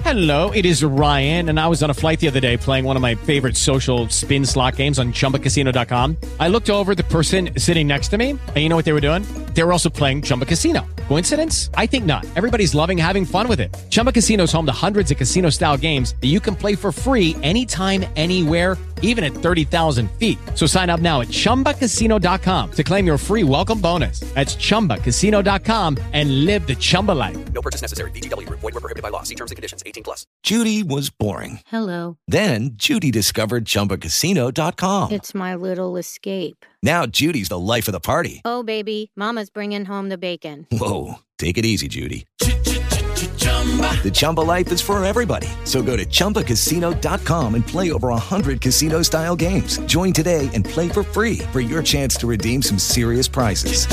Hello, it is Ryan, and I was on a flight the other day playing one of my favorite social spin slot games on ChumbaCasino.com. I looked over at the person sitting next to me, and you know what they were doing? They were also playing Chumba Casino. Coincidence? I think not. Everybody's loving having fun with it. Chumba Casino is home to hundreds of casino-style games that you can play for free anytime, anywhere, even at 30,000 feet. So sign up now at ChumbaCasino.com to claim your free welcome bonus. That's ChumbaCasino.com and live the Chumba life. No purchase necessary. VGW. Void were prohibited by law. See terms and conditions. 18+. Judy was boring. Hello. Then Judy discovered ChumbaCasino.com. It's my little escape. Now Judy's the life of the party. Oh, baby, mama's bringing home the bacon. Whoa, take it easy, Judy. The Chumba life is for everybody. So go to ChumbaCasino.com and play over 100 casino-style games. Join today and play for free for your chance to redeem some serious prizes.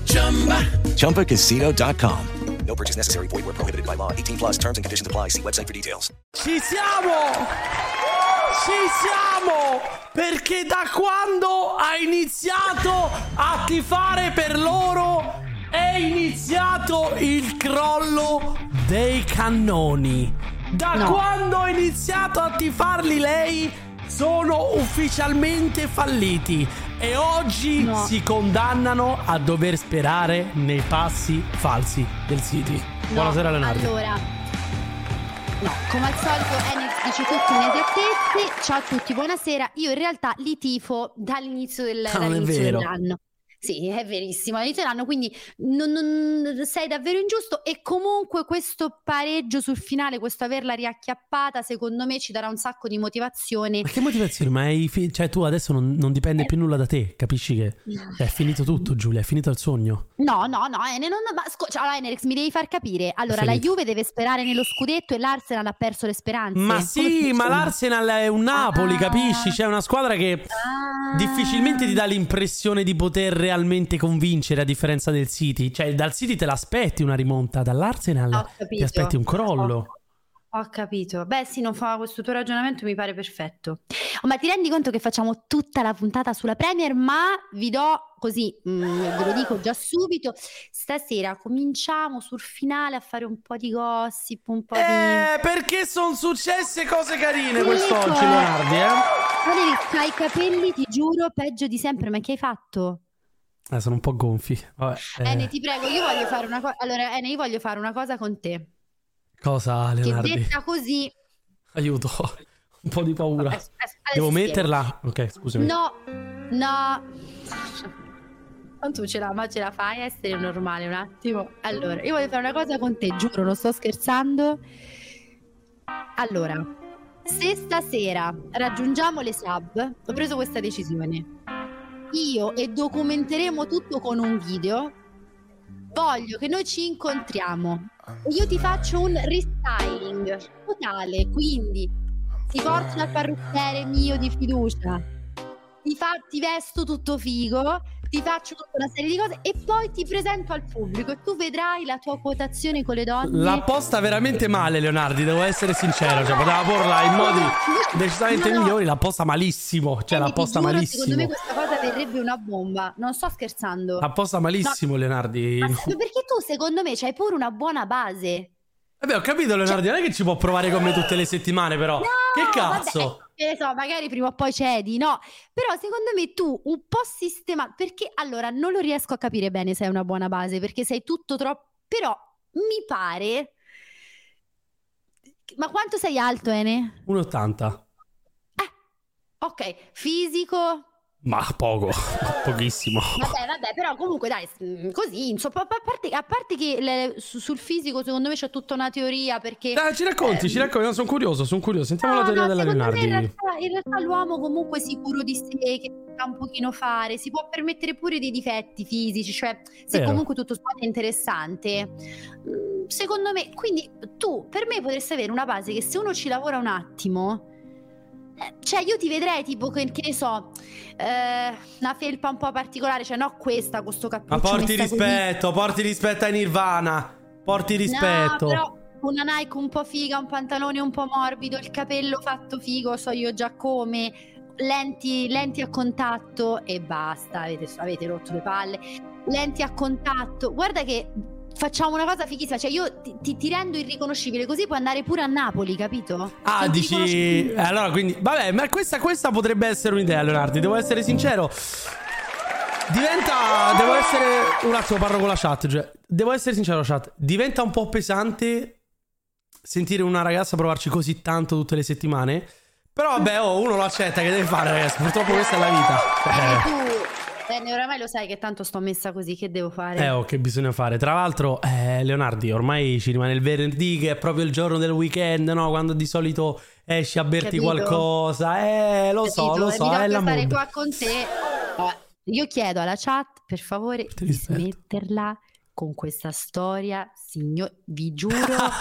ChumbaCasino.com. No purchase necessary. Void were prohibited by law. 18+. Terms and conditions apply. See website for details. Ci siamo! Ci siamo! Perché da quando ha iniziato a tifare per loro è iniziato il crollo dei cannoni. Quando ha iniziato a tifarli lei sono ufficialmente falliti e oggi si condannano a dover sperare nei passi falsi del City. Buonasera Leonardo. Allora, come al solito Enix dice tutto inesattezze. Ciao a tutti, buonasera. Io in realtà li tifo dall'inizio dell'anno. Sì, è verissimo, all'inizio dell'anno, quindi non sei davvero ingiusto e comunque questo pareggio sul finale, questo averla riacchiappata, secondo me ci darà un sacco di motivazione. Ma che motivazione? Ma cioè tu adesso non dipende più nulla da te, capisci che è finito tutto, Giulia, è finito il sogno. No, allora Enerix, mi devi far capire. Allora, la Juve deve sperare nello scudetto e l'Arsenal ha perso le speranze. Ma sì, ma l'Arsenal è un Napoli, capisci? C'è una squadra che difficilmente ti dà l'impressione di poter realmente convincere, a differenza del City. Cioè dal City te l'aspetti una rimonta, dall'Arsenal ti aspetti un crollo. Ho capito. Beh sì, non fa questo tuo ragionamento, mi pare perfetto. Ma ti rendi conto che facciamo tutta la puntata sulla Premier? Ma vi do così, ve lo dico già subito, stasera cominciamo sul finale a fare un po' di gossip, un po' di... perché sono successe cose carine quest'oggi, Leonardi, Hai i capelli, ti giuro, peggio di sempre. Ma che hai fatto? Sono un po' gonfi. Vabbè, Ene, ti prego, io voglio fare una cosa. Allora, Ene, io voglio fare una cosa con te. Cosa, Leonardi? Che detta così... Aiuto, un po' di paura. Devo metterla? Ok, scusami. No. Tu ce la fai a essere normale un attimo. Allora, io voglio fare una cosa con te, giuro, non sto scherzando. Allora, se stasera raggiungiamo le sub, ho preso questa decisione. Io e documenteremo tutto con un video. Voglio che noi ci incontriamo e io ti faccio un restyling totale, quindi ti porto dal parrucchiere mio di fiducia, ti vesto tutto figo, ti faccio tutta una serie di cose e poi ti presento al pubblico e tu vedrai la tua quotazione con le donne. L'ha posta veramente male, Leonardi, devo essere sincero, cioè poteva porla in modi decisamente migliori, l'ha posta malissimo, cioè l'ha posta malissimo. Secondo me questa cosa verrebbe una bomba, non sto scherzando. L'ha posta malissimo, Leonardi. Ma perché tu secondo me c'hai pure una buona base. Vabbè, ho capito, Leonardi, non è che ci può provare con me tutte le settimane, però. No, che cazzo? Vabbè, che ne so, magari prima o poi cedi, no? Però secondo me tu un po' perché allora non lo riesco a capire bene se hai una buona base, perché sei tutto troppo... Però mi pare... Ma quanto sei alto, Ene? 1,80. Ok, fisico... Ma poco, pochissimo. Vabbè, però comunque dai, così, insomma, a parte che sul fisico secondo me c'è tutta una teoria, perché... Ci racconti, no, sono curioso, sentiamo la teoria della Leonardi. In realtà l'uomo comunque sicuro di sé, che sa un pochino fare, si può permettere pure dei difetti fisici, cioè se comunque tutto sommato è interessante, secondo me, quindi tu per me potresti avere una base che se uno ci lavora un attimo... Cioè io ti vedrei tipo che ne so, una felpa un po' particolare, cioè no questa con sto cappuccio. Ma porti rispetto ai Nirvana, porti rispetto. No, però una Nike un po' figa, un pantalone un po' morbido, il capello fatto figo, so io già come, lenti a contatto e basta, avete rotto le palle. Lenti a contatto, guarda che facciamo una cosa fighissima, cioè io ti rendo irriconoscibile, così puoi andare pure a Napoli, capito? Ah, Non ti dici... riconosci più. allora, quindi... Vabbè, ma questa potrebbe essere un'idea, Leonardi. Devo essere sincero. Devo essere... Un attimo, parlo con la chat. Cioè, devo essere sincero, chat. Diventa un po' pesante sentire una ragazza provarci così tanto tutte le settimane. Però vabbè, uno lo accetta, che deve fare, ragazzi? Purtroppo questa è la vita. Tu, oramai lo sai che tanto sto messa così, che devo fare? Che bisogna fare. Tra l'altro, Leonardi, ormai ci rimane il venerdì, che è proprio il giorno del weekend, no? Quando di solito esci a berti qualcosa. Lo so, è la stare mood. qua con te. Io chiedo alla chat, per favore, di smetterla con questa storia, vi giuro.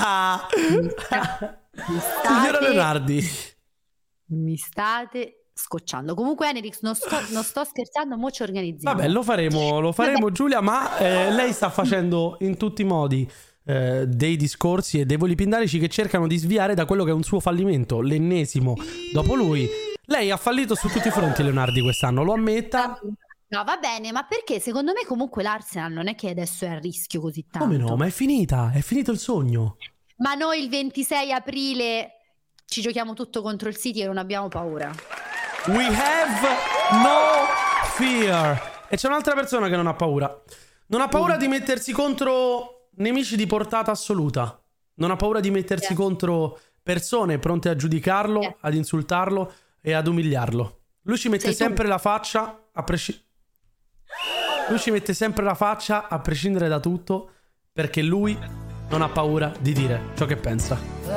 Signora Leonardi, mi state scocciando. Comunque, Enerix, non sto scherzando, mo ci organizziamo. vabbè, lo faremo, Giulia, ma lei sta facendo in tutti i modi dei discorsi e dei voli pindarici che cercano di sviare da quello che è un suo fallimento, l'ennesimo dopo lui. Lei ha fallito su tutti i fronti, Leonardi, quest'anno, lo ammetta. No, va bene, ma perché secondo me comunque l'Arsenal non è che adesso è a rischio così tanto. Come no? Ma è finito il sogno. Ma noi il 26 aprile ci giochiamo tutto contro il City e non abbiamo paura. We have no fear. E c'è un'altra persona che non ha paura. Non ha paura di mettersi contro nemici di portata assoluta. Non ha paura di mettersi contro persone pronte a giudicarlo, ad insultarlo e ad umiliarlo. Lui ci mette sempre la faccia Lui ci mette sempre la faccia a prescindere da tutto, perché lui non ha paura di dire ciò che pensa.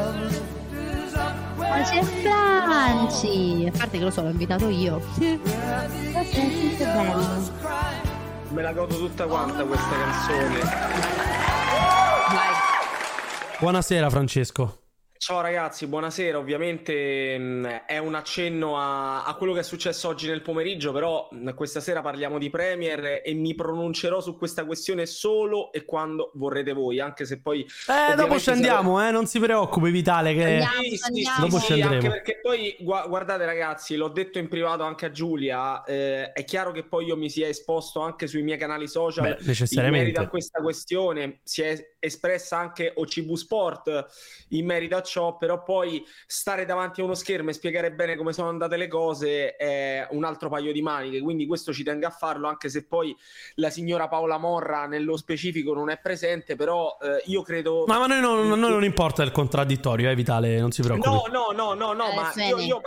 Ma c'è Franci! A parte che lo so, l'ho invitato io. Me la godo tutta quanta questa canzone. Vai. Buonasera Francesco. Ciao ragazzi, buonasera. Ovviamente è un accenno a quello che è successo oggi nel pomeriggio, però questa sera parliamo di Premier e mi pronuncerò su questa questione solo e quando vorrete voi, anche se poi dopo scendiamo, non si preoccupi Vitale, che dopo scenderemo. Anche perché poi guardate ragazzi, l'ho detto in privato anche a Giulia, è chiaro che poi io mi sia esposto anche sui miei canali social in merito a questa questione, si è espressa anche OCV Sport in merito a ciò, però poi stare davanti a uno schermo e spiegare bene come sono andate le cose è un altro paio di maniche, quindi questo ci tengo a farlo, anche se poi la signora Paola Morra nello specifico non è presente, però io credo... Ma noi non importa il contraddittorio, Vitale, non si preoccupi. No, ma io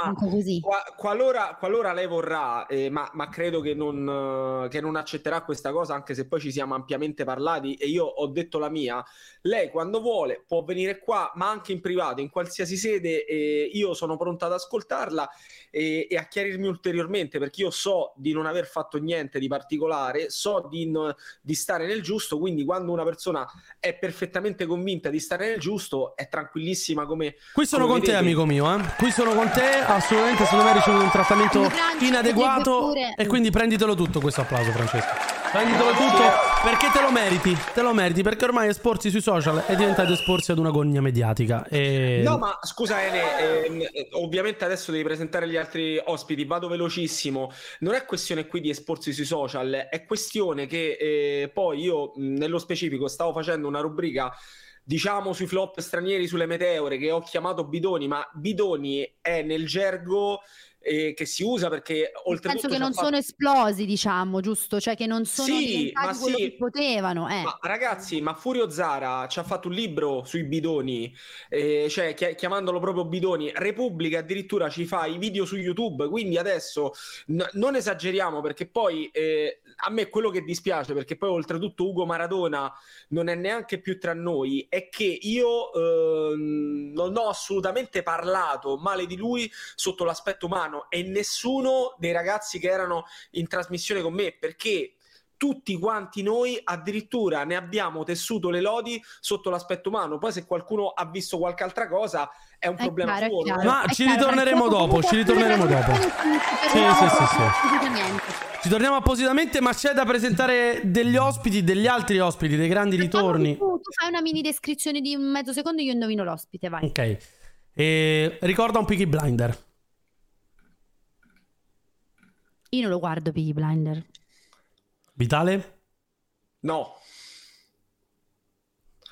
qualora lei vorrà, ma credo che non accetterà questa cosa, anche se poi ci siamo ampiamente parlati e io ho detto la mia. Lei quando vuole può venire qua, ma anche in privato, in qualsiasi sede, io sono pronta ad ascoltarla e a chiarirmi ulteriormente, perché io so di non aver fatto niente di particolare, so di stare nel giusto, quindi quando una persona è perfettamente convinta di stare nel giusto è tranquillissima come... Qui sono con te, amico mio, qui sono con te, assolutamente, secondo me hai ricevuto un trattamento inadeguato e quindi prenditelo tutto questo applauso, Francesco. Prenditelo tutto perché te lo meriti, perché ormai esporsi sui social è diventato esporsi ad una gogna mediatica. No, ma scusa Ene, ovviamente adesso devi presentare gli altri ospiti, vado velocissimo. Non è questione qui di esporsi sui social, è questione che poi io nello specifico stavo facendo una rubrica, diciamo, sui flop stranieri, sulle meteore, che ho chiamato bidoni, ma bidoni è nel gergo che si usa perché oltretutto penso che non sono esplosi, diciamo, giusto? Cioè che non sono diventati quello che potevano. Ma ragazzi, ma Furio Zara ci ha fatto un libro sui bidoni, cioè chiamandolo proprio bidoni. Repubblica addirittura ci fa i video su YouTube, quindi adesso non esageriamo, perché poi a me quello che dispiace, perché poi oltretutto Ugo Maradona non è neanche più tra noi, è che io non ho assolutamente parlato male di lui sotto l'aspetto umano, e nessuno dei ragazzi che erano in trasmissione con me, perché tutti quanti noi addirittura ne abbiamo tessuto le lodi sotto l'aspetto umano. Poi se qualcuno ha visto qualche altra cosa è un problema suo. Ma ci ritorneremo dopo, Sì. Ci torniamo appositamente, ma c'è da presentare degli ospiti, degli altri ospiti, dei grandi ritorni. Tu fai una mini descrizione di un mezzo secondo e io indovino l'ospite, vai. Ok. Ricorda un Peaky Blinder. Io non lo guardo Peaky Blinder. Vitale? No.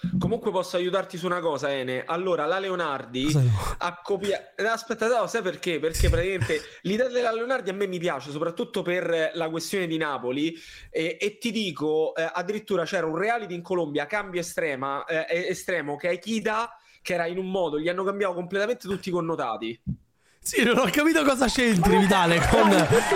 Comunque posso aiutarti su una cosa, Ene. Allora, la Leonardi ha copiato... Aspetta, no, sai perché? Perché praticamente l'idea della Leonardi a me mi piace, soprattutto per la questione di Napoli. E ti dico, addirittura c'era un reality in Colombia, Cambio Estremo, che Aikida, che era in un modo, gli hanno cambiato completamente tutti i connotati. Sì, non ho capito cosa c'entri, Vitale, con...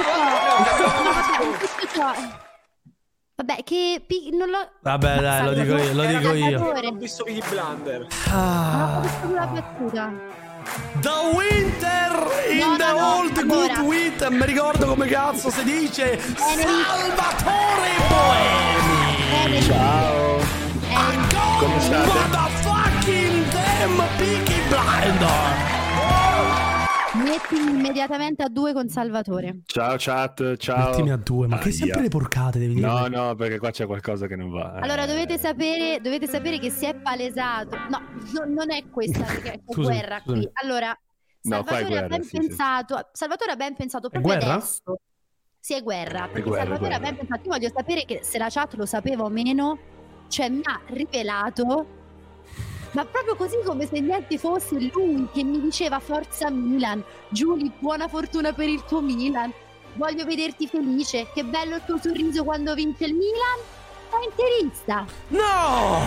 Vabbè, che non lo... Vabbè, dai, lo dico io. Non ho visto Peaky Blender. Non ho visto la battuta. The Winter in the old good wheat. Mi ricordo come cazzo si dice. Salvatore Boemi. Ciao. Come state? Motherfucking damn Peaky Blinder. Mettimi immediatamente a 2 con Salvatore. Ciao chat, ciao. Mettimi a 2, ma che sempre le porcate devi dire? No, perché qua c'è qualcosa che non va. Allora dovete sapere che si è palesato. No, non è questa perché è guerra qui. Allora, Salvatore ha ben pensato. Salvatore ha ben pensato proprio adesso. Sì, è guerra. Perché Salvatore ha ben pensato. Io voglio sapere che se la chat lo sapeva o meno, cioè mi ha rivelato. Ma proprio così come se niente fosse, lui che mi diceva forza Milan, Giulia, buona fortuna per il tuo Milan, voglio vederti felice, che bello il tuo sorriso quando vince il Milan. È interista. No!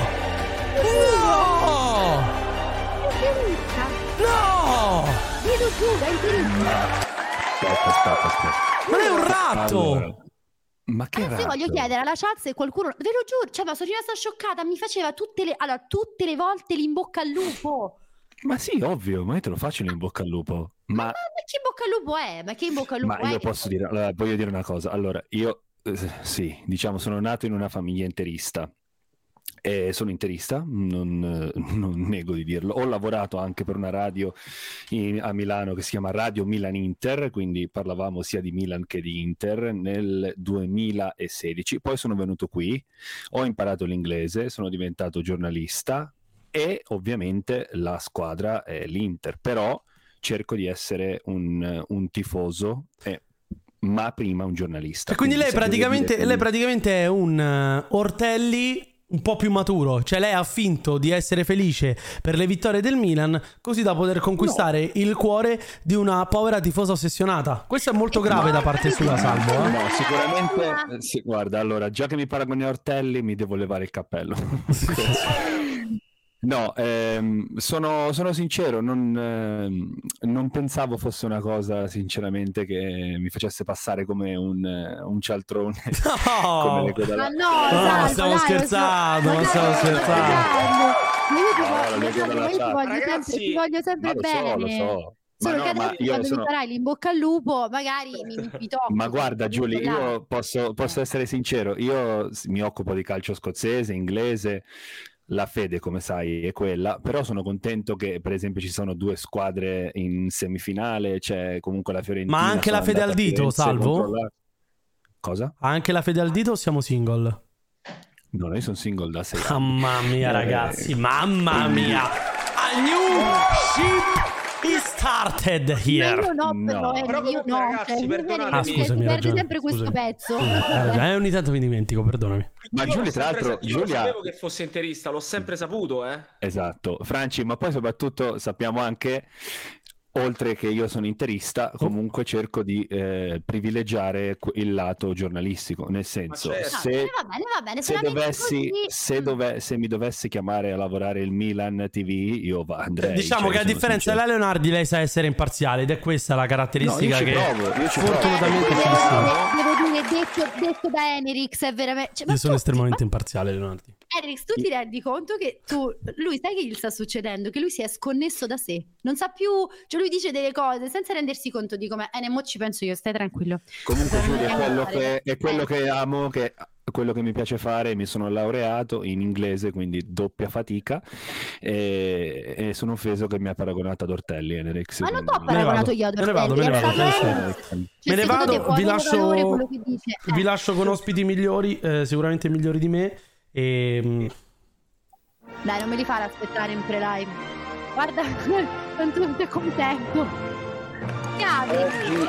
È interista. No! Vedo tu, è interista. Aspetta. Ma è un ratto! Allora. Ma che se voglio chiedere alla chat se qualcuno, ve lo giuro, cioè ma sono rimasta scioccata, mi faceva tutte le volte l'in bocca al lupo. Ma sì, ovvio, ma io te lo faccio l'in bocca al lupo. Ma che in bocca al lupo è? Ma che in bocca al lupo è? Ma io posso dire, allora, voglio dire una cosa. Allora, io sì, diciamo, sono nato in una famiglia interista. Sono interista, non nego di dirlo. Ho lavorato anche per una radio a Milano che si chiama Radio Milan Inter, quindi parlavamo sia di Milan che di Inter nel 2016. Poi sono venuto qui, ho imparato l'inglese, sono diventato giornalista e ovviamente la squadra è l'Inter, però cerco di essere un tifoso ma prima un giornalista. E quindi lei praticamente è un Ortelli un po' più maturo, cioè lei ha finto di essere felice per le vittorie del Milan così da poter conquistare il cuore di una povera tifosa ossessionata. Questo è molto grave da parte sua, Salvo. No, sicuramente sì, guarda, allora già che mi paragoni a Ortelli mi devo levare il cappello. No, sono sincero, non pensavo fosse una cosa sinceramente che mi facesse passare come un cialtrone. No, ma stavo scherzando. Ti voglio sempre bene. Lo so. Solo che adesso quando mi farai l'in bocca al lupo magari mi tocco. Ma guarda Giulia, io posso essere sincero, io mi occupo di calcio scozzese, inglese. La fede, come sai, è quella, però sono contento che per esempio ci sono 2 squadre in semifinale, c'è comunque la Fiorentina. Ma anche la fede al dito, Salvo? Cosa? Anche la fede al dito o siamo single? No, noi sono single da 6 anni. Mamma mia ragazzi, mamma mia. A new ship is started here. Ragazzi, perdonatemi. Scusami, perde sempre questo pezzo. Ogni tanto mi dimentico, perdonami. Ma Giulia, tra l'altro, io sapevo che fosse interista, l'ho sempre saputo, Esatto, Franci, ma poi soprattutto sappiamo anche, oltre che io sono interista, comunque cerco di privilegiare il lato giornalistico, nel senso, se mi dovesse chiamare a lavorare il Milan TV, io andrei. Diciamo che a differenza della Leonardi lei sa essere imparziale ed è questa la caratteristica che fortunatamente ci distingue. Devo dire, detto da Enerix è veramente... Io sono estremamente imparziale, Leonardi. Enerix, tu ti rendi conto che lui sai che gli sta succedendo? Che lui si è sconnesso da sé, non sa più, cioè lui dice delle cose senza rendersi conto di come mo ci penso io, stai tranquillo. Comunque Giulia, è quello che amo, che quello che mi piace fare. Mi sono laureato in inglese, quindi doppia fatica, e sono offeso che mi ha paragonato ad Ortelli. Enerix, ma non ti ho paragonato io ad Ortelli, me ne vado, vi lascio con ospiti migliori, sicuramente migliori di me. Dai, non me li fare aspettare in pre-live. Guarda quanto sei contento.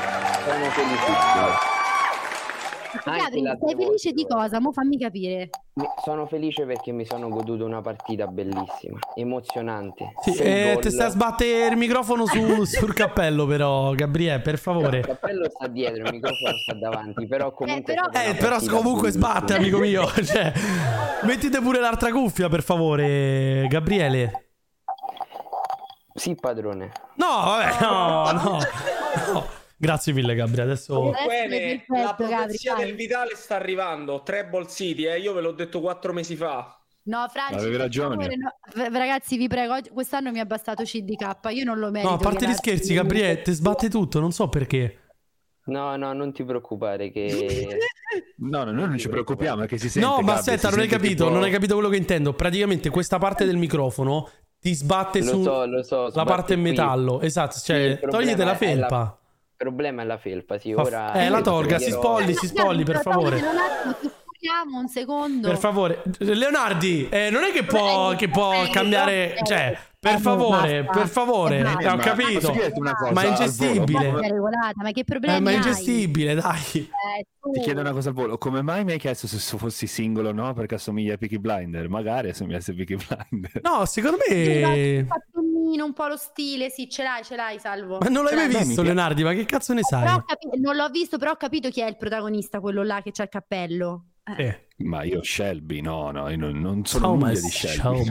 Gabri, sei felice di cosa? Mo fammi capire. Sono felice perché mi sono goduto una partita bellissima, emozionante. Sì, ti stai a sbattere il microfono sul cappello però, Gabriele, per favore. Il cappello sta dietro, il microfono sta davanti, però comunque... però comunque sbatte, amico mio. Cioè, mettite pure l'altra cuffia, per favore, Gabriele. Sì, padrone. No, vabbè, no. Grazie mille, Gabriele. Adesso Bene, la profezia del Vitale sta arrivando. Treble City, io ve l'ho detto 4 mesi fa. No, Franci, avevi ragione. Ragazzi, vi prego, quest'anno mi ha bastato CDK, io non lo merito. No, a parte gli scherzi, Gabriele, ti sbatte tutto, non so perché. No, non ti preoccupare che... No, noi non ci preoccupiamo, è che si sente. No, ma Gabri, aspetta, non hai capito, non hai capito quello che intendo. Praticamente questa parte del microfono ti sbatte lo so, la parte in metallo. Esatto, cioè, togliti la felpa. Il problema è la felpa, sì, ora... la tolga, si spolli, per favore. Un secondo. Per favore, Leonardi, non è che può cambiare, cioè, per favore, ho capito. Ma è ingestibile. Ma che problemi ma è ingestibile, dai. Ti chiedo una cosa al volo, come mai mi hai chiesto se fossi singolo o no? Perché assomiglia a Peaky Blinder, magari assomigliasse a Peaky Blinder. No, secondo me un po' lo stile, sì, ce l'hai, Salvo. Ma non l'hai mai visto, Leonardi? Ma che cazzo ne sai? Non l'ho visto, però ho capito chi è il protagonista, quello là che c'ha il cappello. Ma io Shelby, no, io non sono un'unghia di Shelby.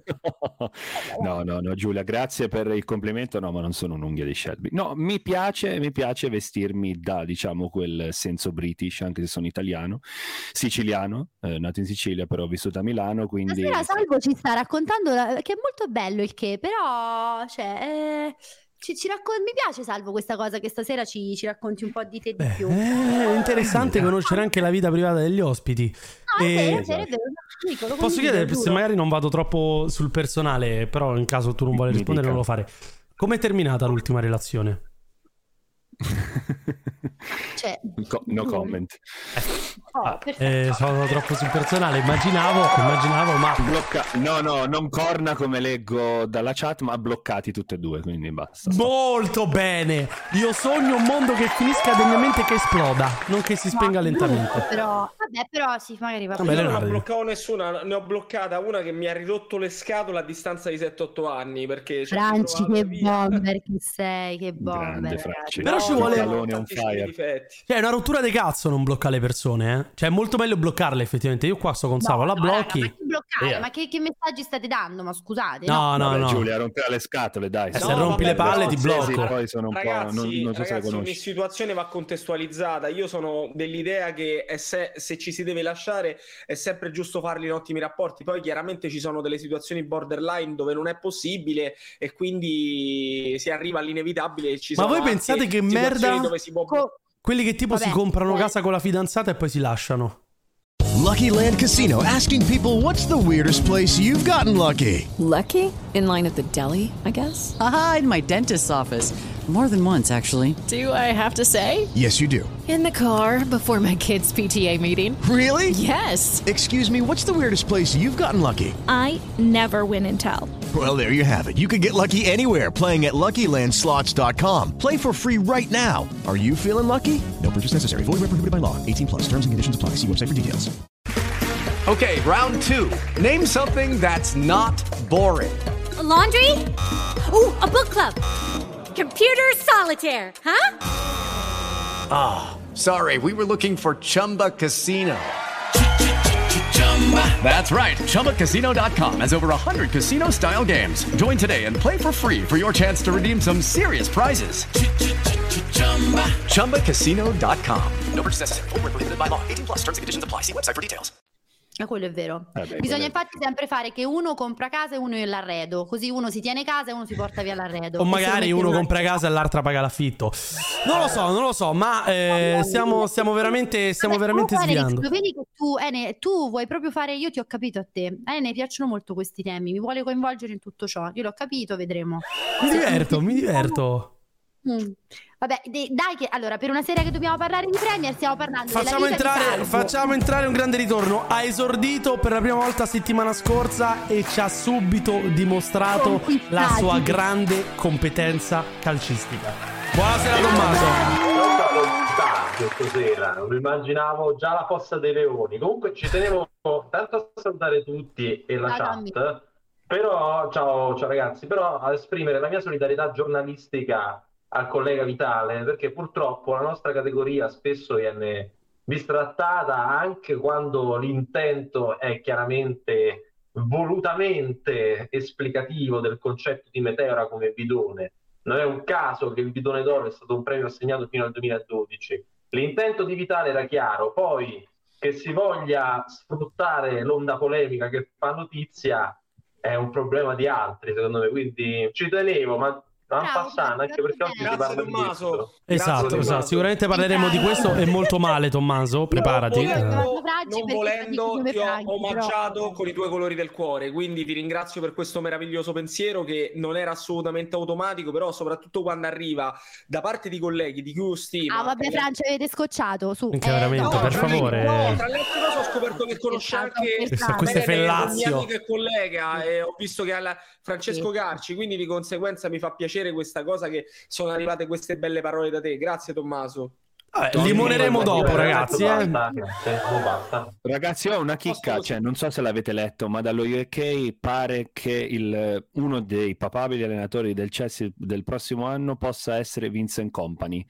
No, Giulia, grazie per il complimento, no, ma non sono un'unghia di Shelby. No, mi piace vestirmi da, diciamo, quel senso British, anche se sono italiano, siciliano, nato in Sicilia, però ho vissuto a Milano, quindi... Stasera Salvo ci sta raccontando che è molto bello il che, però, cioè... mi piace, Salvo, questa cosa che stasera ci racconti un po' di te di più. È interessante conoscere anche la vita privata degli ospiti. Posso chiedere se magari non vado troppo sul personale, però in caso tu non vuoi rispondere non lo fare. Com'è terminata l'ultima relazione? No comment. Sono troppo sul personale, immaginavo, ma no, non corna come leggo dalla chat, ma bloccati tutte e due, quindi basta. Molto bene. Io sogno un mondo che finisca degnamente, che esploda, non che si spenga lentamente. Però sì, magari va bene. Io non ho bloccato nessuna, ne ho bloccata una che mi ha ridotto le scatole a distanza di 7-8 anni, perché Franci, che bomber che sei, che bomber. Però ci vuole cioè, è una rottura di cazzo non bloccare le persone, eh? Cioè è molto meglio bloccarle, effettivamente. Io qua sto con Savo, la blocchi. Ma che messaggi state dando? Ma scusate. No. Giulia, rompere le scatole, dai. Se rompi le palle ti blocco. Poi sono un ragazzi, po', non so se la conosci. ogni situazione va contestualizzata. Io sono dell'idea che se ci si deve lasciare è sempre giusto farli in ottimi rapporti. Poi chiaramente ci sono delle situazioni borderline dove non è possibile e quindi si arriva all'inevitabile. Ma voi pensate che merda dove si può... quelli che tipo si comprano casa con la fidanzata e poi si lasciano? Lucky Land Casino, asking people, what's the weirdest place you've gotten lucky? Lucky? In line at the deli, I guess? Aha, in my dentist's office. More than once, actually. Do I have to say? Yes, you do. In the car before my kids' PTA meeting. Really? Yes. Excuse me, what's the weirdest place you've gotten lucky? I never win and tell. Well, there you have it. You can get lucky anywhere, playing at LuckyLandSlots.com. Play for free right now. Are you feeling lucky? No purchase necessary. Void where prohibited by law. 18+. Terms and conditions apply. See website for details. Okay, round two. Name something that's not boring. A laundry? Ooh, a book club. Computer solitaire, huh? Ah, sorry. We were looking for Chumba Casino. That's right. ChumbaCasino.com has over 100 casino-style games. Join today and play for free for your chance to redeem some serious prizes. ChumbaCasino.com. No purchase necessary. Void where prohibited by law. 18+. Terms and conditions apply. See website for details. Quello è vero. Bisogna infatti sempre fare che uno compra casa e uno l'arredo, così uno si tiene casa e uno si porta via l'arredo. O magari uno compra casa e l'altra paga l'affitto. Non lo so, ma stiamo veramente sviando. Vedi che tu vuoi proprio fare, io ti ho capito a te. Ne piacciono molto questi temi, mi vuole coinvolgere in tutto ciò. Io l'ho capito, vedremo. Mi diverto. Vabbè, dai che allora per una sera che dobbiamo parlare di Premier stiamo parlando facciamo entrare un grande ritorno. Ha esordito per la prima volta settimana scorsa e ci ha subito dimostrato la sua grande competenza calcistica. Buonasera Tommaso. stasera, lo immaginavo già la Fossa dei Leoni. Comunque ci tenevo tanto a salutare tutti e la chat, però ciao ragazzi, però a esprimere la mia solidarietà giornalistica al collega Vitale, perché purtroppo la nostra categoria spesso viene bistrattata anche quando l'intento è chiaramente volutamente esplicativo del concetto di meteora come bidone. Non è un caso che il bidone d'oro è stato un premio assegnato fino al 2012. L'intento di Vitale era chiaro, poi che si voglia sfruttare l'onda polemica che fa notizia è un problema di altri, secondo me, quindi ci tenevo, ma passando anche perché oggi si parla di questo. Esatto, sicuramente parleremo di questo e molto male, Tommaso, preparati. Non volendo ti ho omaggiato con i tuoi colori del cuore, quindi ti ringrazio per questo meraviglioso pensiero che non era assolutamente automatico, però soprattutto quando arriva da parte di colleghi di cui io stimo. Ah vabbè, Francia, avete scocciato, su. Veramente, per favore. No, tra l'altro ho scoperto che conosce anche queste fellazio. mia amica e collega, e ho visto che ha Francesco Carci, quindi di conseguenza mi fa piacere questa cosa che sono arrivate queste belle parole da te. Grazie Tommaso. Limoneremo dopo, ragazzi. Ragazzi, ho una chicca, cioè non so se l'avete letto, ma dallo UK pare che uno dei papabili allenatori del Chelsea del prossimo anno possa essere Vincent Kompany.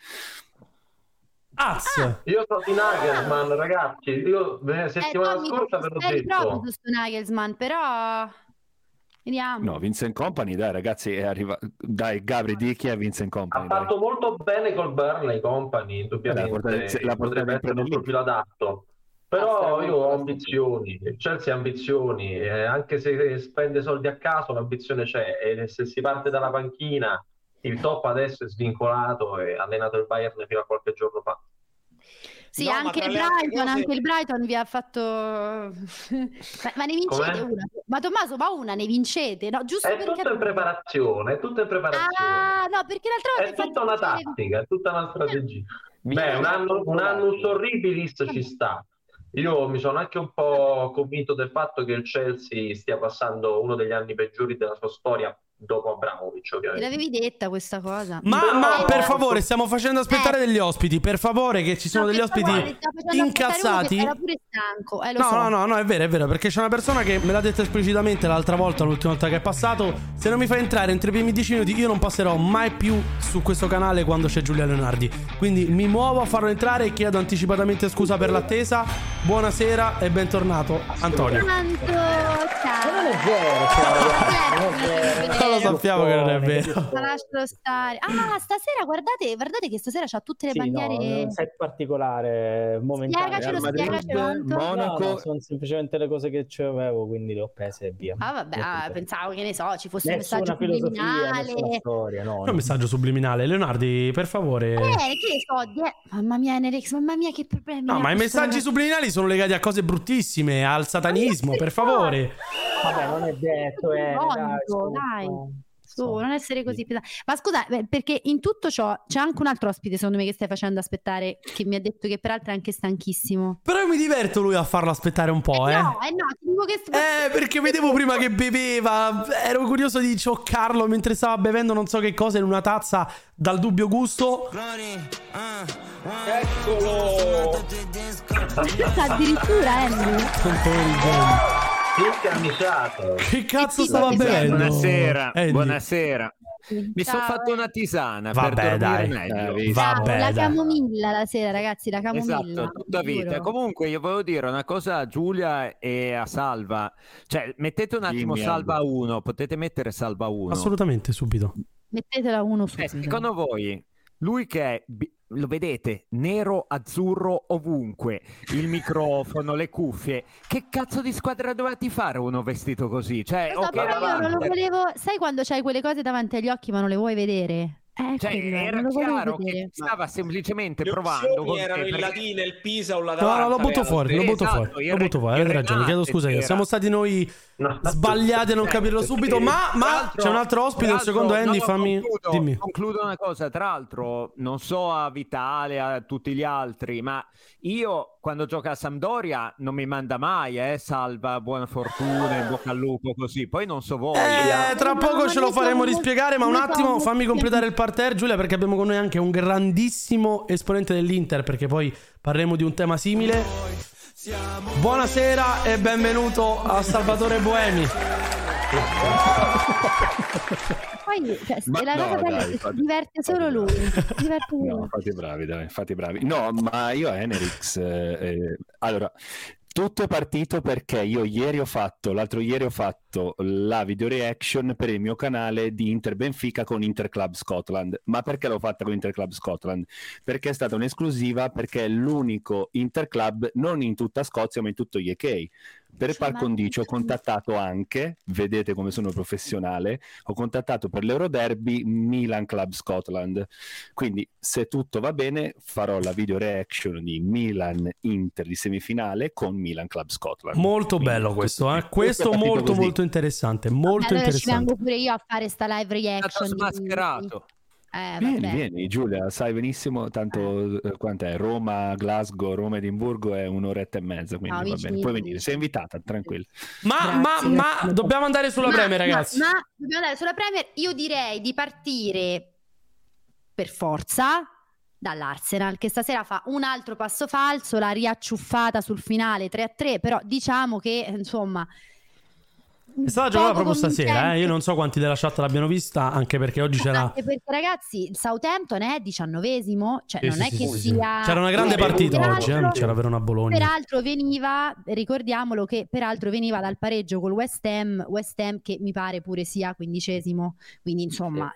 Io sono di Nagelsmann, ragazzi. Io settimana scorsa ve l'ho detto. Nagelsmann, però vediamo. No, Vincent Kompany, dai ragazzi, dai, Gabri, di chi è Vincent Kompany? Ha fatto molto bene col Burnley Kompany, indubbiamente potrebbe essere un profilo adatto. Però io ho ambizioni, il Chelsea ha ambizioni, anche se spende soldi a caso l'ambizione c'è, e se si parte dalla panchina il top adesso è svincolato e ha allenato il Bayern fino a qualche giorno fa. Sì, no, anche il Brighton vi ha fatto ma ne vincete una? Ma Tommaso, una ne vincete? No, giusto è tutto in preparazione, Ah, no, perché l'altra volta è tutta una tattica, è tutta una strategia. Beh, un annus horribilis ci sta. Io mi sono anche un po' convinto del fatto che il Chelsea stia passando uno degli anni peggiori della sua storia dopo Abramovich, ovviamente. L'avevi detta questa cosa. Ma per favore, stiamo facendo aspettare degli ospiti. Per favore, che ci sono degli ospiti incazzati. Era pure stanco. No, è vero, perché c'è una persona che me l'ha detto esplicitamente l'altra volta, l'ultima volta che è passato: se non mi fai entrare entro i primi 10 minuti, io non passerò mai più su questo canale quando c'è Giulia Leonardi. Quindi mi muovo a farlo entrare e chiedo anticipatamente scusa per l'attesa. Buonasera e bentornato, Antonio. Ciao. Non è vero. Lo sappiamo che non è vero. Lascialo stare. Stasera guardate che stasera c'ha tutte le bandiere. No, un set particolare momentaneo. Spiegacelo, Monaco. No, sono semplicemente le cose che avevo, quindi le ho prese e via. Vabbè, pensavo che ne so, ci fosse un messaggio subliminale. subliminale. Un messaggio subliminale, Leonardi, per favore. Che so, mamma mia, Enerix, mamma mia, che problemi. No, ma i messaggi subliminali sono legati a cose bruttissime, al satanismo, per favore. Vabbè, non è detto, dai. Su, non essere così pesante. Ma scusa, perché in tutto ciò c'è anche un altro ospite, secondo me, che stai facendo aspettare, che mi ha detto che peraltro è anche stanchissimo. Però io mi diverto lui a farlo aspettare un po', No, ti dico che perché vedevo prima che beveva, ero curioso di cioccarlo mentre stava bevendo non so che cosa in una tazza dal dubbio gusto. Eccolo! Addirittura, Andy. Che cazzo stava bevendo? Buonasera. Mi sono fatto una tisana per dormire meglio. La camomilla la sera, ragazzi, la camomilla. Esatto, tutta vita. Comunque io volevo dire una cosa a Giulia e a Salva. Cioè, mettete un attimo Salva 1, potete mettere Salva 1. Assolutamente, subito. Mettetela 1 subito. Secondo voi, lui che è... Lo vedete, nero, azzurro ovunque, il microfono, le cuffie. Che cazzo di squadra dovete fare uno vestito così? Cioè, io non lo volevo. Sai quando c'hai quelle cose davanti agli occhi ma non le vuoi vedere? Era chiaro che stava semplicemente provando. Erano il Latino, il Pisa o la Davanti. No, lo butto fuori, avete ragione, chiedo scusa io. Siamo stati noi sbagliati a non capirlo subito. Ma c'è un altro ospite, il secondo Andy, fammi... Dimmi. Concludo una cosa, tra l'altro, non so a Vitale, a tutti gli altri, ma io quando gioco a Sampdoria non mi manda mai, salva, buona fortuna, in bocca al lupo, così. Poi non so voi. Tra poco ce lo faremo rispiegare, ma un attimo fammi completare il parterre, Giulia, perché abbiamo con noi anche un grandissimo esponente dell'Inter, perché poi parleremo di un tema simile. Buonasera e benvenuto a Salvatore Boemi. Poi la cosa bella è che si diverte solo lui. No, fate bravi. No, ma io a Enerix allora, tutto è partito perché io l'altro ieri ho fatto la video reaction per il mio canale di Inter Benfica con Inter Club Scotland. Ma perché l'ho fatta con Inter Club Scotland? Perché è stata un'esclusiva, perché è l'unico Inter Club non in tutta Scozia ma in tutto gli UK. Per par condicio ho contattato anche, vedete come sono professionale, ho contattato per l'Euroderby Milan Club Scotland. Quindi se tutto va bene farò la video reaction di Milan Inter di semifinale con Milan Club Scotland. Molto bello questo, questo molto molto interessante, molto allora interessante. Ci vengo pure io a fare sta live reaction. Mascherato. Vieni Giulia, sai benissimo, tanto quant'è? Roma, Glasgow, Roma, Edimburgo è un'oretta e mezza, quindi va bene, puoi venire, sei invitata, tranquillo. Ma dobbiamo andare sulla Premier, ragazzi. Ma dobbiamo andare sulla Premier. Io direi di partire per forza dall'Arsenal, che stasera fa un altro passo falso, la riacciuffata sul finale 3-3, però diciamo che insomma è stata giocata proprio stasera, io non so quanti della chat l'abbiano vista, anche perché oggi c'era... Anche perché ragazzi, il Southampton è 19esimo, cioè non è che sia... C'era una grande partita oggi, c'era Verona-Bologna. Peraltro veniva, ricordiamolo che peraltro veniva dal pareggio col West Ham che mi pare pure sia 15esimo, quindi insomma...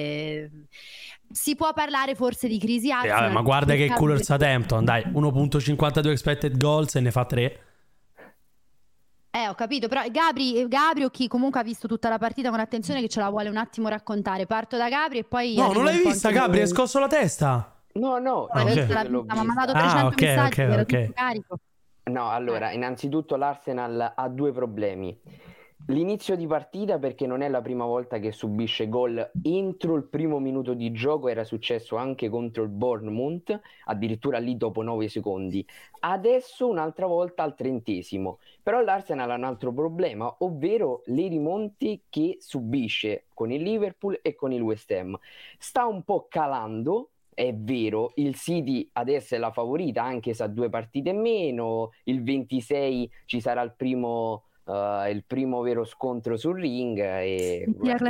si può parlare forse di crisi Arsenal. Ma guarda che culo il Southampton, dai, 1.52 expected goals e ne fa 3. Ho capito, però Gabri o chi comunque ha visto tutta la partita con attenzione che ce la vuole un attimo raccontare. Parto da Gabri e poi... No, non l'hai vista Gabri, hai scosso la testa. No, l'ho vista, ma mi ha dato 300 messaggi, era tutto carico. No, allora, innanzitutto l'Arsenal ha due problemi. L'inizio di partita, perché non è la prima volta che subisce gol entro il primo minuto di gioco, era successo anche contro il Bournemouth, addirittura lì dopo 9 secondi. Adesso un'altra volta al 30esimo. Però l'Arsenal ha un altro problema, ovvero le rimonte che subisce con il Liverpool e con il West Ham. Sta un po' calando. È vero, il City adesso è la favorita, anche se ha 2 partite meno. Il 26 ci sarà il primo vero scontro sul ring e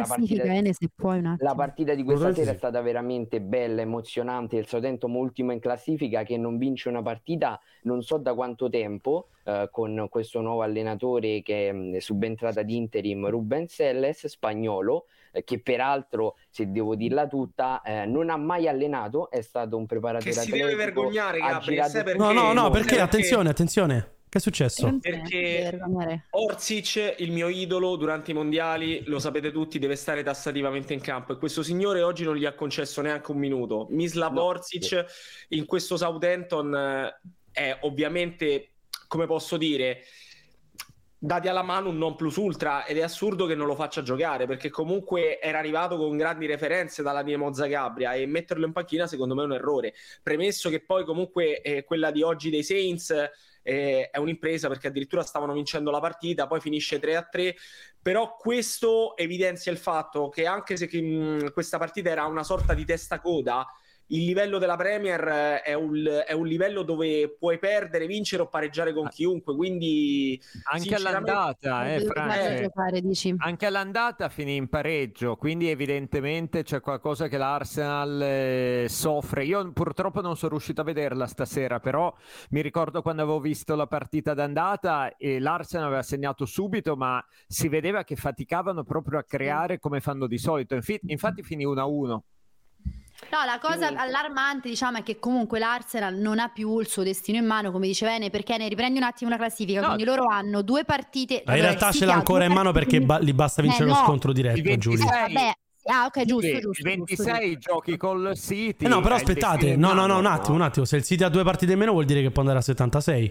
la partita di questa sera è stata veramente bella, emozionante. Il Southampton ultimo in classifica, che non vince una partita non so da quanto tempo, con questo nuovo allenatore che è subentrata ad interim, Ruben Selles, spagnolo, che peraltro, se devo dirla tutta, non ha mai allenato, è stato un preparatore che si atletico, deve vergognare, Gabri. No, perché? Attenzione. Che è successo? Perché Orsic, il mio idolo durante i mondiali, lo sapete tutti, deve stare tassativamente in campo e questo signore oggi non gli ha concesso neanche un minuto. Mislav Orsic in questo Southampton è ovviamente, come posso dire, dati alla mano un non plus ultra, ed è assurdo che non lo faccia giocare, perché comunque era arrivato con grandi referenze dalla Dinamo Zagabria e metterlo in panchina secondo me è un errore, premesso che poi comunque quella di oggi dei Saints è un'impresa, perché addirittura stavano vincendo la partita, poi finisce 3-3, però questo evidenzia il fatto che anche se questa partita era una sorta di testa coda, il livello della Premier è un livello dove puoi perdere, vincere o pareggiare con chiunque, quindi anche all'andata anche all'andata finì in pareggio, quindi evidentemente c'è qualcosa che l'Arsenal soffre. Io purtroppo non sono riuscito a vederla stasera, però mi ricordo quando avevo visto la partita d'andata e l'Arsenal aveva segnato subito, ma si vedeva che faticavano proprio a creare come fanno di solito, infatti finì 1-1. No, la cosa allarmante, diciamo, è che comunque l'Arsenal non ha più il suo destino in mano, come diceva Ene, perché ne riprendi un attimo la classifica, quindi loro hanno 2 partite. Ma in realtà ce l'ha ancora in mano perché gli basta vincere lo scontro diretto, Giulia. Vabbè. Ok, giusto. Il 26 giochi col City. No, però aspettate, no, un attimo. Se il City ha 2 partite in meno vuol dire che può andare a 76.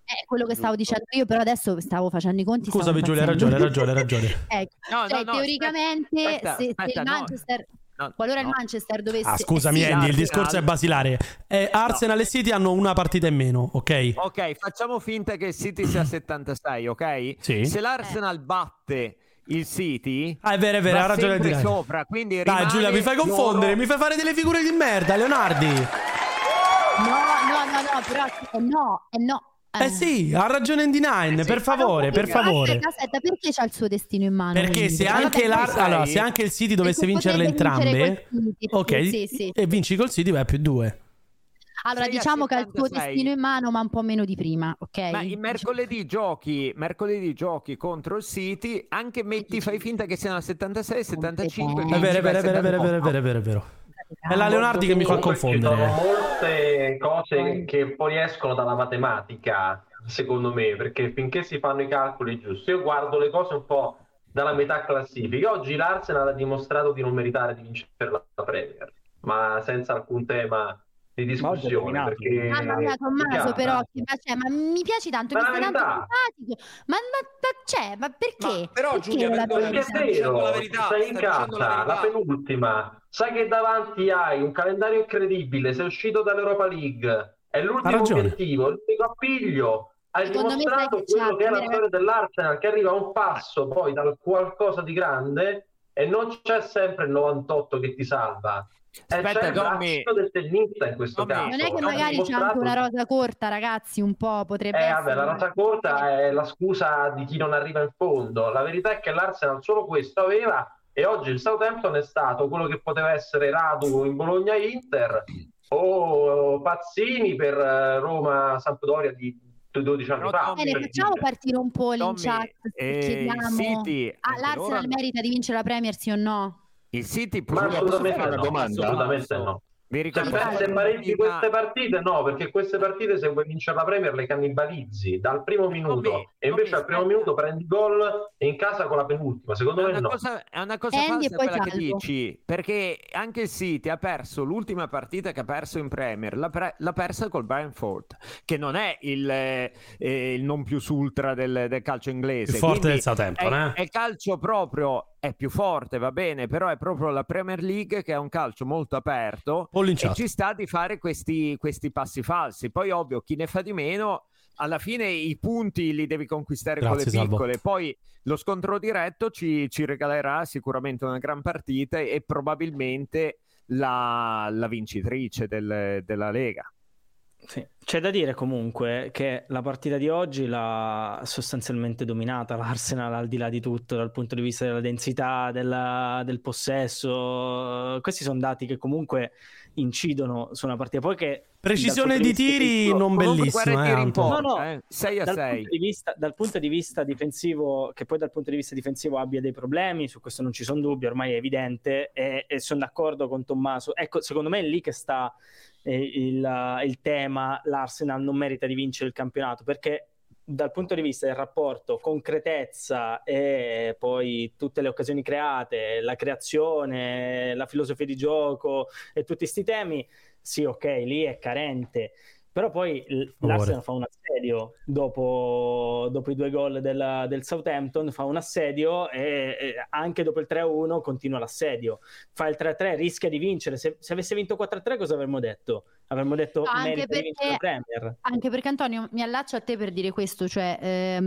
quello che stavo dicendo io, però adesso stavo facendo i conti. Scusami Giulia, hai ragione. Ecco, teoricamente se il Manchester... Qualora il Manchester dovesse... scusami Andy, il discorso è basilare. Arsenal e City hanno una partita in meno, ok? Ok, facciamo finta che il City sia 76, ok? Sì. Se l'Arsenal batte il City... è vero, ha ragione di sopra, quindi dai Giulia, mi fai confondere, mi fai fare delle figure di merda, Leonardi. No, però no. Sì, ha ragione ND9, per favore. Aspetta, perché c'ha il suo destino in mano? Perché se anche se anche il City dovesse vincerle entrambe, ok, e vinci col City vai a +2. Allora diciamo che ha il suo destino in mano, ma un po' meno di prima, ok? Ma il mercoledì giochi contro il City, anche fai finta che siano a 76, 75. È vero. È la Leonardi che mi fa confondere. Ci sono molte cose che fuoriescono dalla matematica, secondo me, perché finché si fanno i calcoli giusti, io guardo le cose un po' dalla metà classifica. Oggi l'Arsenal ha dimostrato di non meritare di vincere la Premier, ma senza alcun tema di discussione, perché Mamma mia Tommaso, però ma mi piaci tanto, mi stai tanto simpatico, ma perché? Però Giulia, perché è vero, sei in casa, la penultima, sai che davanti hai un calendario incredibile, sei uscito dall'Europa League, è l'ultimo obiettivo, l'unico appiglio, hai dimostrato quello che è la storia dell'Arsenal, che arriva a un passo poi dal qualcosa di grande e non c'è sempre il 98 che ti salva. Aspetta, c'è il braccio del tennista in questo caso. Non è che magari c'è anche una rosa corta, ragazzi, un po' potrebbe essere. Vabbè, la rosa corta è la scusa di chi non arriva in fondo. La verità è che l'Arsenal solo questo aveva, e oggi il Southampton è stato quello che poteva essere Radu in Bologna-Inter o Pazzini per Roma-Sampdoria di 12 anni fa. Bene, facciamo partire un po' in chat. Chiediamo l'Arsenal merita di vincere la Premier, sì o no? Il City assolutamente una domanda? Assolutamente no. Se pareggi queste partite, no, perché queste partite, se vuoi vincere la Premier, le cannibalizzi dal primo minuto e invece al primo minuto prendi gol e in casa con la penultima. Secondo me no. È una cosa falsa quella che dici, perché anche il City ha perso l'ultima partita che ha perso in Premier, l'ha persa col Brentford, che non è il non più ultra del calcio inglese. Il forte del Southampton, è calcio proprio. È più forte, va bene, però è proprio la Premier League che è un calcio molto aperto e ci sta di fare questi passi falsi. Poi ovvio, chi ne fa di meno, alla fine i punti li devi conquistare con le piccole. Salvo. Poi lo scontro diretto ci regalerà sicuramente una gran partita e probabilmente la vincitrice della Lega. Sì. C'è da dire comunque che la partita di oggi l'ha sostanzialmente dominata l'Arsenal, al di là di tutto, dal punto di vista della densità, del possesso. Questi sono dati che comunque incidono su una partita. Poi che precisione di tiri non bellissima, no, 6 a 6. Dal punto di vista difensivo, che poi dal punto di vista difensivo abbia dei problemi, su questo non ci sono dubbi, ormai è evidente, e sono d'accordo con Tommaso. Ecco, secondo me è lì che sta il tema. L'Arsenal non merita di vincere il campionato, perché dal punto di vista del rapporto concretezza e poi tutte le occasioni create, la creazione, la filosofia di gioco e tutti sti temi, sì, ok, lì è carente. Però poi l'Arsenal fa un assedio dopo i 2 gol del Southampton, fa un assedio e anche dopo il 3-1 continua l'assedio. Fa il 3-3, rischia di vincere. Se avesse vinto 4-3 cosa avremmo detto? Avremmo detto merita di vincere la Premier. Anche perché, Antonio, mi allaccio a te per dire questo, cioè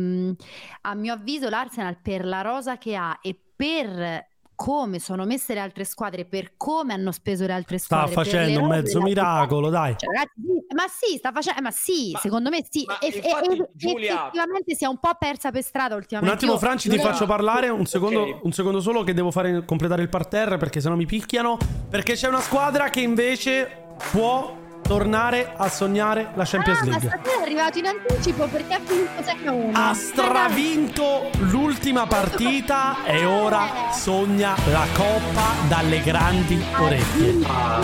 a mio avviso l'Arsenal, per la rosa che ha e per come sono messe le altre squadre, per come hanno speso le altre squadre, sta facendo un mezzo miracolo, dai. Cioè, ragazzi, sta facendo, secondo me sì, effettivamente si è un po' persa per strada ultimamente. Un attimo, Franci, ti faccio parlare un secondo solo, che devo fare completare il parterre, perché sennò mi picchiano, perché c'è una squadra che invece può tornare a sognare la Champions League. Ma stasera è arrivato in anticipo perché ha finito 6-1. Ha stravinto l'ultima partita e ora sogna la coppa dalle grandi orecchie.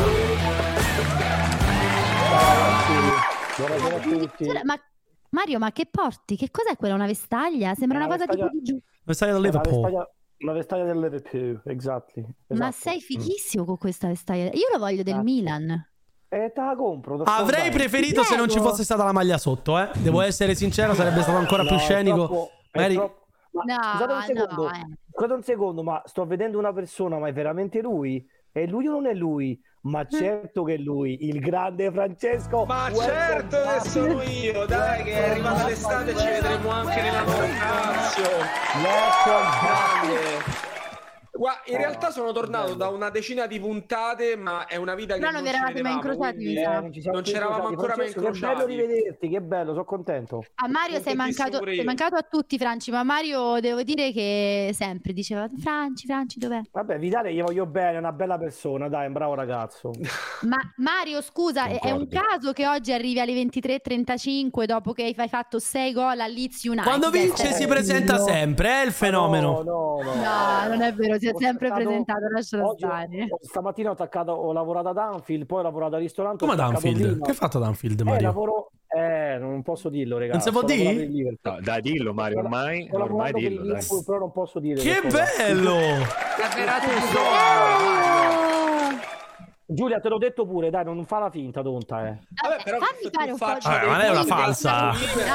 Buonasera a tutti. Ma Mario, ma che porti? Che cos'è quella? Una vestaglia? Sembra una cosa tipo di giù. Vestaglia del Liverpool. Una vestaglia del Liverpool, esatto. Ma sei fighissimo con questa vestaglia. Io la voglio del Milan. Te la compro. Avrei preferito se non ci fosse stata la maglia sotto, eh. Devo essere sincero, sarebbe stato ancora più scenico. Scusate un secondo, ma sto vedendo una persona, ma è veramente lui? È lui o non è lui? Ma certo che è lui, il grande Francesco. Ma certo che sono io, dai, che è arrivata l'estate e ci vedremo anche nella nuova Lazio. Grande. Guarda, in realtà sono tornato da una decina di puntate, ma è una vita che non ci vedevamo, incrociati, non c'eravamo ancora mai incrociati. Che bello rivederti, che bello, sono contento. A Mario sei mancato a tutti, Franci, ma Mario devo dire che sempre diceva Franci, dov'è? Vabbè, Vitale gli voglio bene, è una bella persona, dai, è un bravo ragazzo. Ma Mario, scusa, è un caso che oggi arrivi alle 23:35 dopo che hai fatto 6 gol al Leeds United? Quando vince si presenta sempre, è il fenomeno. No, non è vero, si è sempre presentato, lascialo stare. Stamattina ho lavorato ad Anfield, poi ho lavorato al ristorante. Come ad Anfield? Che hai fatto ad Anfield, Mario? Non posso dirlo, ragazzi. Non si può dire? No, dai, dillo, Mario, ormai dillo, dai. Però non posso dire. Che bello! Giulia, te l'ho detto pure, dai, non fa la finta, tonta, Vabbè, però fammi fare un po' ma lei è una falsa.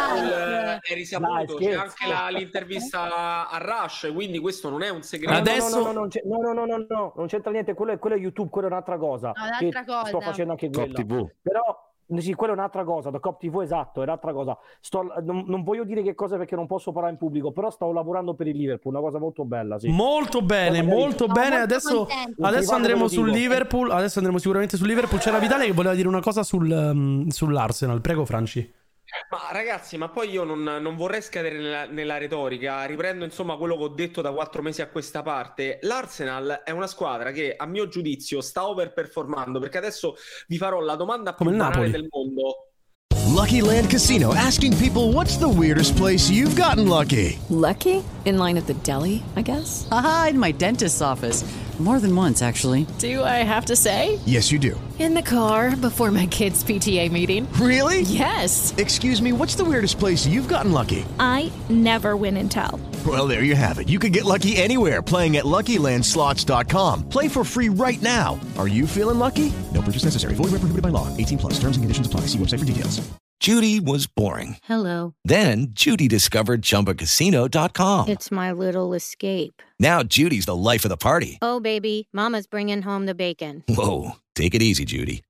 È risaputo, c'è anche l'intervista a Rush, quindi questo non è un segreto. Adesso non c'entra niente, quello è YouTube, quello è un'altra cosa. No, un'altra cosa. Sto facendo anche quella. Cop TV. Però sì, quella è un'altra cosa, da Cop TV, esatto, è un'altra cosa. Non voglio dire che cosa perché non posso parlare in pubblico, però stavo lavorando per il Liverpool, una cosa molto bella, sì. Molto bene, molto bene. Adesso andremo sul Liverpool, adesso andremo sicuramente sul Liverpool. C'era Vitale che voleva dire una cosa sull'Arsenal, prego Franci. Ma ragazzi, ma poi io non vorrei scadere nella retorica, riprendo insomma quello che ho detto da 4 mesi a questa parte. L'Arsenal è una squadra che a mio giudizio sta overperformando, perché adesso vi farò la domanda più banale del mondo. Lucky Land Casino, asking people, what's the weirdest place you've gotten lucky? Lucky? In line at the deli, I guess? Aha, in my dentist's office. More than once, actually. Do I have to say? Yes, you do. In the car before my kids' PTA meeting. Really? Yes. Excuse me, what's the weirdest place you've gotten lucky? I never win and tell. Well, there you have it. You can get lucky anywhere, playing at LuckyLandSlots.com. Play for free right now. Are you feeling lucky? No purchase necessary. Void where prohibited by law. 18+. Terms and conditions apply. See website for details. Judy was boring. Hello. Then Judy discovered ChumbaCasino.com. It's my little escape. Now Judy's the life of the party. Oh, baby, mama's bringing home the bacon. Whoa, take it easy, Judy.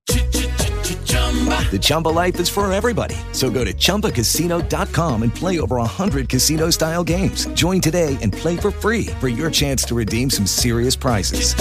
The Chumba life is for everybody. So go to ChumbaCasino.com and play over 100 casino-style games. Join today and play for free for your chance to redeem some serious prizes.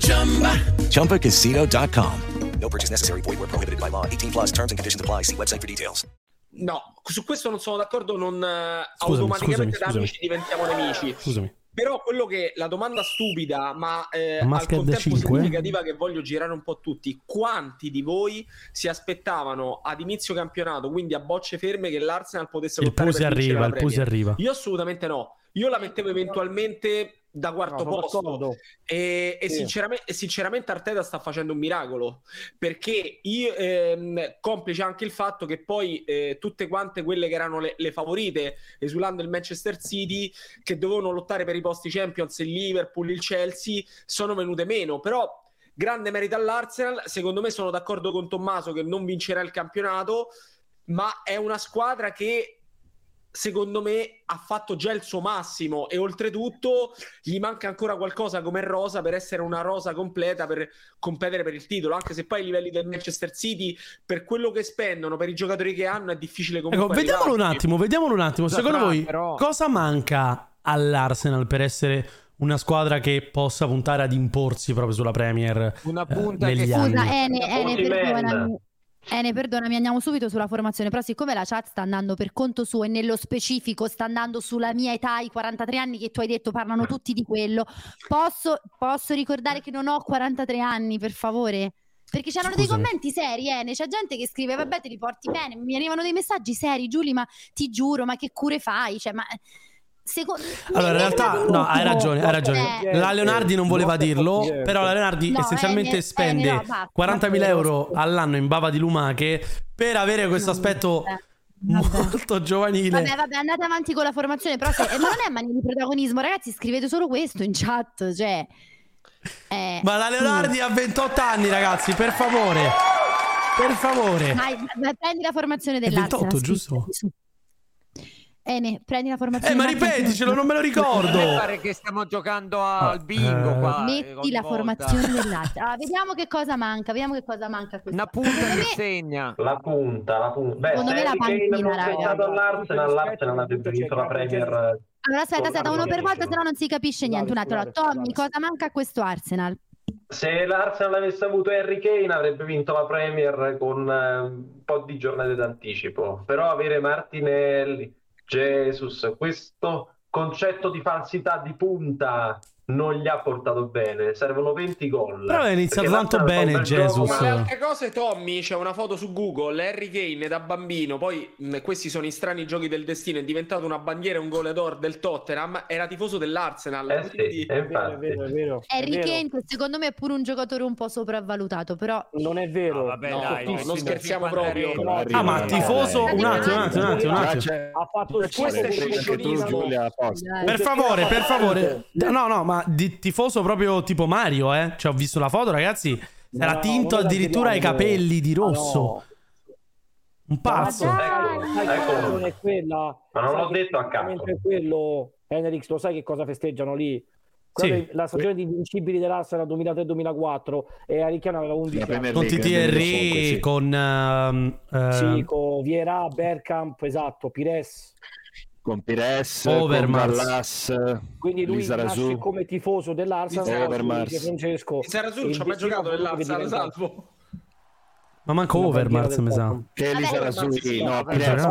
ChumbaCasino.com. No purchase necessary. Void where prohibited by law. 18+. Terms and conditions apply. See website for details. No, su questo non sono d'accordo. Automaticamente da amici diventiamo nemici. Scusami. Però quello che la domanda stupida, ma al contempo significativa, che voglio girare un po' tutti: quanti di voi si aspettavano ad inizio campionato, quindi a bocce ferme, che l'Arsenal potesse lottare per vincere la Premier? arriva. Io assolutamente no. Io la mettevo eventualmente da quarto posto e sinceramente Arteta sta facendo un miracolo, perché complice anche il fatto che poi tutte quante quelle che erano le favorite, esulando il Manchester City, che dovevano lottare per i posti Champions, il Liverpool, il Chelsea, sono venute meno. Però grande merito all'Arsenal. Secondo me, sono d'accordo con Tommaso che non vincerà il campionato, ma è una squadra che secondo me ha fatto già il suo massimo, e oltretutto gli manca ancora qualcosa come rosa per essere una rosa completa per competere per il titolo, anche se poi ai livelli del Manchester City, per quello che spendono, per i giocatori che hanno, è difficile comunque. Ecco, vediamolo un attimo. Secondo voi cosa manca all'Arsenal per essere una squadra che possa puntare ad imporsi proprio sulla Premier? Una punta negli anni. Scusa, perdonami, andiamo subito sulla formazione, però siccome la chat sta andando per conto suo e nello specifico sta andando sulla mia età, i 43 anni che tu hai detto, parlano tutti di quello, posso ricordare che non ho 43 anni, per favore? Perché c'erano dei commenti seri, c'è gente che scrive vabbè, te li porti bene, mi arrivano dei messaggi seri: Giulia, ma ti giuro, ma che cure fai? Cioè, ma allora, in realtà no, hai ragione. La Leonardi non voleva dirlo, però la Leonardi essenzialmente spende 40.000 euro all'anno in bava di lumache per avere questo aspetto molto giovanile. Vabbè, andate avanti con la formazione, però non è mania di protagonismo, ragazzi, scrivete solo questo in chat, cioè ma la Leonardi ha 28 anni, ragazzi, per favore. Per favore. Dai, prendi la formazione dell'Arsenal. 28, giusto? Prendi la formazione. Ma ripeticelo, non me lo ricordo. Mi pare che stiamo giocando al bingo qua. Metti la formazione dell'Arsenal. Vedediamo che cosa manca. Una punta che segna. La punta. Beh, secondo me la panchina, raga. L'Arsenal avrebbe vinto la Premier. Allora aspetta, uno per volta, se no non si capisce niente. Un attimo. Tommy, cosa manca a questo Arsenal? Se l'Arsenal avesse avuto Harry Kane avrebbe vinto la Premier con un po' di giornate d'anticipo. Però avere Martinelli, Jesus, questo concetto di falsità di punta non gli ha portato bene. Servono 20 gol. Però è iniziato tanto bene Jesus. Ma le altre cose, Tommy, c'è una foto su Google, Harry Kane da bambino, poi questi sono i strani giochi del destino, è diventato una bandiera, un goleador del Tottenham, era tifoso dell'Arsenal. Sì, è vero. Harry Kane, secondo me, è pure un giocatore un po' sopravvalutato, però non è vero. Vabbè, dai, non scherziamo proprio. Ma tifoso, un attimo. Ha fatto il Per favore. No, ma di tifoso proprio tipo Mario, Cioè, ho visto la foto, ragazzi. Era tinto addirittura i capelli di rosso. Un pazzo. Non è quella. Ma non l'ho detto a caso. È quello. Enrix, lo sai che cosa festeggiano lì? Sì. La stagione di Invincibili dell'Arsenal 2003-2004 e Harry Kane aveva 11 anni. Con Thierry, con Vieira, Bergkamp, esatto, Pires. Con Pires, Overmars. con Gallas, quindi lui nasce come tifoso dell'Arsenal. Francesco Lizarazu non ci ha mai giocato nell'Arsenal, salvo. Ma manco Overmars, mi sa. Che Lizarazu, no,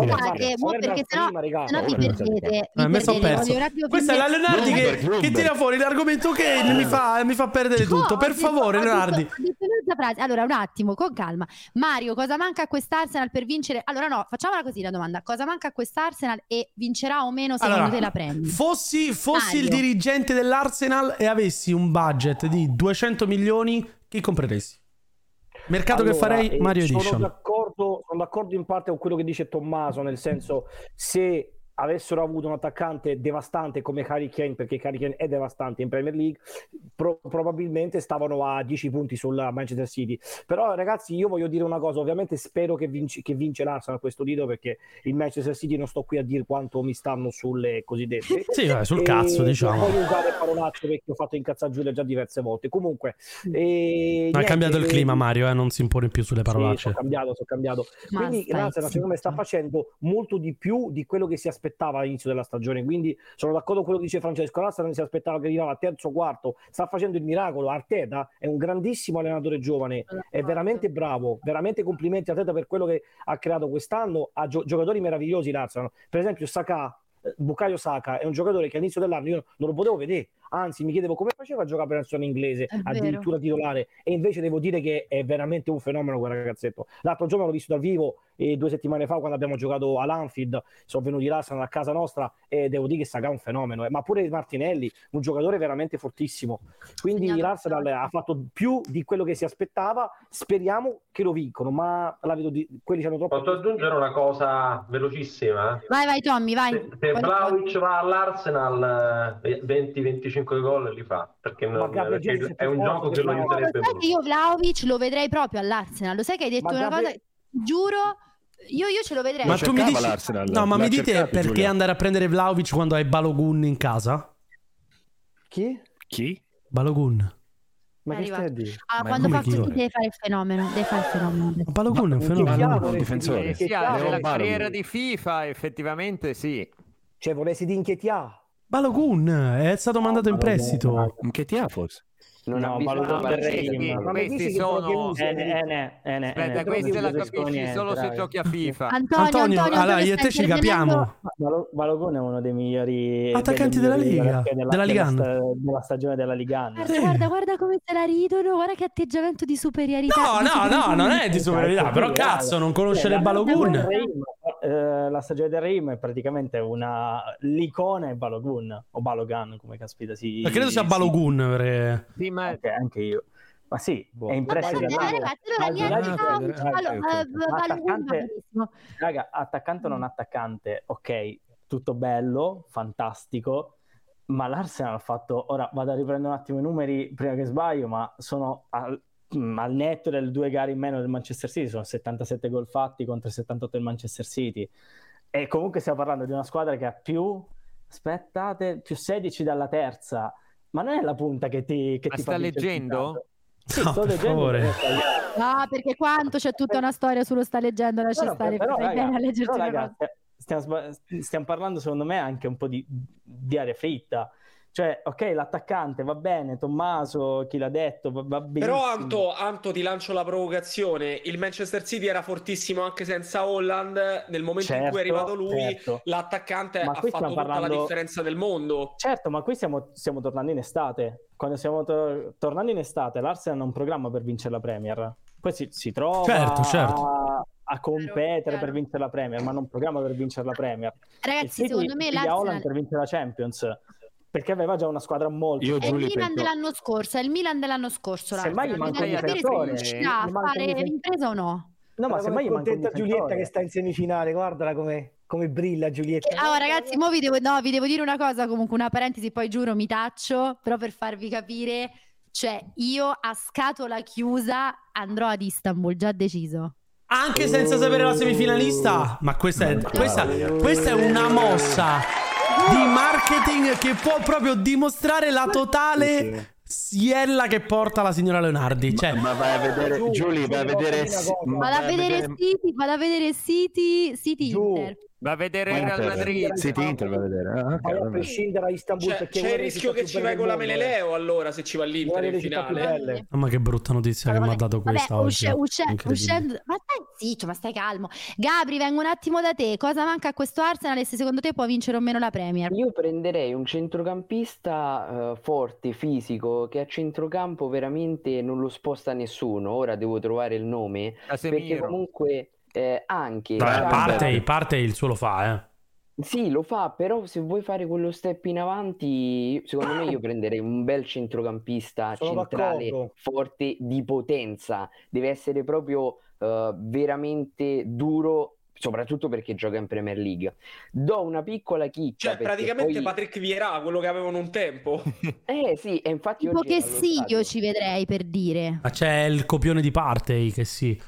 perché sennò vi perdete. Mi sono perso. Questa è la Leonardi che tira fuori l'argomento che mi fa perdere tutto. Per favore, Leonardi. Allora, un attimo, con calma. Mario, cosa manca a quest'Arsenal per vincere? Allora, no, facciamola così la domanda. Cosa manca a quest'Arsenal e vincerà o meno secondo te la prendi? Fossi il dirigente dell'Arsenal e avessi un budget di 200 milioni, chi compreresti? Mercato che farei Mario Edition. Sono d'accordo in parte con quello che dice Tommaso, nel senso, se avessero avuto un attaccante devastante come Harry Kane, perché Harry Kane è devastante in Premier League, probabilmente stavano a 10 punti sulla Manchester City. Però ragazzi, io voglio dire una cosa, ovviamente spero che vince l'Arsenal questo titolo, perché il Manchester City non sto qui a dire quanto mi stanno sulle cosiddette sul cazzo, diciamo. Non voglio usare parolacce perché ho fatto incazzare Giulia già diverse volte. Comunque ha cambiato il clima, Mario, non si impone più sulle parolacce. Sono cambiato. Quindi l'Arsenal secondo me sta facendo molto di più di quello che si aspettava all'inizio della stagione, quindi sono d'accordo con quello che dice Francesco. L'Arsenal si aspettava che arrivava al terzo, quarto, sta facendo il miracolo. Arteta è un grandissimo allenatore giovane, è veramente bravo, veramente complimenti a Arteta per quello che ha creato quest'anno. Ha giocatori meravigliosi l'Arsenal, per esempio Bukayo Saka è un giocatore che all'inizio dell'anno io non lo potevo vedere, anzi mi chiedevo come faceva a giocare per la nazione inglese, addirittura titolare, e invece devo dire che è veramente un fenomeno quel ragazzetto. L'altro giorno l'ho visto dal vivo 2 settimane fa quando abbiamo giocato all'Anfield, sono venuti là, sono a casa nostra e devo dire che Saka è un fenomeno, ma pure Martinelli, un giocatore veramente fortissimo. Quindi l'Arsenal ha fatto più di quello che si aspettava, speriamo che lo vincono, ma la vedo quelli hanno troppo. Posso aggiungere una cosa velocissima? Vai Tommy, vai. Se Vlahovic va all'Arsenal 20-25 gol li fa, perché è un gioco che lo aiuterebbe molto. Io Vlahovic lo vedrei proprio all'Arsenal, lo sai che hai detto una cosa, giuro, io ce lo vedrei. Ma tu mi dici, ma mi dite perché andare a prendere Vlahovic quando hai Balogun in casa? Chi? Balogun. Ma che stai a dire? Quando fa così deve fare il fenomeno. Balogun è un fenomeno, un difensore. Nella carriera di FIFA effettivamente sì. Cioè volessi di Nketiah? Balogun è stato mandato in prestito. Nketiah forse? No, questi sono aspetta, questi la capisci solo se giochi a FIFA. Antonio, allora io e te ci capiamo. Balogun è uno dei migliori attaccanti della Liga, della stagione della Liga. Guarda come se la ridono, guarda che atteggiamento di superiorità. No, non è di superiorità, però cazzo, non conoscere Balogun. La stagione del Reim è praticamente l'icona è Balogun o Balogun, come caspita si. Ma credo sia Balogun perché... Sì, ma anche io. Ma sì, è impresso attaccante o non attaccante, ok, tutto bello, fantastico, ma l'Arsenal ha fatto, ora vado a riprendere un attimo i numeri prima che sbaglio, ma sono al netto delle 2 gare in meno del Manchester City, sono 77 gol fatti contro 78 del Manchester City, e comunque stiamo parlando di una squadra che ha più 16 dalla terza, ma non è la punta che ti sta leggendo? Sì, sto leggendo. No, perché quanto c'è tutta una storia sullo sta leggendo, lascia stare, però, fai bene a leggerti le ragazzi, stiamo parlando secondo me anche un po' di aria fritta. Cioè, ok, l'attaccante va bene, Tommaso, chi l'ha detto, va benissimo. Però Anto, ti lancio la provocazione. Il Manchester City era fortissimo anche senza Holland. Nel momento in cui è arrivato lui, l'attaccante ha fatto tutta la differenza del mondo. Certo, ma qui stiamo tornando in estate. Quando stiamo tornando in estate, l'Arsenal ha un programma per vincere la Premier. Poi si trova a competere per vincere la Premier, ma non un programma per vincere la Premier. Ragazzi, secondo me l'Arsenal... Holland per vincere la Champions, perché aveva già una squadra molto... È il Milan dell'anno scorso, semmai gli manca un difensore. Riuscirà a fare l'impresa o no? No, ma semmai gli manca un difensore. Giulietta che sta in semifinale, guardala come brilla Giulietta. Ragazzi, vi devo dire una cosa, comunque una parentesi, poi giuro mi taccio, però per farvi capire, cioè io a scatola chiusa andrò ad Istanbul, già deciso. Anche senza sapere la semifinalista? Ma questa è una mossa di marketing che può proprio dimostrare la totale siella che porta la signora Leonardi. Ma vai a vedere, Giulia, vai a vedere... Vado a vedere City Inter. Va a vedere il Real Madrid. Inter va a vedere. A prescindere da Istanbul, perché c'è il rischio che ci vai con la Meleleo allora se ci va l'Inter in finale. Ma che brutta notizia che mi ha dato questa oggi. Uscendo, ma stai zitto, ma stai calmo. Gabri, vengo un attimo da te. Cosa manca a questo Arsenal e se secondo te può vincere o meno la Premier? Io prenderei un centrocampista forte, fisico, che a centrocampo veramente non lo sposta nessuno. Ora devo trovare il nome, perché comunque anche parte il suo lo fa, Sì, lo fa, però se vuoi fare quello step in avanti, secondo me io prenderei un bel centrocampista centrale forte di potenza. Deve essere proprio veramente duro, soprattutto perché gioca in Premier League. Do una piccola chicca. Cioè, praticamente Patrick Vieira, quello che avevano un tempo. Sì, e infatti tipo che sì, io ci vedrei, per dire. Ma c'è il copione di Partey che sì.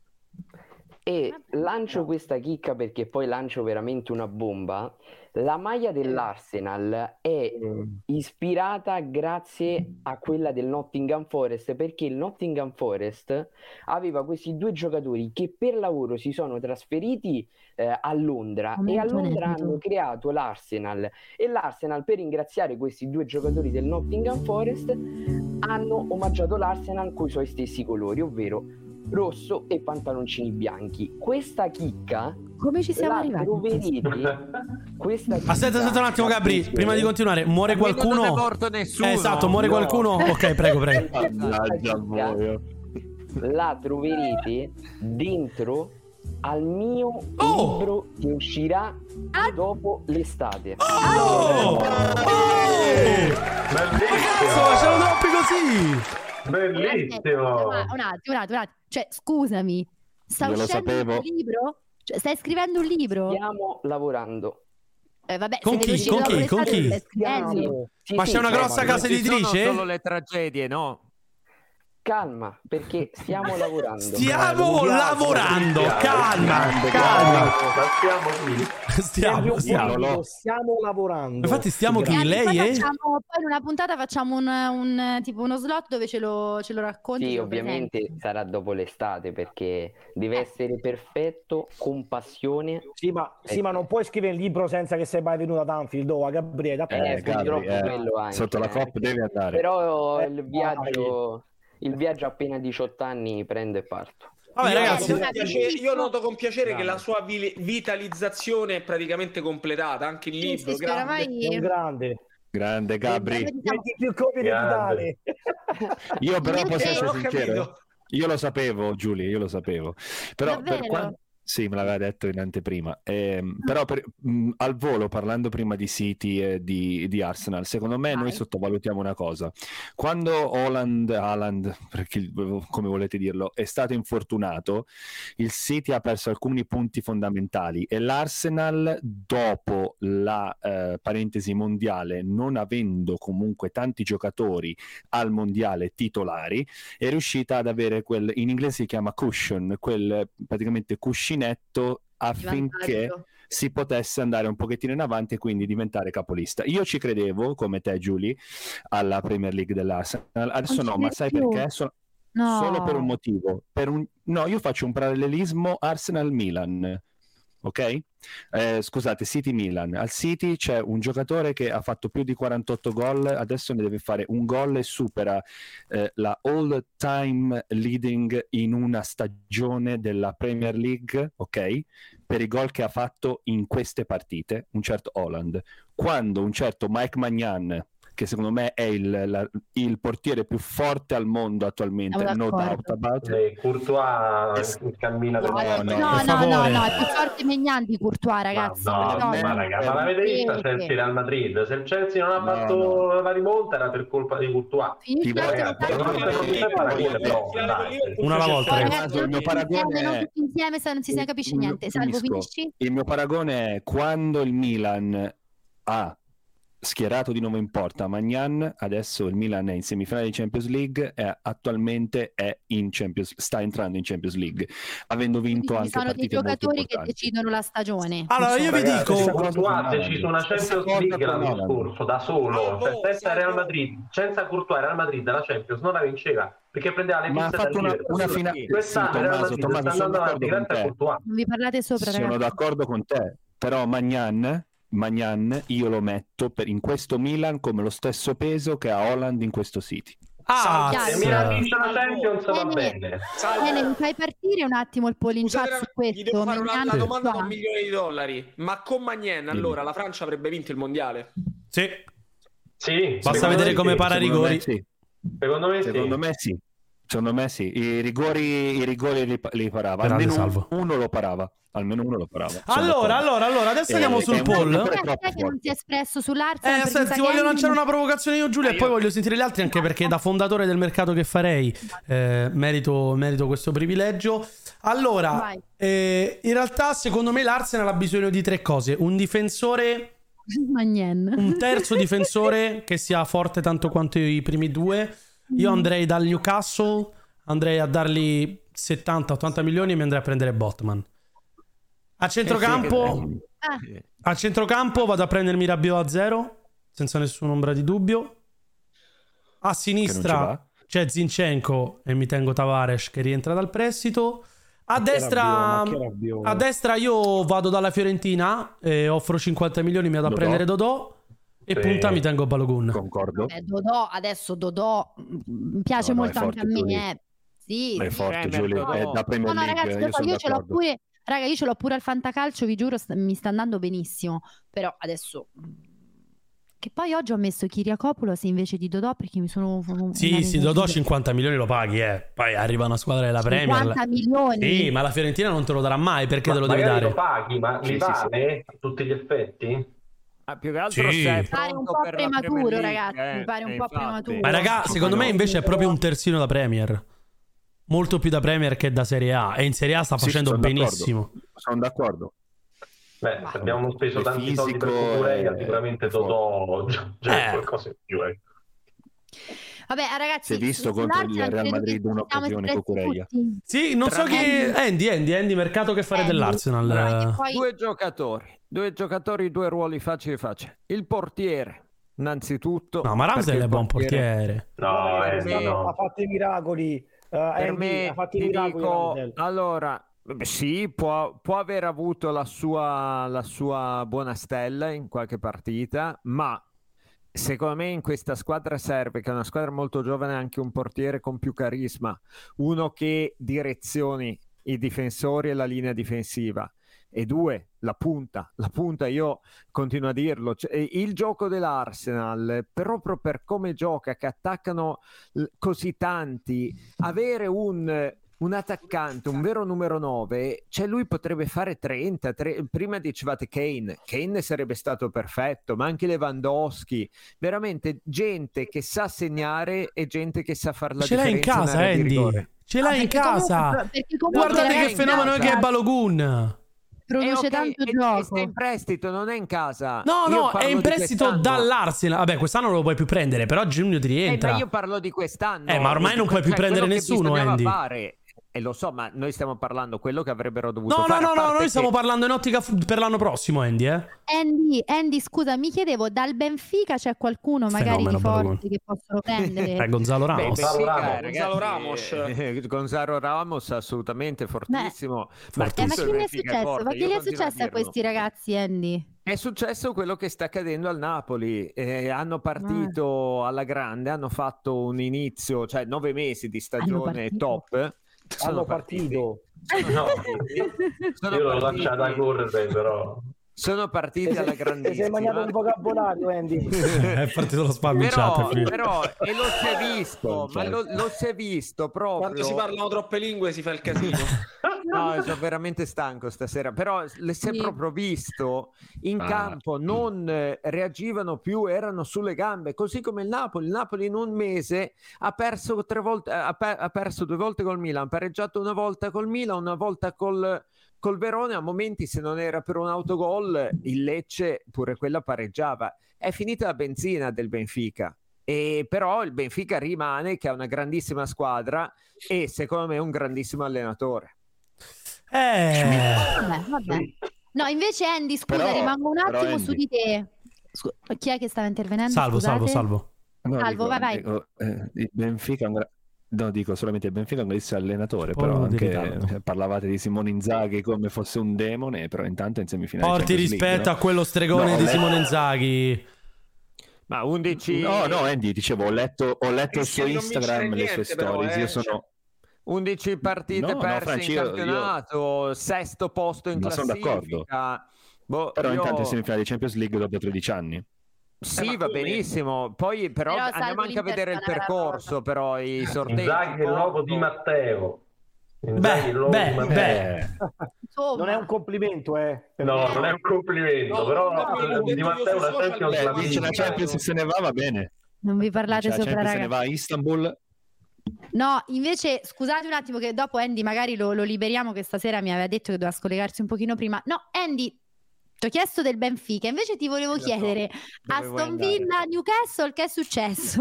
E lancio questa chicca perché poi lancio veramente una bomba. La maglia dell'Arsenal è ispirata grazie a quella del Nottingham Forest, perché il Nottingham Forest aveva questi 2 giocatori che per lavoro si sono trasferiti a Londra e a Londra hanno creato l'Arsenal, e l'Arsenal, per ringraziare questi 2 giocatori del Nottingham Forest, hanno omaggiato l'Arsenal con i suoi stessi colori, ovvero rosso e pantaloncini bianchi. Questa chicca, come ci siamo arrivati? Aspetta un attimo, Gabri, prima di continuare, muore qualcuno? Non è morto nessuno. Esatto, muore qualcuno? Ok, prego. La troverete dentro al mio libro che uscirà dopo l'estate. Bellissimo, facciamo troppi così. Bellissimo. Un attimo. Cioè, scusami, sta uscendo un libro? Cioè, stai scrivendo un libro? Stiamo lavorando. Vabbè, con chi? Ma c'è una grossa casa editrice? Sono solo le tragedie, no? Calma, perché stiamo lavorando. Stiamo lavorando, calma. Stiamo lavorando. Infatti stiamo chi? Lei è? Poi in una puntata facciamo tipo uno slot dove ce lo racconti. Sì, ovviamente sarà dopo l'estate, perché deve essere perfetto, con passione. Sì, ma non puoi scrivere il libro senza che sei mai venuto ad Anfield o a Gabriele. Sotto la coppa devi andare. Però il viaggio appena 18 anni prendo e parto. Vabbè, ragazzi, io noto con piacere che la sua vitalizzazione è praticamente completata, anche il libro. Grande Gabri. Più copie di Natale. Io però posso essere sincero. Io lo sapevo, Giulia, io lo sapevo. Però Sì, me l'aveva detto in anteprima. Però al volo, parlando prima di City e di Arsenal, secondo me noi sottovalutiamo una cosa. Quando Haaland, perché, come volete dirlo, è stato infortunato, il City ha perso alcuni punti fondamentali e l'Arsenal, dopo la parentesi mondiale, non avendo comunque tanti giocatori al mondiale titolari, è riuscita ad avere quel, in inglese si chiama cushion, quel praticamente cuscinetto affinché si potesse andare un pochettino in avanti e quindi diventare capolista. Io ci credevo, come te Giulia, alla Premier League dell'Arsenal, adesso no, ma sai perché? No. Solo per un motivo. No, io faccio un parallelismo Arsenal-Milan, ok? Scusate, City-Milan. Al City c'è un giocatore che ha fatto più di 48 gol, adesso ne deve fare un gol e supera la all-time leading in una stagione della Premier League, ok? Per i gol che ha fatto in queste partite, un certo Haaland. Quando un certo Mike Maignan, che secondo me è il portiere più forte al mondo attualmente, no doubt about it. Courtois cammina no, è più forte Maignan di Courtois, ragazzi. Ma l'avete vista Chelsea Real Madrid? Se il Chelsea non ha fatto la rimonta era per colpa di Courtois. Una alla volta, ragazzi. Il mio paragone non tutti insieme non si capisce niente. Salvo, finisci. Il mio paragone è quando il Milan ha schierato di nuovo in porta Maignan, adesso il Milan è in semifinale di Champions League e attualmente sta entrando in Champions League, avendo vinto quindi anche partite molto importanti. Sono dei giocatori che decidono la stagione. Allora io vi dico, Courtois ha deciso una Champions League l'anno scorso da solo, senza Real Madrid, senza Courtois Real Madrid la Champions non la vinceva perché prendeva le piste dal una finale. Quest'anno Real Madrid sta andando avanti grazie a Courtois. Non vi parlate sopra, ragazzi. Sono d'accordo con te, però Maignan io lo metto in questo Milan come lo stesso peso che ha Haaland in questo City. Se Milan vince la Champions va bene. Bene, mi fai partire un attimo il polling chat su questo. Gli devo fare una domanda da $1 milione, ma con Maignan allora la Francia avrebbe vinto il mondiale? Sì. Basta vedere come para rigori. Secondo me sì. I rigori li parava. Almeno uno lo parava. Allora, adesso andiamo sul poll. Che non si è espresso sull'Arsenal. Senti, voglio lanciare una provocazione io, Giulia, e poi voglio sentire gli altri, anche perché da fondatore del mercato che farei merito questo privilegio. Allora, in realtà secondo me l'Arsenal ha bisogno di 3 cose: un difensore, un terzo difensore che sia forte tanto quanto i primi 2. Io andrei dal Newcastle, andrei a dargli 70-80 milioni e mi andrei a prendere Botman. A centrocampo vado a prendermi Rabiot a 0 senza nessuna ombra di dubbio. A sinistra c'è Zinchenko e mi tengo Tavares che rientra dal prestito. A destra io vado dalla Fiorentina e offro 50 milioni, mi vado a prendere Dodò. E punta mi tengo Balogun. Concordo. Dodò mi piace molto anche a me. Sì, è forte, Giulia, è da Premier League. Ragazzi, io ce l'ho pure. Raga, io ce l'ho pure al fantacalcio, vi giuro, mi sta andando benissimo. Però adesso che poi oggi ho messo Kyriakopoulos invece di Dodò perché mi sono Sì, Dodò 50 milioni lo paghi, Poi arriva una squadra della Premier. 50 milioni. Sì, ma la Fiorentina non te lo darà mai, perché te lo devi dare? Lo paghi, ma li vale a tutti gli effetti? Più che altro mi pare un po' prematuro, ragazzi. Mi pare un po' prematuro. Ma ragazzi, secondo me invece è proprio un terzino da Premier. Molto più da Premier che da Serie A. E in Serie A sta facendo benissimo. Sono d'accordo. Beh, se abbiamo speso tanti soldi per Cucurella, sicuramente Dodò già qualcosa in più. Vabbè, ragazzi, si è visto contro il Real Madrid un'occasione Cucurella. Sì, non so chi. Andy, mercato che fare dell'Arsenal. Poi... Due giocatori, 2 ruoli facili. Il portiere, innanzitutto. No, ma Ramsdale è buon portiere. No, ha fatto i miracoli. Per me, ti dico, allora, sì, può aver avuto la sua buona stella in qualche partita, ma secondo me in questa squadra serve, che è una squadra molto giovane, anche un portiere con più carisma, uno che direzioni i difensori e la linea difensiva. E 2, la punta, io continuo a dirlo, il gioco dell'Arsenal, proprio per come gioca, che attaccano così tanti, avere un un attaccante, un vero numero 9, cioè lui potrebbe fare 30. Prima dicevate Kane sarebbe stato perfetto, ma anche Lewandowski, veramente gente che sa segnare e gente che sa far la Ce l'hai in differenza casa, in area di Andy. rigore. Ce l'hai in casa. Guardate che fenomeno che è Balogun. Produce tanto gioco. Sta in prestito, non è in casa. No, è in prestito dall'Arsenal. Vabbè, quest'anno non lo puoi più prendere, però a giugno ti rientra. Ma io parlo di quest'anno. Ma ormai non puoi più prendere nessuno, Andy. Fare. E lo so, ma noi stiamo parlando quello che avrebbero dovuto fare. No, noi stiamo parlando in ottica per l'anno prossimo, Andy, Andy, scusa, mi chiedevo, dal Benfica c'è qualcuno magari di forti che possono prendere? Gonzalo Ramos. Gonzalo Ramos assolutamente fortissimo. Ma che gli è successo? Ma che gli è successo a questi ragazzi, Andy? È successo quello che sta accadendo al Napoli. Hanno partito alla grande, hanno fatto un inizio, cioè 9 mesi di stagione top. Hanno partito. Io l'ho lasciata correre, però. Sono partiti alla grandissima. Ti sei mangiato un vocabolario, Andy. È partito lo spam in chat. Però, e lo si è visto, ma lo si è visto proprio. Quando si parlano troppe lingue si fa il casino. No, sono veramente stanco stasera, però si è proprio visto in campo, non reagivano più, erano sulle gambe, così come il Napoli in un mese ha perso 3 volte, ha perso 2 volte col Milan, ha pareggiato una volta col Milan, una volta col Verona. A momenti, se non era per un autogol, il Lecce pure quella pareggiava. È finita la benzina del Benfica. E però il Benfica rimane che ha una grandissima squadra e secondo me un grandissimo allenatore. Vabbè. No, invece Andy, scusa, Però, rimango un attimo Andy, su di te. Chi è che stava intervenendo? Salvo. No, Salvo, vai. Il Benfica dico solamente il Benfica è un grandissimo allenatore, però anche parlavate di Simone Inzaghi come fosse un demone, però intanto in semifinale porti rispetto a quello stregone di Simone Inzaghi. Ma 11 no Andy, dicevo, ho letto il suo Instagram, le sue stories, io sono 11 partite perse in campionato, sesto posto in classifica. Però intanto in semifinale di Champions League dopo 13 anni. Sì, va benissimo. Poi però andiamo anche a vedere il percorso, però i sorteggi. Inzaghi è il nuovo Di Matteo. Beh. Non è un complimento, No, non è un complimento, però Di Matteo dice la Champions, se ne va bene. Non vi parlate sopra, ragazzi. Se ne va a Istanbul. No, invece scusate un attimo che dopo Andy magari lo liberiamo, che stasera mi aveva detto che doveva scollegarsi un pochino prima. No, Andy, ti ho chiesto del Benfica, invece ti volevo chiedere Aston Villa, Newcastle, che è successo?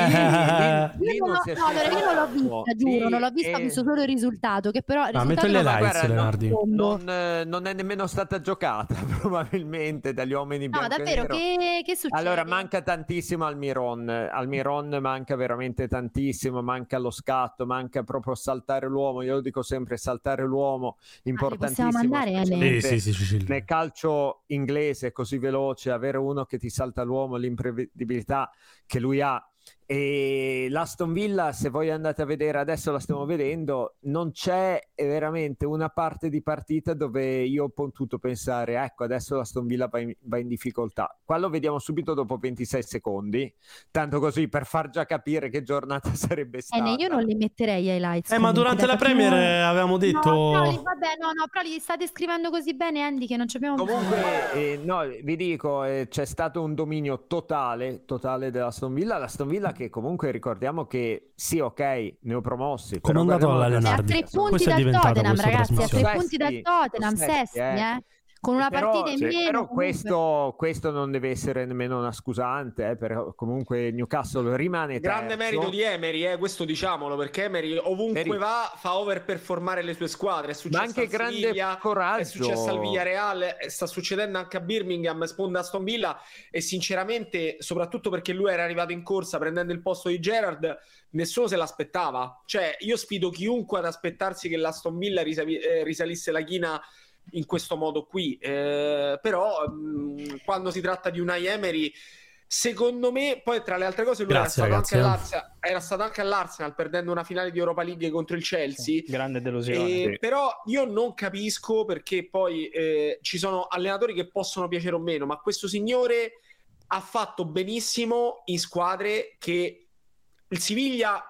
Io non l'ho vista, giuro, non l'ho vista, ho visto solo il risultato, che però metto le lights, Leonardi. Non è nemmeno stata giocata probabilmente dagli uomini bianchi. No, davvero, che succede? Allora, manca tantissimo Almiron manca veramente tantissimo, manca lo scatto, manca proprio saltare l'uomo, io lo dico sempre, saltare l'uomo, importantissimo. Possiamo mandare, sì. Nel calcio inglese così veloce, avere uno che ti salta l'uomo, l'imprevedibilità che lui ha. E l'Aston Villa, se voi andate a vedere, adesso la stiamo vedendo, non c'è veramente una parte di partita dove io ho potuto pensare ecco adesso l'Aston Villa va in difficoltà. Qua lo vediamo subito dopo 26 secondi, tanto così per far già capire che giornata sarebbe stata. Io non li metterei ai lights. Ma durante la Premier avevamo detto no, però li state scrivendo così bene, Andy, che non ci abbiamo comunque no, vi dico, c'è stato un dominio totale dell'Aston Villa. L'Aston Villa che comunque ricordiamo che sì, ok, ne ho promossi. Come è andato alla Leonardi? A 3 punti dal Tottenham, ragazzi, a 3 punti dal Tottenham, sesti, con una partita in meno. Però questo non deve essere nemmeno una scusante, però comunque Newcastle rimane grande terzo. merito di Emery, questo diciamolo, perché Emery ovunque va fa overperformare le sue squadre. È successo, ma anche grande coraggio. È successo al Villarreal, sta succedendo anche a Birmingham, sponda Aston Villa, e sinceramente, soprattutto perché lui era arrivato in corsa prendendo il posto di Gerrard, nessuno se l'aspettava. Cioè, io sfido chiunque ad aspettarsi che l'Aston Villa risalisse la china in questo modo qui, però quando si tratta di Unai Emery, secondo me, poi tra le altre cose lui era stato anche all'Arsenal perdendo una finale di Europa League contro il Chelsea, grande delusione, però io non capisco perché poi ci sono allenatori che possono piacere o meno, ma questo signore ha fatto benissimo in squadre che il Siviglia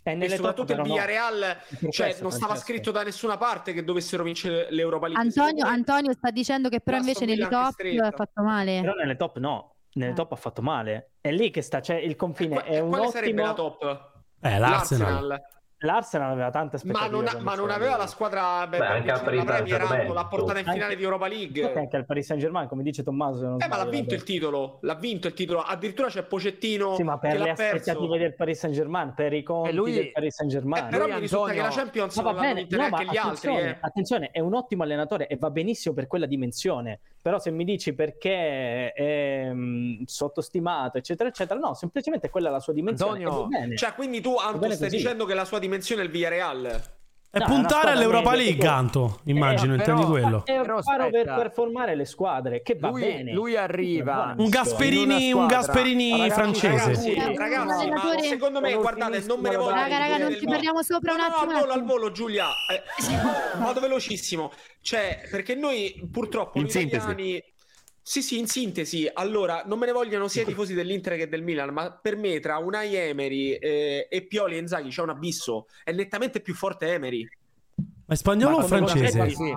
E soprattutto il Villarreal, cioè non stava scritto da nessuna parte che dovessero vincere l'Europa League. Antonio sta dicendo che però invece nelle top ha fatto male. Però nelle top no, nelle top ha fatto male. È lì che sta, cioè il confine è un quale ottimo... sarebbe la top? L'Arsenal. L'Arsenal aveva tante aspettative, ma non aveva la squadra anche la Premier, l'ha portata in finale di Europa League. Anche al Paris Saint-Germain, come dice Tommaso. Ma l'ha vinto il titolo. Addirittura c'è Pochettino. Sì, ma per che le l'ha perso. aspettative del Paris Saint-Germain, per i conti del Paris Saint-Germain. Però mi risulta che la Champions non l'hanno vinta neanche gli altri. Attenzione, è un ottimo allenatore e va benissimo per quella dimensione. Però se mi dici perché è sottostimato, eccetera, eccetera, no, semplicemente quella è la sua dimensione. Cioè, quindi tu, Anto, stai dicendo che la sua dimensione è il Villarreal? E puntare all'Europa League, Anto, immagino, intendi quello. È un faro per performare le squadre, che va bene. Lui arriva un Gasperini francese. Ragazzi, ma secondo me, guardate, non me ne voglio. Raga, non ci parliamo sopra un attimo. Al volo, Giulia. Vado velocissimo. Cioè, perché noi purtroppo in italiani... Sì, in sintesi, allora, non me ne vogliono sia i tifosi dell'Inter che del Milan, ma per me tra Unai Emery e Pioli e Inzaghi c'è un abisso, è nettamente più forte Emery. Ma è spagnolo o francese? Sì,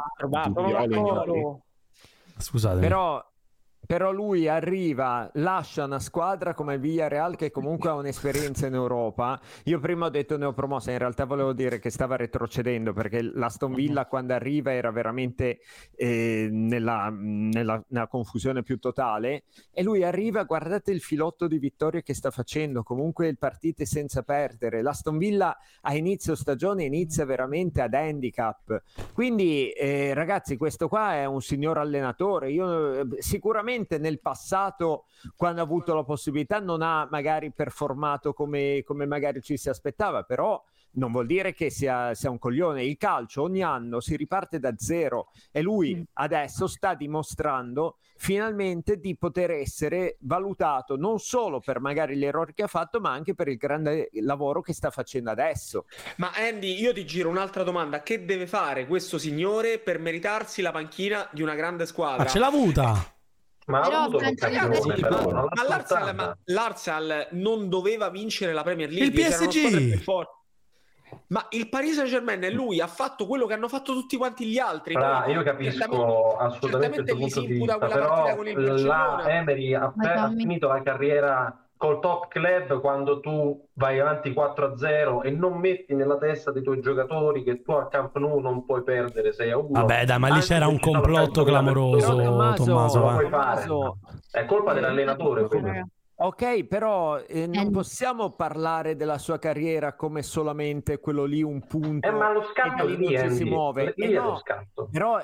Scusate. Però lui arriva, lascia una squadra come il Villarreal che comunque ha un'esperienza in Europa. Io prima ho detto neopromossa, in realtà volevo dire che stava retrocedendo, perché l'Aston Villa quando arriva era veramente nella confusione più totale, e lui arriva, guardate il filotto di vittorie che sta facendo, comunque il partite senza perdere. L'Aston Villa a inizio stagione inizia veramente ad handicap, quindi ragazzi, questo qua è un signor allenatore. Io sicuramente nel passato, quando ha avuto la possibilità, non ha magari performato come magari ci si aspettava, però non vuol dire che sia un coglione. Il calcio ogni anno si riparte da zero e lui adesso sta dimostrando finalmente di poter essere valutato non solo per magari gli errori che ha fatto, ma anche per il grande lavoro che sta facendo adesso. Ma Andy, io ti giro un'altra domanda: che deve fare questo signore per meritarsi la panchina di una grande squadra? Ma ce l'ha avuta! Ma l'Arsenal non doveva vincere la Premier League. Il PSG! Ma il Paris Saint-Germain e lui ha fatto quello che hanno fatto tutti quanti gli altri. Io capisco assolutamente il tuo punto di vista, però la Emery ha finito la carriera col top club quando tu vai avanti 4-0 e non metti nella testa dei tuoi giocatori che tu al Camp Nou non puoi perdere 6-1. Vabbè, dai, ma lì c'era un complotto clamoroso, Tommaso. È colpa dell'allenatore. Ok, però non possiamo parlare della sua carriera come solamente quello lì, un punto ma lo scatto che si muove. Lo scatto. Però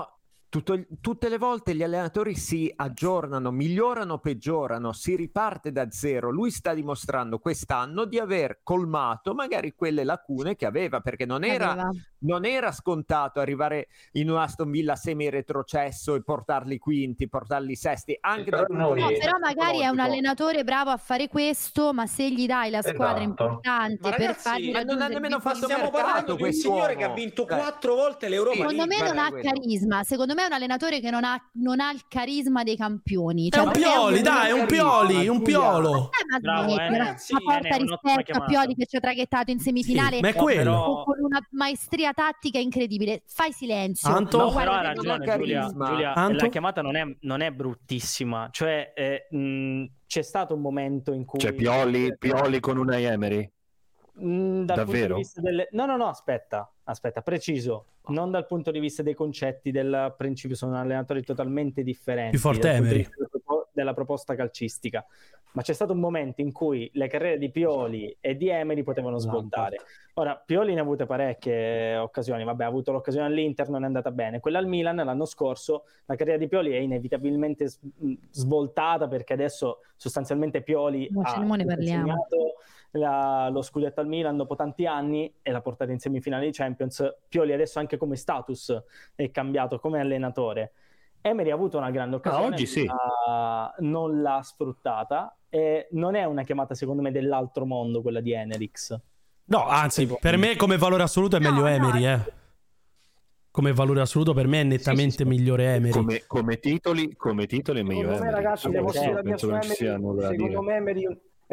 tutte le volte gli allenatori si aggiornano, migliorano, peggiorano, si riparte da zero. Lui sta dimostrando quest'anno di aver colmato magari quelle lacune che aveva, perché non era scontato arrivare in un Aston Villa semi-retrocesso e portarli quinti, portarli sesti, anche però magari è un allenatore bravo a fare questo, ma se gli dai la squadra importante per fargli non ha nemmeno fatto stiamo parlando di un signore che ha vinto 4 volte l'Europa League. Secondo me non ha carisma, secondo me è un allenatore che non ha il carisma dei campioni. È un Pioli, dai, è un Piolo. Ma porta rispetto a Pioli che ci ha traghettato in semifinale con una maestria tattica incredibile. Fai silenzio. No, però ha ragione Giulia, la chiamata non è bruttissima, cioè c'è stato un momento in cui Pioli con Unai Emery. Davvero? No, aspetta, preciso. Non dal punto di vista dei concetti del principio, sono allenatori totalmente differenti. Più forte Emery. Della proposta calcistica. Ma c'è stato un momento in cui le carriere di Pioli e di Emery potevano svoltare. Ora, Pioli ne ha avute parecchie occasioni. Vabbè, ha avuto l'occasione all'Inter, non è andata bene. Quella al Milan l'anno scorso, la carriera di Pioli è inevitabilmente svoltata, perché adesso sostanzialmente Pioli ha consegnato lo scudetto al Milan dopo tanti anni e l'ha portato in semifinale di Champions. Pioli adesso anche come status è cambiato come allenatore. Emery ha avuto una grande occasione, oggi sì. Non l'ha sfruttata e non è una chiamata secondo me dell'altro mondo quella di Enerix. No, anzi, per me come valore assoluto è meglio Emery, Come valore assoluto per me è nettamente migliore Emery. Come titoli è meglio Emery. Ragazzi, secondo me Emery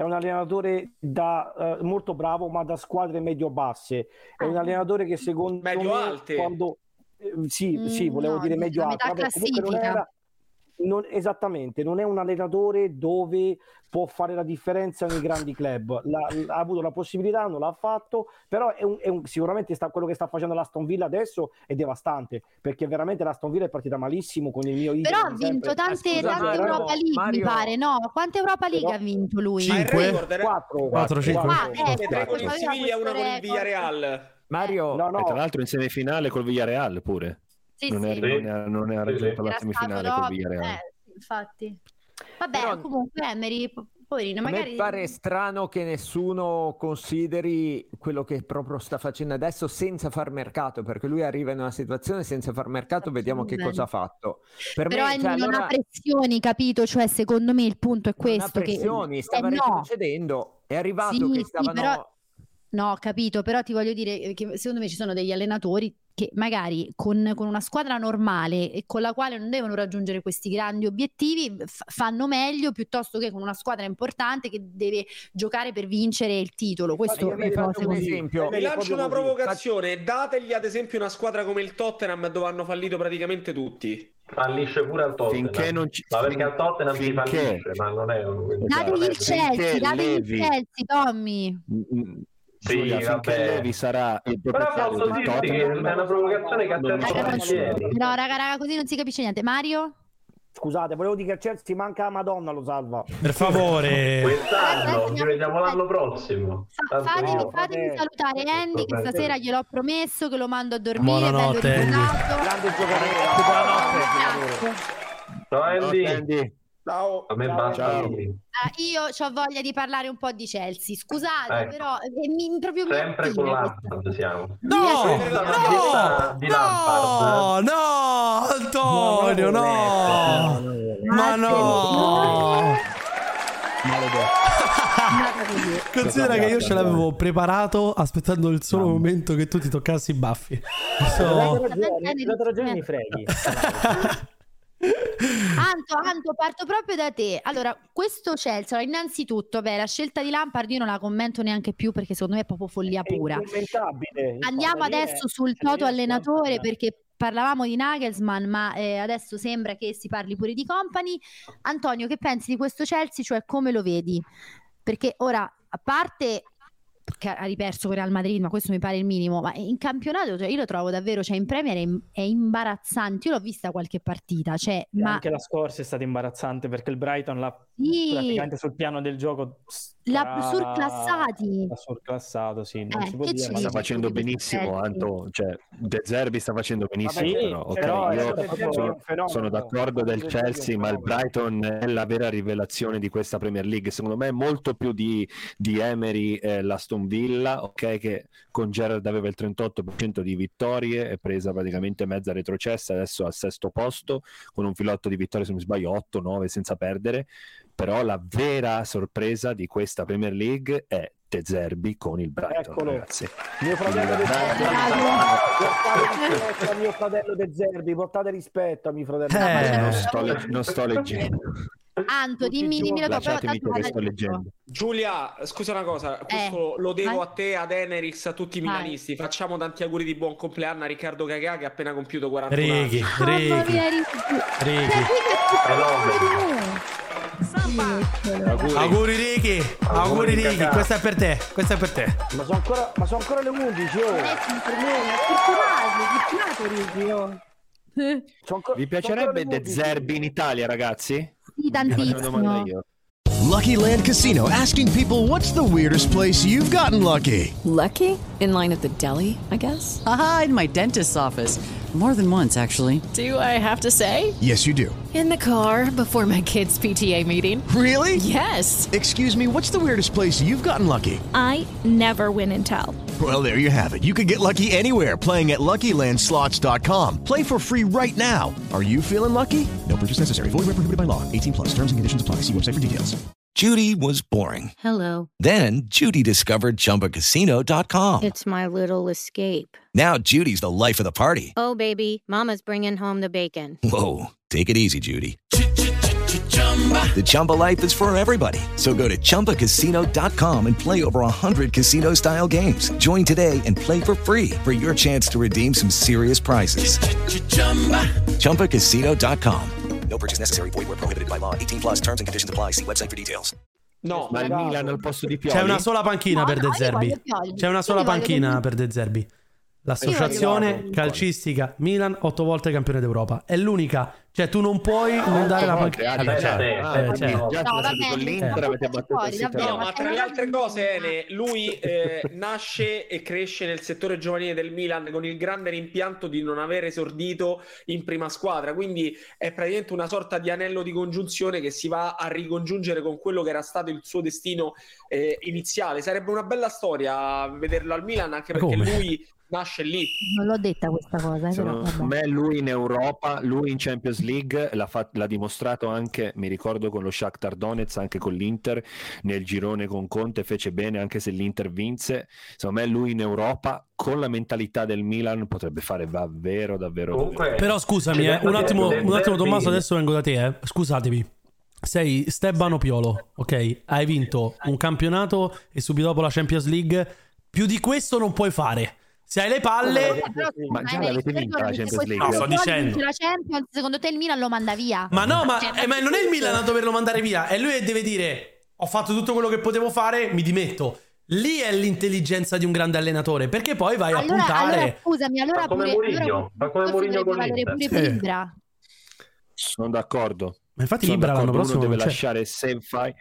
è un allenatore molto bravo, ma da squadre medio-basse. È un allenatore che secondo medio-alte. Quando sì, volevo dire medio-alte. Comunque esattamente, non è un allenatore dove può fare la differenza nei grandi club. Ha avuto la possibilità, non l'ha fatto, però sicuramente quello che sta facendo l'Aston Villa adesso è devastante, perché veramente l'Aston Villa è partita malissimo con il mio però ha vinto tante Europa League, Mario... mi pare, no? Quante Europa League ha vinto lui? 5? 4, 5. Con il Siviglia, una con il Villarreal. Mario, e tra l'altro in semifinale col Villarreal pure. Non è raggiunto la semifinale col Villarreal. Infatti. Vabbè, comunque Emery, poverino, magari... Mi pare strano che nessuno consideri quello che proprio sta facendo adesso senza far mercato, perché lui arriva in una situazione senza far mercato, vediamo che cosa ha fatto. Però non ha pressioni, capito? Cioè, secondo me il punto è questo. Non ha pressioni, stava retrocedendo, è arrivato che stavano... Però... No, ho capito, però ti voglio dire che secondo me ci sono degli allenatori che magari con una squadra normale e con la quale non devono raggiungere questi grandi obiettivi fanno meglio piuttosto che con una squadra importante che deve giocare per vincere il titolo. Questo vi faccio un esempio. Vi lancio una provocazione: dategli ad esempio una squadra come il Tottenham dove hanno fallito praticamente tutti. Fallisce pure al Tottenham. Finché non ma perché al Tottenham si fallisce, ma non è dategli il Chelsea, dategli il Chelsea, Tommy. Sì, finché Levi sarà il proprietario del Tottenham, che è una provocazione che no, raga, così non si capisce niente. Mario? Scusate, volevo dire che a Chelsea manca la Madonna, lo salva. Per favore. Quest'anno, ci vediamo l'anno prossimo. Fatemi salutare Andy, che stasera gliel'ho promesso che lo mando a dormire. Buonanotte, Andy. Grande giocatore. Ciao Andy. Ciao. A me basta. Io ho voglia di parlare un po' di Chelsea. Scusate, però proprio sempre con Lampard siamo. No, Antonio, no. Ma no. Considera che io ce l'avevo preparato aspettando il solo momento che tu ti toccassi i baffi. Ragione, mi freghi. Anto, parto proprio da te. Allora, questo Chelsea, innanzitutto, la scelta di Lampard io non la commento neanche più perché secondo me è proprio follia pura. Andiamo adesso sul toto allenatore perché parlavamo di Nagelsmann, ma adesso sembra che si parli pure di Company. Antonio, che pensi di questo Chelsea? Cioè, come lo vedi? Perché ora, a parte che ha riperso con Real Madrid, ma questo mi pare il minimo, ma in campionato io lo trovo davvero, in Premier è imbarazzante. Io l'ho vista qualche partita, ma anche la scorsa è stata imbarazzante perché il Brighton l'ha praticamente sul piano del gioco l'ha surclassati. L'ha surclassato, sì, non si può dire, ma sta facendo benissimo, Anto, cioè De Zerbi sta facendo benissimo. Io sono d'accordo del Chelsea, ma il Brighton è la vera rivelazione di questa Premier League, secondo me molto più di Emery, l'Aston Villa, ok, che con Gerrard aveva il 38% di vittorie, è presa praticamente mezza retrocessa, adesso al 6º posto con un filotto di vittorie, se non mi sbaglio 8-9 senza perdere. Però la vera sorpresa di questa Premier League è De Zerbi con il Brighton. Eccolo, ragazzi. Mio fratello De Zerbi, portate rispetto a mio fratello. Non sto leggendo. Anto, dimmi lasciatemi che sto leggendo. Giulia, scusa una cosa, questo lo devo a te, ad Enerix, a tutti i milanisti. Facciamo tanti auguri di buon compleanno a Riccardo Cagà che ha appena compiuto 40 anni. Auguri Ricky, questa è per te, Ma sono ancora le 11, Vi piacerebbe De Zerbi in Italia, ragazzi? Sì, tantissimo. Lucky Land Casino, asking people, what's the weirdest place you've gotten lucky? Lucky? In line at the deli, I guess? Aha, in my dentist's office. More than once, actually. Do I have to say? Yes, you do. In the car before my kids' PTA meeting. Really? Yes. Excuse me, what's the weirdest place you've gotten lucky? I never win and tell. Well, there you have it. You can get lucky anywhere, playing at LuckyLandSlots.com. Play for free right now. Are you feeling lucky? No purchase necessary. Void where prohibited by law. 18+. Terms and conditions apply. See website for details. Judy was boring. Hello. Then Judy discovered ChumbaCasino.com. It's my little escape. Now Judy's the life of the party. Oh, baby, mama's bringing home the bacon. Whoa, take it easy, Judy. The Chumba life is for everybody. So go to ChumbaCasino.com and play over 100 casino-style games. Join today and play for free for your chance to redeem some serious prizes. ChumbaCasino.com. No purchase necessary. Void where prohibited by law. 18 plus terms and conditions apply. See website for details. No, ma il Milan al posto di Pioli. C'è una sola panchina per De Zerbi. C'è una sola panchina per De Zerbi. L'associazione calcistica Milan 8 volte campione d'Europa. È l'unica. Cioè tu non puoi non dare la panchina. No, ma tra le altre cose, Ele, lui nasce e cresce nel settore giovanile del Milan con il grande rimpianto di non aver esordito in prima squadra, quindi è praticamente una sorta di anello di congiunzione che si va a ricongiungere con quello che era stato il suo destino iniziale. Sarebbe una bella storia vederlo al Milan, anche perché lui nasce lì. Non l'ho detta questa cosa. Secondo me lui in Europa, lui in Champions League l'ha dimostrato anche, mi ricordo con lo Shakhtar Donetsk, anche con l'Inter nel girone con Conte fece bene anche se l'Inter vinse. Secondo me lui in Europa con la mentalità del Milan potrebbe fare davvero. Però scusami un attimo Tommaso, adesso vengo da te, scusatemi. Sei Stebano Piolo, ok? Hai vinto un campionato e subito dopo la Champions League. Più di questo non puoi fare. Se hai le palle, ma già l'avete vinta la Champions League. No, sto dicendo. La Champions, secondo te il Milan lo manda via? Ma no, ma non è il Milan a doverlo mandare via. È lui che deve dire: ho fatto tutto quello che potevo fare, mi dimetto. Lì è l'intelligenza di un grande allenatore, perché poi vai a puntare. Allora, scusami, allora come Mourinho, ma come Mourinho con l'Inter. Sono d'accordo. Ma infatti Ibra l'anno prossimo deve lasciare, se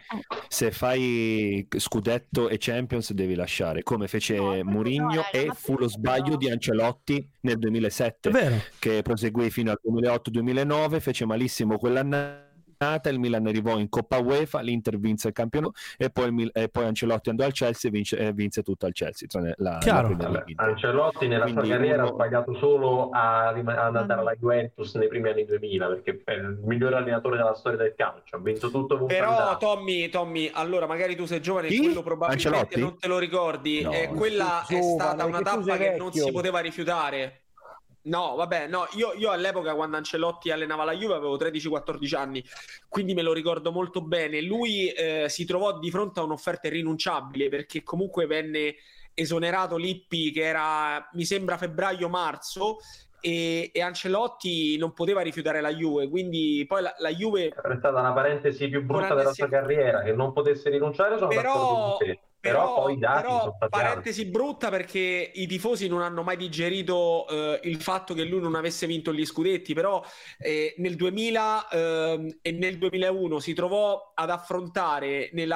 fai scudetto e Champions devi lasciare, come fece Mourinho e fu lo sbaglio di Ancelotti nel 2007 che proseguì fino al 2008-2009, fece malissimo quell'annata, il Milan arrivò in Coppa UEFA, l'Inter vinse il campionato e poi Ancelotti andò al Chelsea e vinse tutto al Chelsea. Ancelotti nella sua carriera ha sbagliato solo ad andare alla Juventus nei primi anni 2000, perché è il migliore allenatore della storia del calcio, ha vinto tutto. Però Tommy, allora magari tu sei giovane e quello probabilmente Ancelotti? Non te lo ricordi, quella è stata una tappa che non si poteva rifiutare. No, vabbè, no, io all'epoca quando Ancelotti allenava la Juve avevo 13-14 anni, quindi me lo ricordo molto bene. Lui si trovò di fronte a un'offerta irrinunciabile, perché comunque venne esonerato Lippi, che era, mi sembra, febbraio-marzo, e Ancelotti non poteva rifiutare la Juve, quindi poi la Juve... È stata la parentesi più brutta della sua carriera, che non potesse rinunciare, sono d'accordo con te. Però poi i dati sono stati parentesi brutta, perché i tifosi non hanno mai digerito il fatto che lui non avesse vinto gli scudetti, però nel 2000 e nel 2001 si trovò ad affrontare nel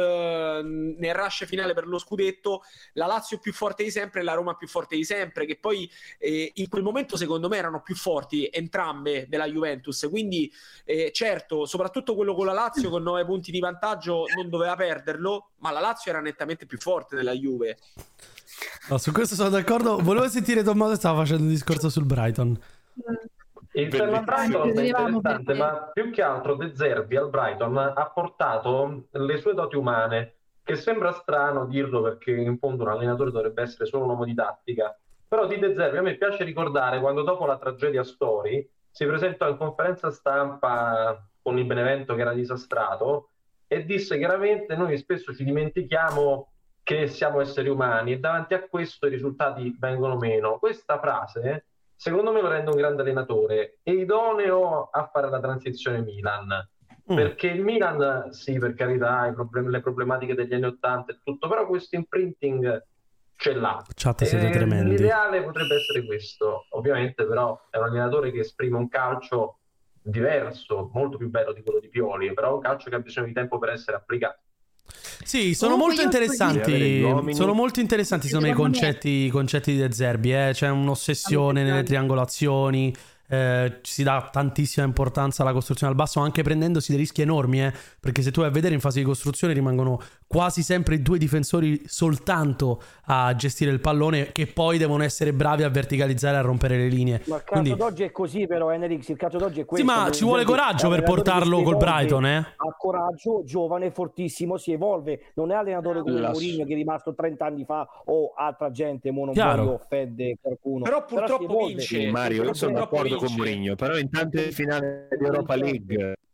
rush finale per lo scudetto la Lazio più forte di sempre e la Roma più forte di sempre, che poi in quel momento secondo me erano più forti entrambe della Juventus, quindi certo, soprattutto quello con la Lazio con 9 punti di vantaggio non doveva perderlo, ma la Lazio era nettamente più forte della Juve. No, su questo sono d'accordo. Volevo sentire Tommaso, stava facendo un discorso sul Brighton. Il tema Brighton è interessante, ma più che altro De Zerbi al Brighton ha portato le sue doti umane, che sembra strano dirlo perché in fondo un allenatore dovrebbe essere solo un uomo di tattica, però di De Zerbi a me piace ricordare quando dopo la tragedia Story si presentò in conferenza stampa con il Benevento che era disastrato e disse chiaramente: noi spesso ci dimentichiamo che siamo esseri umani e davanti a questo i risultati vengono meno. Questa frase secondo me lo rende un grande allenatore e idoneo a fare la transizione Milan, perché il Milan, sì, per carità, le problematiche degli anni '80 e tutto, però questo imprinting ce l'ha. Siete tremendi. L'ideale potrebbe essere questo, ovviamente, però è un allenatore che esprime un calcio diverso, molto più bello di quello di Pioli, però un calcio che ha bisogno di tempo per essere applicato. Sì, sono molto interessanti. Sono molto interessanti secondo me i concetti di De Zerbi. C'è un'ossessione nelle triangolazioni. Si dà tantissima importanza alla costruzione al basso, anche prendendosi dei rischi enormi, perché se tu vai a vedere in fase di costruzione rimangono quasi sempre 2 difensori soltanto a gestire il pallone, che poi devono essere bravi a verticalizzare e a rompere le linee. Ma il calcio d'oggi è così, però Enrix, il calcio d'oggi è questo. Sì, ma ci vuole coraggio per portarlo col Brighton, Ha coraggio, giovane, fortissimo, si evolve, non è allenatore come Mourinho che è rimasto 30 anni fa o altra gente, non voglio offende qualcuno. Però purtroppo vince. Mario, io sono d'accordo con Mourinho, però in tante finali di Europa League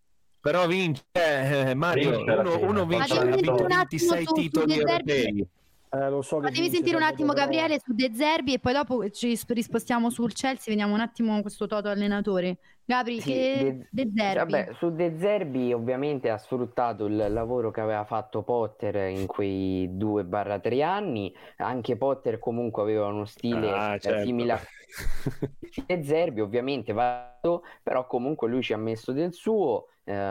Però vince Mario, uno vince 26 titoli europei. Lo so che Devi sentire un attimo Gabriele su De Zerbi e poi dopo ci rispostiamo sul Chelsea, vediamo un attimo questo Toto allenatore. Gabri, che De Zerbi. Vabbè, su De Zerbi ovviamente ha sfruttato il lavoro che aveva fatto Potter in quei 2-3 anni. Anche Potter comunque aveva uno stile simile a De Zerbi, ovviamente però comunque lui ci ha messo del suo.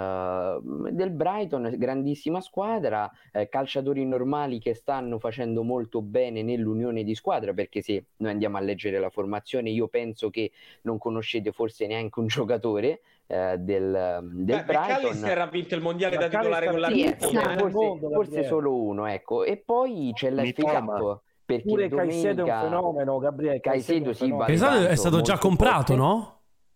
Del Brighton, grandissima squadra, calciatori normali che stanno facendo molto bene nell'unione di squadra, perché se noi andiamo a leggere la formazione, io penso che non conoscete forse neanche un giocatore del Brighton. McAllister ha vinto il mondiale da titolare con la forse solo uno, ecco. E poi c'è la FA Cup, perché pure Caicedo è un fenomeno, Gabriele. Caicedo è stato già comprato, no?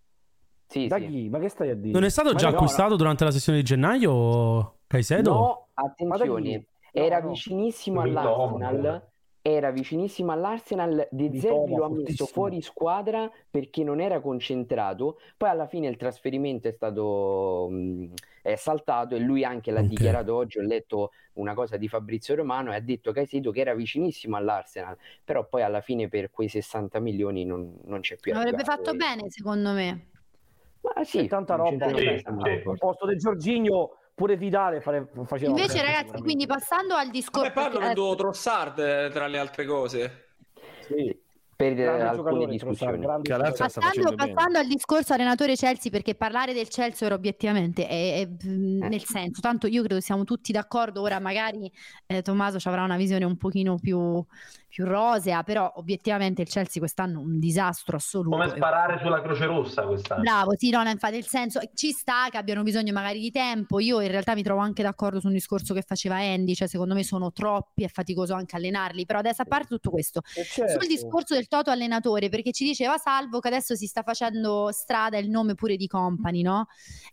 Sì, da chi? Ma che stai a dire? Non è stato già acquistato durante la sessione di gennaio Caicedo? No, attenzione, era vicinissimo all'Arsenal. Era vicinissimo all'Arsenal. De Zerbi lo ha messo fuori squadra perché non era concentrato. Poi alla fine il trasferimento è stato saltato e lui anche l'ha dichiarato oggi. Ho letto una cosa di Fabrizio Romano e ha detto Caicedo che era vicinissimo all'Arsenal, però poi alla fine per quei 60 milioni non c'è più. Avrebbe fatto bene, secondo me. Ma sì, tanta roba. Al posto del Jorginho pure Vidal faceva. Invece ragazzi, quindi passando al discorso, poi hanno venduto Trossard tra le altre cose. Sì. Per alcune discussioni. Passando al discorso allenatore Chelsea, perché parlare del Chelsea ora obiettivamente è nel senso, tanto io credo siamo tutti d'accordo. Ora magari Tommaso ci avrà una visione un pochino più rosea, però obiettivamente il Chelsea quest'anno è un disastro assoluto. Come sparare sulla Croce Rossa quest'anno. Bravo, sì, no, infatti il senso ci sta che abbiano bisogno magari di tempo. Io in realtà mi trovo anche d'accordo su un discorso che faceva Andy, cioè secondo me sono troppi, è faticoso anche allenarli, però adesso a parte tutto questo, sul discorso del Toto allenatore, perché ci diceva Salvo che adesso si sta facendo strada il nome pure di Company, no?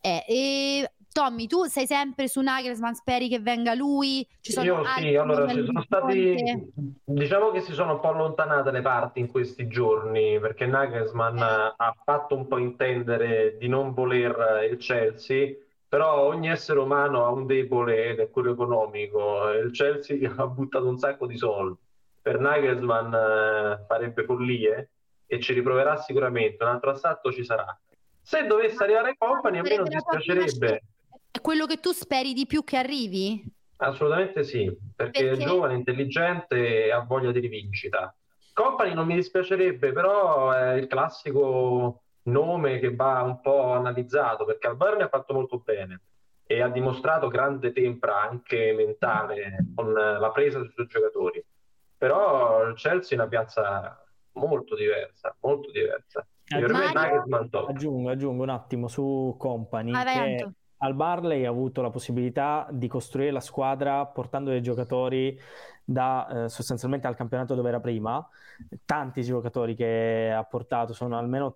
E Tommy, tu sei sempre su Nagelsmann, speri che venga lui? Io sì, allora ci sono stati, diciamo che si sono un po' allontanate le parti in questi giorni, perché Nagelsmann ha fatto un po' intendere di non voler il Chelsea, però ogni essere umano ha un debole ed è quello economico. Il Chelsea ha buttato un sacco di soldi. Per Nagelsmann farebbe follie e ci riproverà sicuramente. Un altro assalto ci sarà. Se dovesse arrivare Company, a me non dispiacerebbe. È quello che tu speri di più che arrivi? Assolutamente sì, perché è giovane, intelligente e ha voglia di rivincita. Company non mi dispiacerebbe, però è il classico nome che va un po' analizzato, perché al Bayern ha fatto molto bene e ha dimostrato grande tempra anche mentale con la presa dei suoi giocatori. Però il Chelsea è una piazza molto diversa, molto diversa. Per me Nagelsmann top. Aggiungo un attimo su Company, che al Barley ha avuto la possibilità di costruire la squadra portando dei giocatori da sostanzialmente al campionato dove era prima. Tanti giocatori che ha portato, sono almeno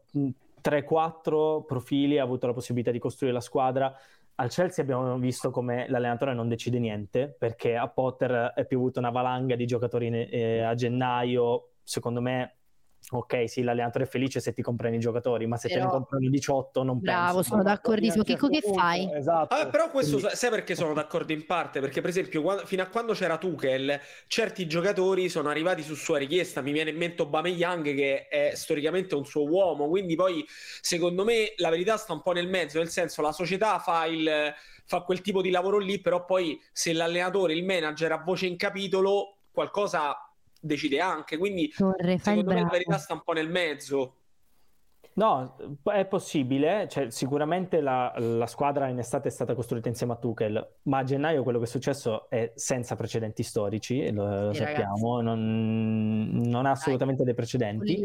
3-4 profili, ha avuto la possibilità di costruire la squadra. Al Chelsea abbiamo visto come l'allenatore non decide niente, perché a Potter è piovuta una valanga di giocatori a gennaio. Secondo me, ok, sì, l'allenatore è felice se ti comprano i giocatori, ma se te ne comprano 18 non penso. Bravo, sono d'accordissimo. che fai? Esatto. Però questo sai perché sono d'accordo in parte? Perché per esempio fino a quando c'era Tuchel certi giocatori sono arrivati su sua richiesta. Mi viene in mente Aubameyang, che è storicamente un suo uomo, quindi poi secondo me la verità sta un po' nel mezzo, nel senso la società fa quel tipo di lavoro lì, però poi se l'allenatore, il manager ha voce in capitolo, qualcosa decide anche, quindi secondo me la verità sta un po' nel mezzo. No, è possibile, cioè, sicuramente la squadra in estate è stata costruita insieme a Tuchel, ma a gennaio quello che è successo è senza precedenti storici, lo sappiamo, non ha assolutamente dei precedenti.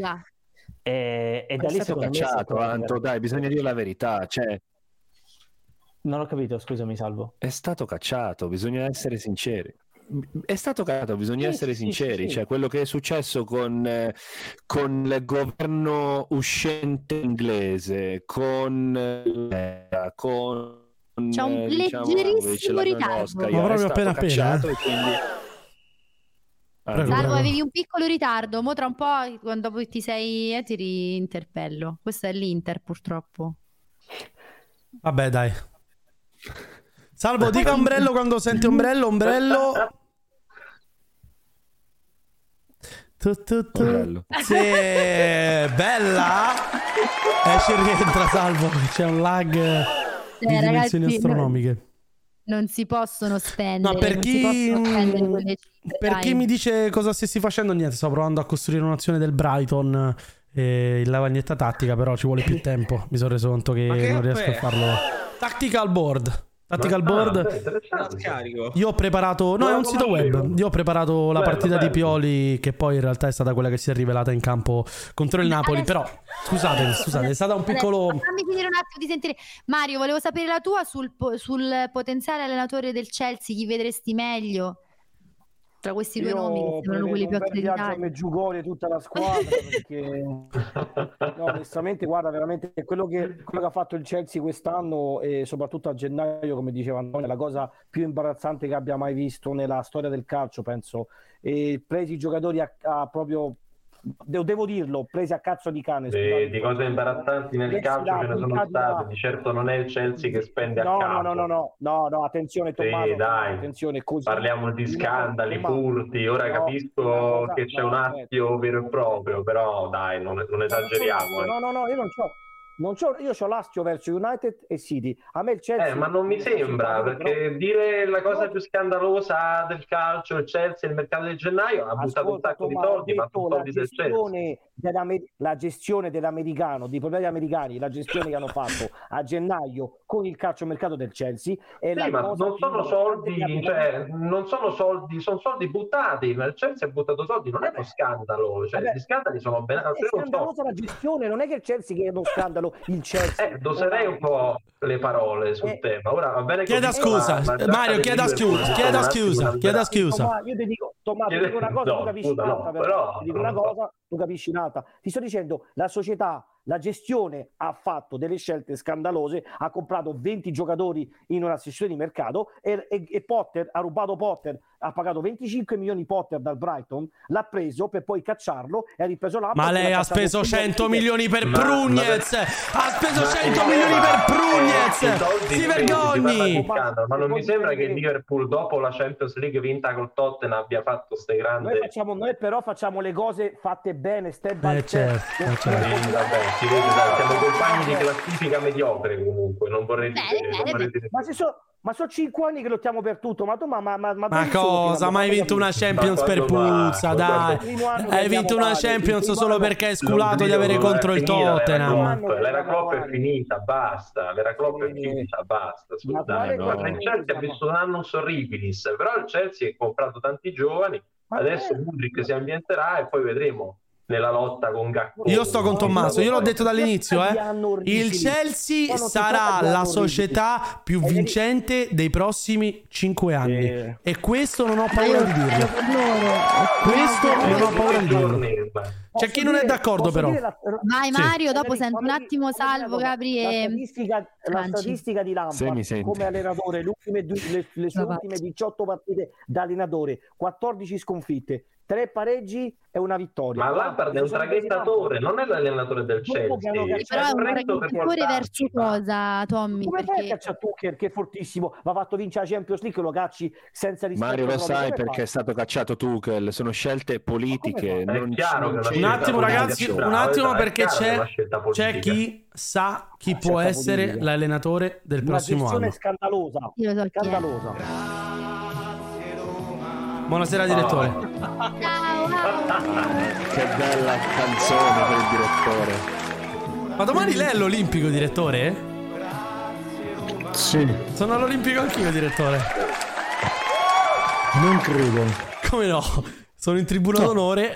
E da lì secondo me è cacciato, Anto, dai, bisogna dire la verità, cioè... Non ho capito, scusami Salvo. È stato cacciato, bisogna essere sinceri. È stato cacciato, bisogna essere sinceri. Cioè, quello che è successo con il governo uscente inglese, con c'è un leggerissimo ritardo. Ma proprio appena cacciato e quindi... Salvo, avevi un piccolo ritardo, mo tra un po' quando poi ti rinterpello. Questo è l'Inter, purtroppo. Vabbè, dai. Salvo, dica ombrello quando senti ombrello. Ombrello. Sì, bella. Ci rientra, Salvo, c'è un lag di dimensioni astronomiche. Non si possono spendere. No, per chi dai. mi dice cosa stessi facendo, niente, sto provando a costruire un'azione del Brighton, in lavagnetta tattica, però ci vuole più tempo. Mi sono reso conto che non riesco a farlo. Tactical board. Io ho preparato, no, è un sito web. Io ho preparato la partita di Pioli, che poi in realtà è stata quella che si è rivelata in campo contro il Napoli. Però scusate, è stata un piccolo. Fammi finire un attimo di sentire. Mario, volevo sapere la tua sul potenziale allenatore del Chelsea. Chi vedresti meglio tra questi due nomi che sembrano quelli più accreditati? Meggiugorje tutta la squadra, perché no, onestamente, guarda, veramente quello che ha fatto il Chelsea quest'anno, e soprattutto a gennaio, come diceva Antonio, è la cosa più imbarazzante che abbia mai visto nella storia del calcio, penso. E presi i giocatori a proprio, devo dirlo, presi a cazzo di cane. Di cose imbarazzanti nel calcio ce ne sono state, di certo non è il Chelsea che spende a caso. No, attenzione Tommaso, dai, attenzione, così. Parliamo di scandali, furti, ora capisco che c'è un attio vero e proprio, però dai, non esageriamo. No, io io c'ho l'astio verso United e City. A me il Chelsea ma non mi sembra, perché dire la cosa più scandalosa del calcio, il Chelsea, il mercato di gennaio, ha buttato un sacco di soldi, ma soldi del Chelsea. La gestione dell'americano, di proprietari americani, la gestione che hanno fatto a gennaio con il calciomercato del Chelsea è la ma cosa non sono soldi, non sono soldi, sono soldi buttati, ma il Chelsea ha buttato soldi, non è uno scandalo, gli scandali sono ben altri. È scandalosa la gestione, non è che il Chelsea che è uno scandalo, il Chelsea. Doserei un po' le parole sul tema. Ora va bene. Chieda scusa, Mario, chieda scusa. Io ti dico, Tommaso, ti dico una cosa, tu capisci l'altra, però ti dico una cosa, tu capisci l'altra. Ti sto dicendo, la società, la gestione ha fatto delle scelte scandalose, ha comprato 20 giocatori in una sessione di mercato e Potter ha rubato Potter, ha pagato 25 milioni Potter dal Brighton, l'ha preso per poi cacciarlo e ha ripreso l'Ampoli. Ma lei ha speso 100 milioni per Prugnez, ha speso 100 milioni per Prugnez, si vergogni. Ma non mi sembra che il Liverpool dopo la Champions League vinta col Tottenham abbia fatto ste grandi. Noi però facciamo le cose fatte bene, step by step. Vabbè, si vede, siamo compagni di classifica mediocre comunque, non vorrei dire. Ma sono 5 anni che lottiamo per tutto, ma cosa? Ma hai vinto una Champions per puzza, dai. Hai vinto una Champions solo perché hai sculato di avere contro il Tottenham. L'era Klopp è finita, basta. Scusate, il Chelsea ha visto un annus horribilis, però il Chelsea ha comprato tanti giovani, adesso Mudryk si ambienterà e poi vedremo nella lotta con Gakpo. Io sto con Tommaso, io l'ho detto dall'inizio, il Chelsea sarà la società più vincente dei prossimi 5 anni e questo non ho paura di dirlo. C'è chi non è d'accordo però. Vai Mario, dopo sento un attimo Salvo, Gabri e la statistica di Lampard come allenatore, le sue ultime 18 partite da allenatore, 14 sconfitte, 3 pareggi e una vittoria. Ma Lampard è un traghettatore, non è l'allenatore del Chelsea. Però è un traghettatore verso cosa, Tommy? Come fai a cacciare Tuchel, che è fortissimo, va fatto vincere la Champions League, lo cacci senza rispetto? Mario, lo sai perché è stato cacciato Tuchel, sono scelte politiche. Un attimo ragazzi, perché c'è chi sa chi può essere l'allenatore del prossimo anno. Una gestione scandalosa. Buonasera direttore. Ciao. Che bella canzone per il direttore. Ma domani lei è all'Olimpico, direttore? Sì. Sono all'Olimpico anch'io, direttore. Non credo. Come no? Sono in tribuna d'onore.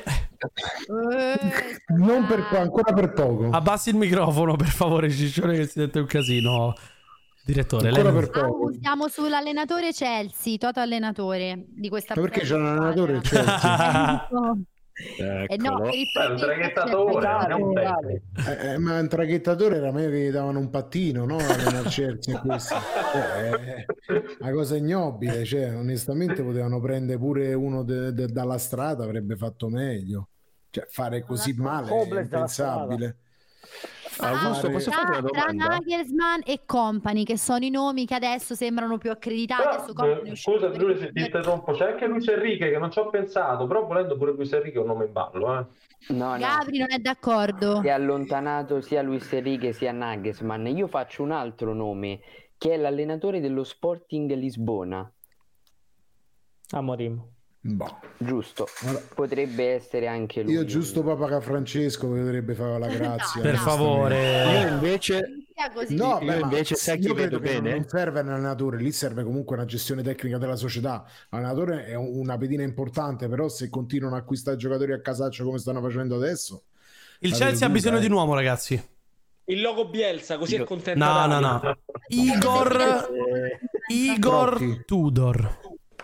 Non per qua, ancora per poco. Abbassi il microfono per favore, Ciccione, che si sente un casino. Direttore, siamo sull'allenatore Chelsea, Toto allenatore di questa. Ma perché c'è un allenatore Chelsea? No, per il un traghettatore, ma un traghettatore era me che davano un pattino, no? Allenare Chelsea, questo una cosa ignobile, cioè onestamente potevano prendere pure uno dalla strada, avrebbe fatto meglio, cioè fare così male è impensabile. Augusto, posso fare una tra domanda? Nagelsmann e Company, che sono i nomi che adesso sembrano più accreditati. Scusa Giulio se ti interrompo, c'è anche Luis Enrique che non ci ho pensato, però volendo pure Luis Enrique è un nome in ballo. No, Gabri non è d'accordo. Si è allontanato sia Luis Enrique sia Nagelsmann. Io faccio un altro nome, che è l'allenatore dello Sporting Lisbona. Amorim. Boh. Giusto, potrebbe essere anche lui. Io giusto Papa Francesco che dovrebbe fare la grazia. Per favore. Io invece No, io invece sai chi vedo bene? Non serve un allenatore, lì serve comunque una gestione tecnica della società. L'allenatore è una pedina importante, però se continuano a acquistare giocatori a casaccio come stanno facendo adesso, Il Chelsea ha bisogno di un uomo, ragazzi. Il logo Bielsa, così è contento. No. Igor Tudor.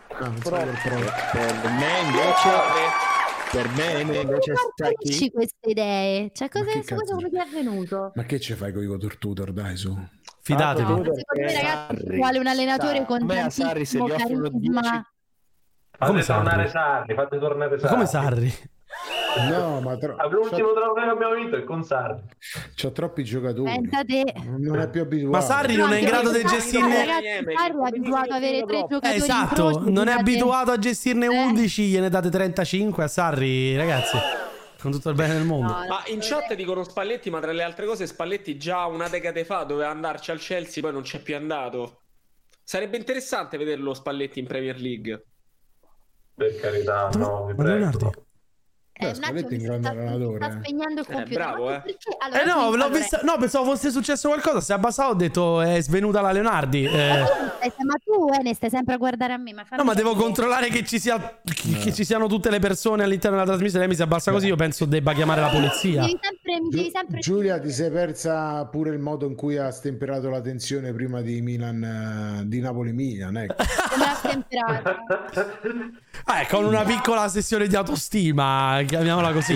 Per me invece sai chi? Queste idee, cioè come ti è avvenuto? ma che ci fai con Igor Tudor, dai su. Fidatevi. Secondo me, ragazzi, vuole un allenatore con tantissimo carisma. Fate tornare Sarri. Come Sarri? No, ma l'ultimo trofeo che abbiamo vinto è con Sarri. C'ho troppi giocatori. Pensate. Non è più abituato. Ma Sarri non è in grado di gestirne. Sarri è abituato ad avere 3 giocatori. Esatto, non è abituato a gestirne 11, gliene date 35 a Sarri, ragazzi. Con tutto il bene del mondo. Ma in chat dicono Spalletti, ma tra le altre cose Spalletti già una decade fa doveva andarci al Chelsea, poi non c'è più andato. Sarebbe interessante vederlo Spalletti in Premier League. Per carità, no, vi prego. Spalletti è un grande allenatore. Sta spegnendo il computer. Bravo, Allora, l'ho vista. No, pensavo fosse successo qualcosa. Si è abbassato, ho detto è svenuta la Leonardi. Ma tu ne stai sempre a guardare a me. Ma devo controllare che ci siano tutte le persone all'interno della trasmissione. Lei mi si abbassa così, io penso debba chiamare la polizia. Mi devi sempre... Giulia, ti sei persa pure il modo in cui ha stemperato la tensione prima di Milan, di Napoli-Milan. Ecco. Come l'ha stemperata? Con una piccola sessione di autostima, chiamiamola così.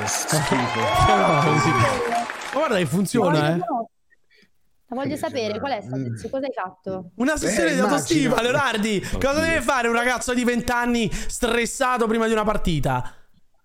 Guarda che funziona, Voglio sapere qual è stato, cosa hai fatto? Una sessione di autostima, Leonardi. Cosa deve fare un ragazzo di 20 anni stressato prima di una partita?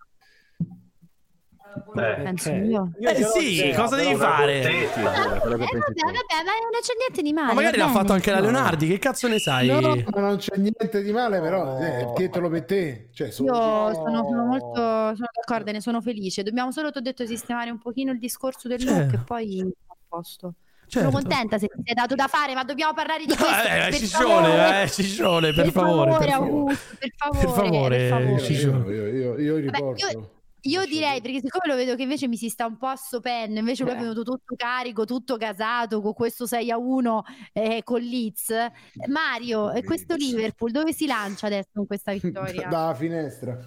Penso io. Sì, cosa devi fare? Vabbè, ma non c'è niente di male. Ma magari l'ha fatto anche la Leonardi, che cazzo ne sai? No, non c'è niente di male, però dietro per te. Io sono molto d'accordo, ne sono felice. Dobbiamo solo, ti ho detto, sistemare un pochino il discorso del look e poi a posto. Sono contenta se ti sei dato da fare, ma dobbiamo parlare di questo. Ciccione, per favore. Augusto, per favore. Io riporto. Io direi, perché siccome lo vedo che invece mi si sta un po' assopendo, invece lui è venuto tutto carico, tutto gasato con questo 6-1 con Leeds. Mario, questo Liverpool dove si lancia adesso con questa vittoria? Dalla finestra.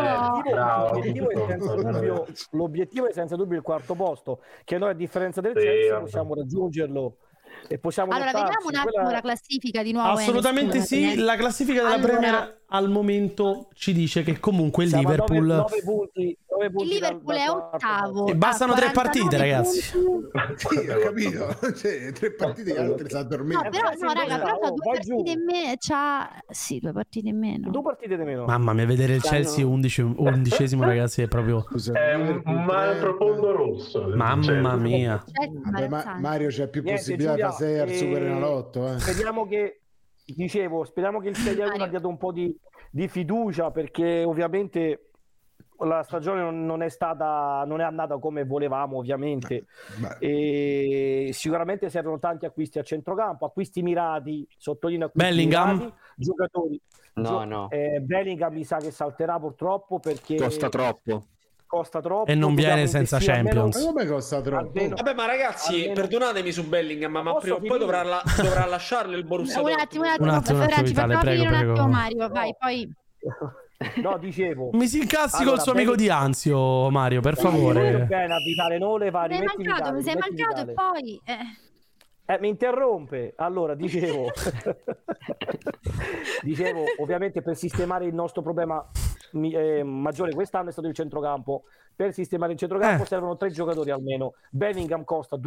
L'obiettivo è senza dubbio il quarto posto, che noi a differenza del Chelsea possiamo raggiungerlo. E possiamo vediamo un attimo la classifica di nuovo. Assolutamente sì, la classifica della Premier al momento ci dice che comunque il Liverpool 9 punti il Liverpool è ottavo e bastano 3 partite, ragazzi. Sì, ho capito. 3 partite, gli altri si addormentano. Però c'ha 2 partite in meno. Sì, 2 partite in meno. 2 partite di meno. Mamma mia, vedere il Chelsea undicesimo, ragazzi, è proprio è un altro fondo rosso. Mamma mia. Mario, c'è più possibilità da 6 al Superenalotto. Speriamo che il 6-1 abbia dato un po' di fiducia, perché ovviamente la stagione non è andata come volevamo, ovviamente. E sicuramente servono tanti acquisti a centrocampo, acquisti mirati, sottolineo acquisti Bellingham mirati, giocatori. Bellingham mi sa che salterà purtroppo perché costa troppo e non viene senza Champions. Ma come costa troppo? Vabbè, ma ragazzi, perdonatemi su Bellingham, ma prima o poi dovrà lasciarlo il Borussia. Un attimo, Mario, vai, poi. No, dicevo. Mi si incazzi col suo amico di Anzio, Mario, per favore. Mi sei mancato e poi mi interrompe. Allora, dicevo ovviamente per sistemare il nostro problema maggiore quest'anno è stato il centrocampo. Per sistemare il centrocampo servono 3 giocatori almeno. Bellingham costa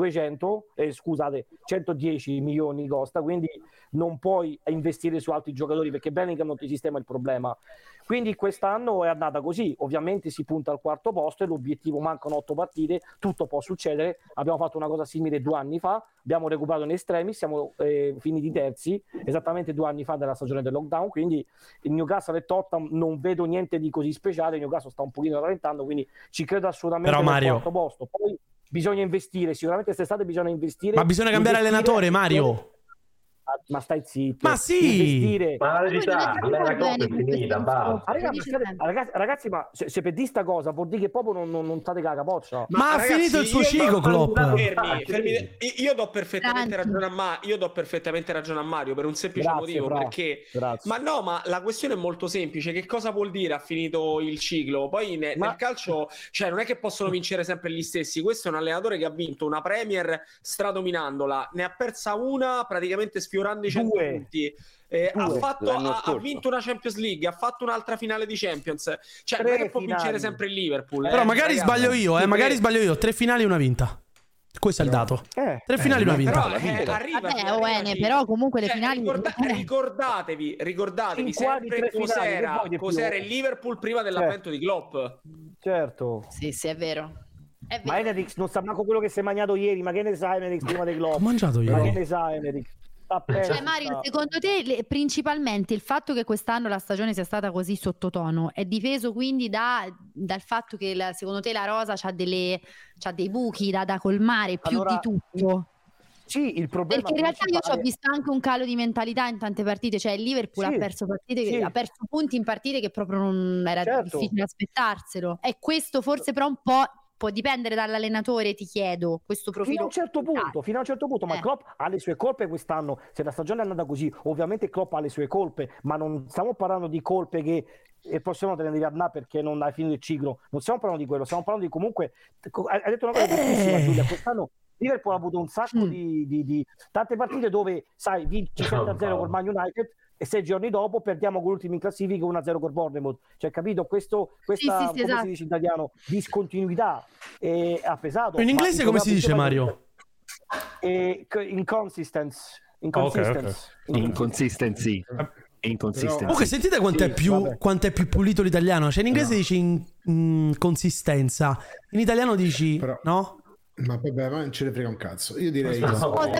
110 milioni costa, quindi non puoi investire su altri giocatori perché Bellingham non ti sistema il problema. Quindi quest'anno è andata così, ovviamente si punta al 4° posto e l'obiettivo, mancano 8 partite, tutto può succedere. Abbiamo fatto una cosa simile 2 anni fa, abbiamo recuperato in estremi, siamo finiti terzi esattamente 2 anni fa della stagione del lockdown, quindi il Newcastle e Tottenham non vedo niente di così speciale, il Newcastle sta un pochino rallentando, quindi ci credo assolutamente però, Mario, al 4° posto. Poi bisogna investire, sicuramente quest'estate bisogna investire. Ma bisogna cambiare allenatore, Mario. Ma stai zitto. Ma sì, investire. Ma la verità, la Coppa è finita, basta. Ragazzi, ma se per di sta cosa vuol dire che proprio non state con la capoccia. Ma ha finito il suo ciclo, Klopp. Fermi. Io do perfettamente ragione a Mario per un semplice motivo, perché ma la questione è molto semplice. Che cosa vuol dire ha finito il ciclo? Poi nel calcio, cioè, non è che possono vincere sempre gli stessi. Questo è un allenatore che ha vinto una Premier stradominandola, ne ha persa una praticamente sfiorando i 100 punti. Ha vinto una Champions League, ha fatto un'altra finale di Champions, cioè non è che può vincere sempre il Liverpool, però magari sbaglio io, 3 finali e una vinta. Questo è il dato. 3 finali e una vinta. Però comunque le finali ricordatevi sempre cos'era il Liverpool prima dell'avvento di Klopp. Certo. Sì, è vero. Ma Enerix non sa manco quello che si è mangiato ieri, ma che ne sa Enerix prima di Klopp? Ho mangiato ieri. Ma che ne sa Enerix? Cioè, Mario, secondo te principalmente il fatto che quest'anno la stagione sia stata così sottotono è dipeso quindi dal fatto che secondo te la rosa c'ha dei buchi da colmare più di tutto? Sì, il problema perché in realtà io ci ho visto anche un calo di mentalità in tante partite, cioè il Liverpool ha perso partite ha perso punti in partite che proprio non era difficile aspettarselo, e questo forse però un po' può dipendere dall'allenatore, ti chiedo, questo profilo. Fino a un certo punto, ma Klopp ha le sue colpe quest'anno, se la stagione è andata così, ovviamente Klopp ha le sue colpe, ma non stiamo parlando di colpe che possiamo tenere a perché non hai finito il ciclo, non stiamo parlando di quello, stiamo parlando di comunque, hai detto una cosa giustissima, Giulia, quest'anno Liverpool ha avuto un sacco di tante partite dove, sai, vinci 7-0 col Man United e 6 giorni dopo perdiamo con l'ultimo in classifica 1-0 col Bournemouth, cioè capito questa come si dice in italiano, discontinuità ha pesato. In inglese come si dice, Mario? Inconsistency. Comunque sentite quanto è più pulito l'italiano, cioè in inglese dici inconsistenza, in italiano dici no? Ma vabbè, ma non ce ne frega un cazzo. Io direi che non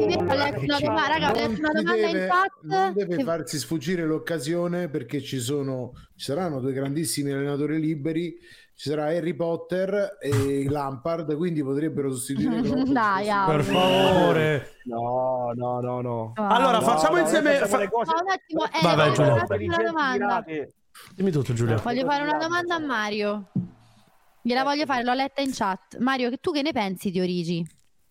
deve farsi sfuggire l'occasione, perché ci saranno 2 grandissimi allenatori liberi, ci sarà Harry Potter e Lampard, quindi potrebbero sostituire dai, per favore. No. Allora facciamo insieme un attimo, vai Giulia. una domanda. Dimmi tutto, Giulia. Voglio fare una domanda a Mario. Gliela voglio fare, l'ho letta in chat. Mario, tu che ne pensi di Origi?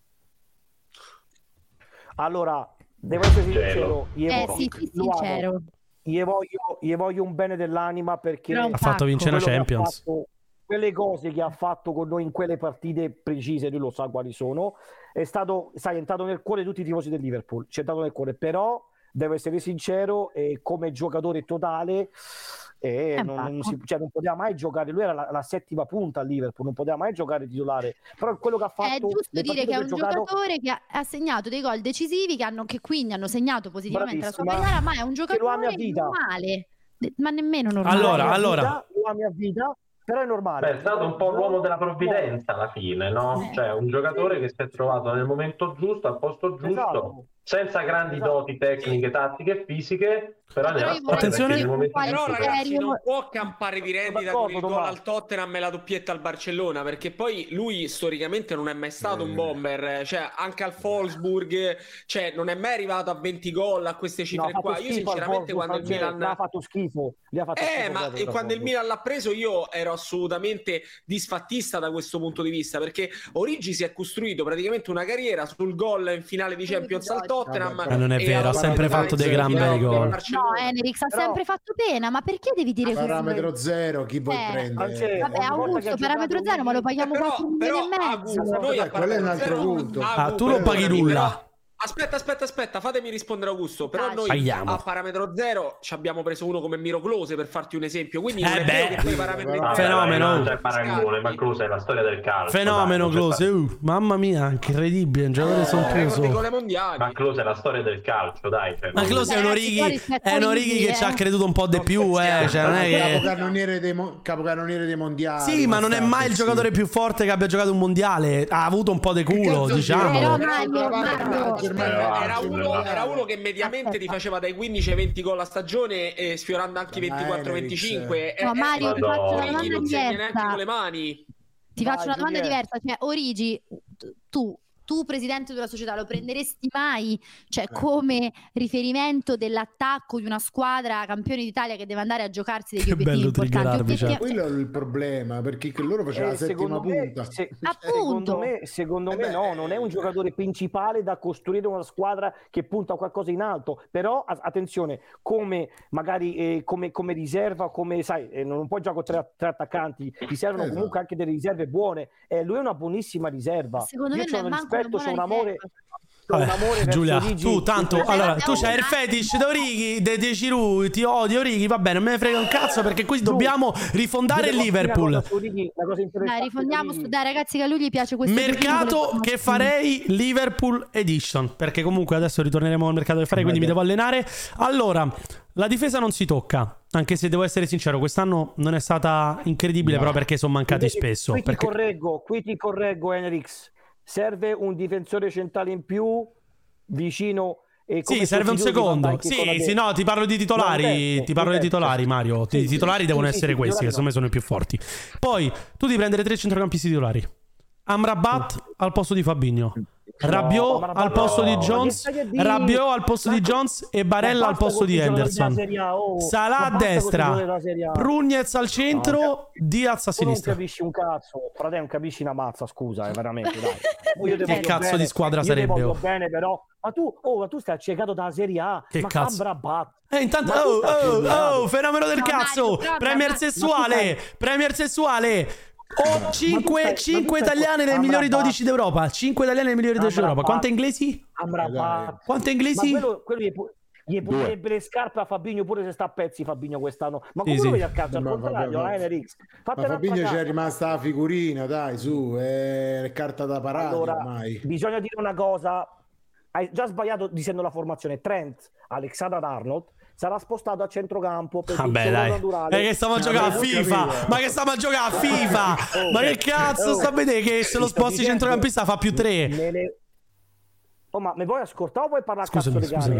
Allora, devo essere sincero. Sincero. Gli voglio un bene dell'anima, perché ha fatto vincere la Champions. Quelle cose che ha fatto con noi in quelle partite precise, lui lo sa quali sono, è entrato nel cuore di tutti i tifosi del Liverpool, c'è entrato nel cuore, però devo essere sincero, come giocatore totale non poteva mai giocare, lui era la settima punta al Liverpool, non poteva mai giocare titolare, però quello che ha fatto, è giusto dire che è un giocatore che ha segnato dei gol decisivi che quindi hanno segnato positivamente la sua carriera, ma è un giocatore normale, ma nemmeno normale. Allora lo ami a vita, però è normale. È stato un po' l'uomo della provvidenza alla fine, no? Cioè un giocatore che si è trovato nel momento giusto, al posto giusto, senza grandi doti tecniche, tattiche e fisiche, però attenzione, però ragazzi non può campare di rendita con il gol al Tottenham e la doppietta al Barcellona, perché poi lui storicamente non è mai stato un bomber, cioè anche al Wolfsburg, cioè non è mai arrivato a 20 gol, a queste cifre qua. Io sinceramente quando il Milan ha fatto schifo, quando il Milan l'ha preso io ero assolutamente disfattista da questo punto di vista, perché Origi si è costruito praticamente una carriera sul gol in finale di Champions al Tottenham. Non è vero, ha sempre fatto dei gran bei gol. No, Enerix ha sempre fatto pena, ma perché devi dire questo? Parametro zero, chi vuoi prendere? Vabbè, Augusto, parametro zero, ma lo paghiamo 4 milioni e mezzo. Quello è un altro punto. Tu non paghi nulla. Aspetta, fatemi rispondere Augusto. Però noi a parametro zero ci abbiamo preso uno come Miro Klose, per farti un esempio. Quindi non è vero che poi parametri fenomeno. Non c'è paragone, ma Klose è la storia del calcio. Fenomeno Klose, mamma mia, incredibile, un giocatore sontuoso. Ma Klose è la storia del calcio, dai. Ma Klose è un Orighi che ci ha creduto un po' di più, cioè non è che capocannoniere dei mondiali. Sì, ma non è mai il giocatore più forte che abbia giocato un mondiale. Ha avuto un po' di culo, diciamo. Era uno che mediamente ti faceva dai 15 ai 20 gol a stagione e sfiorando anche i 24-25. No, Mario, ti faccio una domanda non segna neanche diversa. con le mani. Ti faccio una domanda diversa, cioè Origi, tu presidente della società lo prenderesti mai, cioè come riferimento dell'attacco di una squadra campione d'Italia che deve andare a giocarsi degli obiettivi importanti? Quello è il problema, perché loro facevano la settima punta. Secondo me no, non è un giocatore principale da costruire una squadra che punta a qualcosa in alto, però attenzione, come magari come riserva, come sai, non puoi giocare con tre attaccanti, ti servono comunque anche delle riserve buone, lui è una buonissima riserva. Secondo me non è manco c'è un amore. Giulia, tu tanto allora tu c'hai il fetish di Orighi, di Giroud, ti odio Orighi, va bene, non me ne frega un cazzo perché qui dobbiamo rifondare il Liverpool. Rifondiamo dai ragazzi, che a lui gli piace questo mercato che farei Liverpool Edition, perché comunque adesso ritorneremo al mercato che farei, quindi mi devo allenare. Allora, la difesa non si tocca, anche se devo essere sincero, quest'anno non è stata incredibile, però perché sono mancati spesso. Qui ti correggo Enrix. Serve un difensore centrale in più vicino. Sì, serve un secondo. Sì, no, ti parlo di titolari. Mario. I titolari devono essere questi, che secondo me sono i più forti. Poi tu devi prendere 3 centrocampisti titolari. Amrabat al posto di Fabinho, Rabiot al posto di Jones, e Barella al posto di Henderson. Salah a destra, Prunez al centro, Diaz a sinistra. Non capisci un cazzo, frate, non capisci una mazza, scusa, veramente, dai. Che cazzo di squadra sarebbe? Bene, però. Ma tu stai accecato dalla Serie A. Che ma cazzo? Amrabat. Intanto fenomeno del cazzo. Premier sessuale. 5 italiane nelle migliori 12 d'Europa. 5 italiane nelle migliori 12 d'Europa. Quante inglesi? Quante inglesi? Ma quello gli pulirebbe le scarpe a Fabinho pure se sta a pezzi Fabinho quest'anno. Ma come lo vedi a calcio? Al contrario, ma Fabinho c'è rimasta la figurina, dai, su, è carta da parata ormai. Bisogna dire una cosa. Hai già sbagliato dicendo la formazione. Trent, Alexander-Arnold sarà spostato a centrocampo. Vabbè, dai. Ma che stiamo a giocare a FIFA? Ma che cazzo sta a vedere che se lo sposti centrocampista fa più 3? Ma mi vuoi ascoltare o vuoi parlare a cazzo di gare?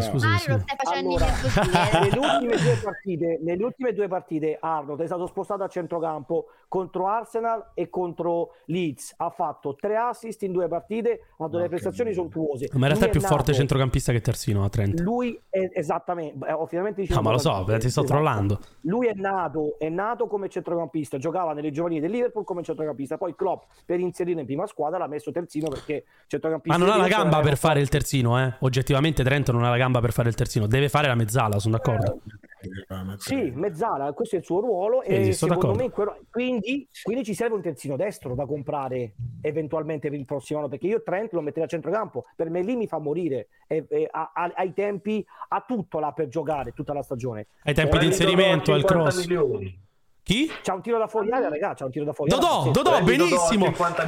Nelle ultime due partite Arnold è stato spostato a centrocampo contro Arsenal e contro Leeds. Ha fatto 3 assist in 2 partite, ha fatto delle prestazioni sontuose. Ma in realtà è più forte centrocampista che terzino a Trent. Lui è esattamente, ovviamente ma lo so, ti sto trollando. Lui è nato come centrocampista, giocava nelle giovanili del Liverpool come centrocampista, poi Klopp per inserire in prima squadra l'ha messo terzino perché centrocampista. Ma non ha la gamba per fare il terzino, oggettivamente Trent non ha la gamba per fare il terzino, deve fare la mezzala, sono d'accordo. Sì, mezzala, questo è il suo ruolo e secondo me quindi ci serve un terzino destro da comprare eventualmente per il prossimo anno, perché io Trent lo metterei a centrocampo, per me lì mi fa morire ai tempi, ha tutto là per giocare tutta la stagione, ai tempi di inserimento, al cross. Milioni. Chi? C'ha un tiro da fuori aria, ragazzi, c'ha un tiro da fuori aria. Dodò, benissimo.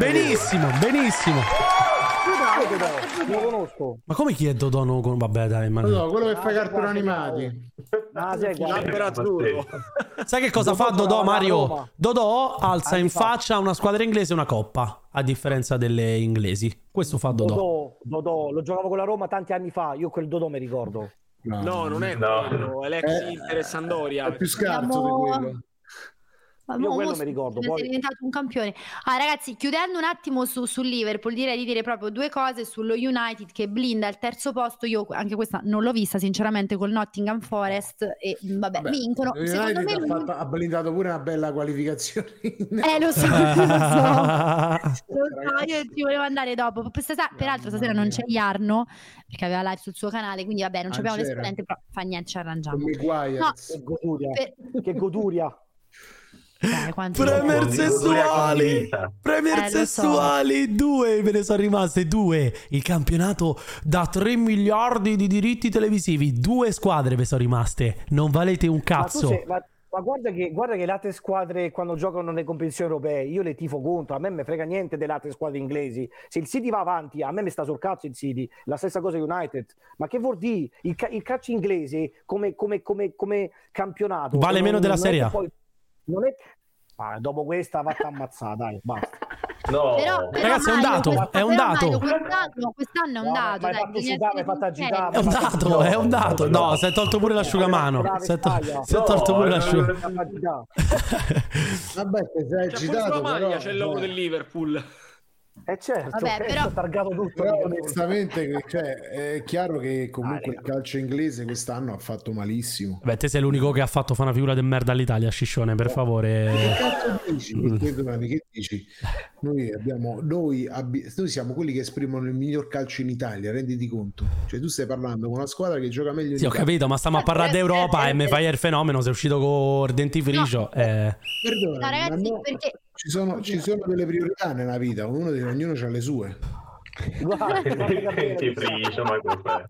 Lo conosco. Ma come chi è Dodò? Vabbè, dai, Dodò, quello che fa cartoni animati. Sai che cosa fa Dodò, Mario? Dodò alza in faccia una squadra inglese una coppa, a differenza delle inglesi. Questo fa Dodò. Dodò, lo giocavo con la Roma tanti anni fa, io quel Dodò mi ricordo. No, non è quello, è l'ex Inter e Sampdoria. È più scarso di quello. Io quello mi ricordo. Sei diventato un campione. Ragazzi, chiudendo un attimo su Liverpool, direi di dire proprio 2 cose sullo United che blinda al terzo posto. Io anche questa non l'ho vista sinceramente col Nottingham Forest e vabbè vincono. Secondo me ha blindato pure una bella qualificazione. Lo so. Io ci volevo andare dopo. Peraltro stasera non c'è Jarno perché aveva live sul suo canale, quindi vabbè non abbiamo l'esponente, però fa niente, ci arrangiamo. Che goduria. Che goduria. Premier sessuali 2, ve ne sono rimaste 2. Il campionato da 3 miliardi di diritti televisivi, 2 squadre ve sono rimaste, non valete un cazzo. Ma guarda che le altre squadre quando giocano nelle competizioni europee io le tifo contro, a me me frega niente delle altre squadre inglesi. Se il City va avanti a me mi sta sul cazzo il City, la stessa cosa United. Ma che vuol dire? Il calcio inglese come campionato vale meno della Serie A. Non è... dopo questa va ammazzata, dai, basta. No, però ragazzi, è un dato. Quest'anno è un dato. È un dato. No, si è tolto pure l'asciugamano. Si è tolto pure l'asciugamano. Vabbè, sei agitato. Maglia c'è il logo del Liverpool. Certo, vabbè, però targato tutto. Però onestamente è chiaro che comunque il calcio inglese quest'anno ha fatto malissimo. Beh, te sei l'unico che ha fatto fare una figura di merda all'Italia, Sciscione, per favore. Che cazzo dici? Che dici? Noi siamo quelli che esprimono il miglior calcio in Italia, renditi conto. Cioè tu stai parlando con una squadra che gioca meglio in Italia. Sì, ho capito, ma stiamo a parlare d'Europa e mi fai il fenomeno, sei uscito con dentifricio. Perdona, no, ragazzi, perché ci sono delle priorità nella vita, ognuno ha le sue. Dentifricio, ma cos'è?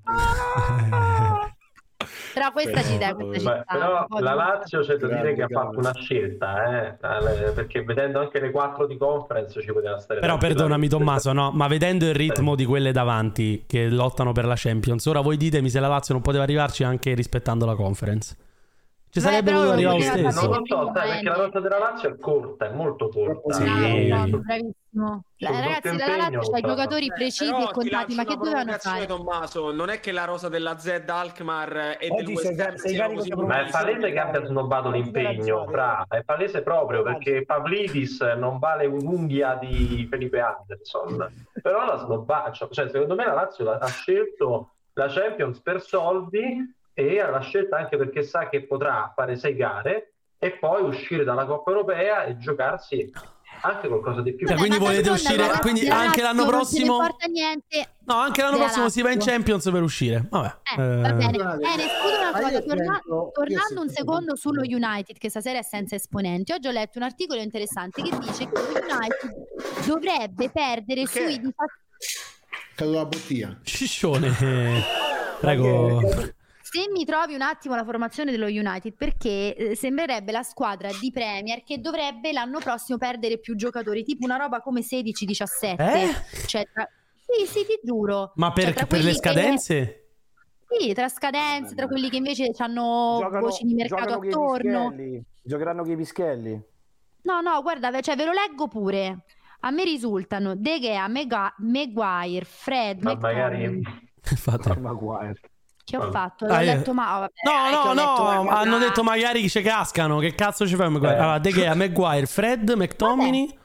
Però questa ci dà però la Lazio c'è da dire che ha fatto una scelta, perché vedendo anche le 4 di conference ci poteva stare. Però perdonami Tommaso, no, ma vedendo il ritmo di quelle davanti che lottano per la Champions, ora voi ditemi se la Lazio non poteva arrivarci anche rispettando la conference. Ci sarebbe voluto arrivare lo stesso. Non lo so, perché la rotta della Lazio è corta, è molto corta. Sì. Bravissimo. Ragazzi, la Lazio c'ha i giocatori precisi e contati, ma che dovevano fare? Tommaso, non è che la rosa della Z Alkmaar e del West Ham ma è palese che abbia snobbato l'impegno, è palese proprio, perché Pavlidis non vale un'unghia di Felipe Anderson, però la snobbato, cioè secondo me la Lazio ha scelto la Champions per soldi e l'ha scelta anche perché sa che potrà fare 6 gare e poi uscire dalla Coppa Europea e giocarsi anche qualcosa di più. Quindi volete uscire, quindi anche l'anno prossimo non porta niente. No, anche l'anno prossimo si va in Champions per uscire. Vabbè. Va bene. Scusa una cosa, tornando un secondo sullo United, che stasera è senza esponenti. Oggi ho letto un articolo interessante che dice che lo United dovrebbe perdere sui caduta la bottiglia. Sciscione. Prego. Se mi trovi un attimo la formazione dello United, perché sembrerebbe la squadra di Premier che dovrebbe l'anno prossimo perdere più giocatori, tipo una roba come 16-17. Cioè, sì, ti giuro. Ma per le scadenze? Sì, tra scadenze, tra quelli che invece hanno voci di mercato attorno. Giocheranno con i Pischelli? No, guarda, cioè ve lo leggo pure. A me risultano De Gea, Maguire, Fred, magari Maguire. Che ho fatto? L'ho letto no, hanno detto magari ci cascano. Che cazzo ci fai? Allora, De Gea, Maguire, Fred, McTominay,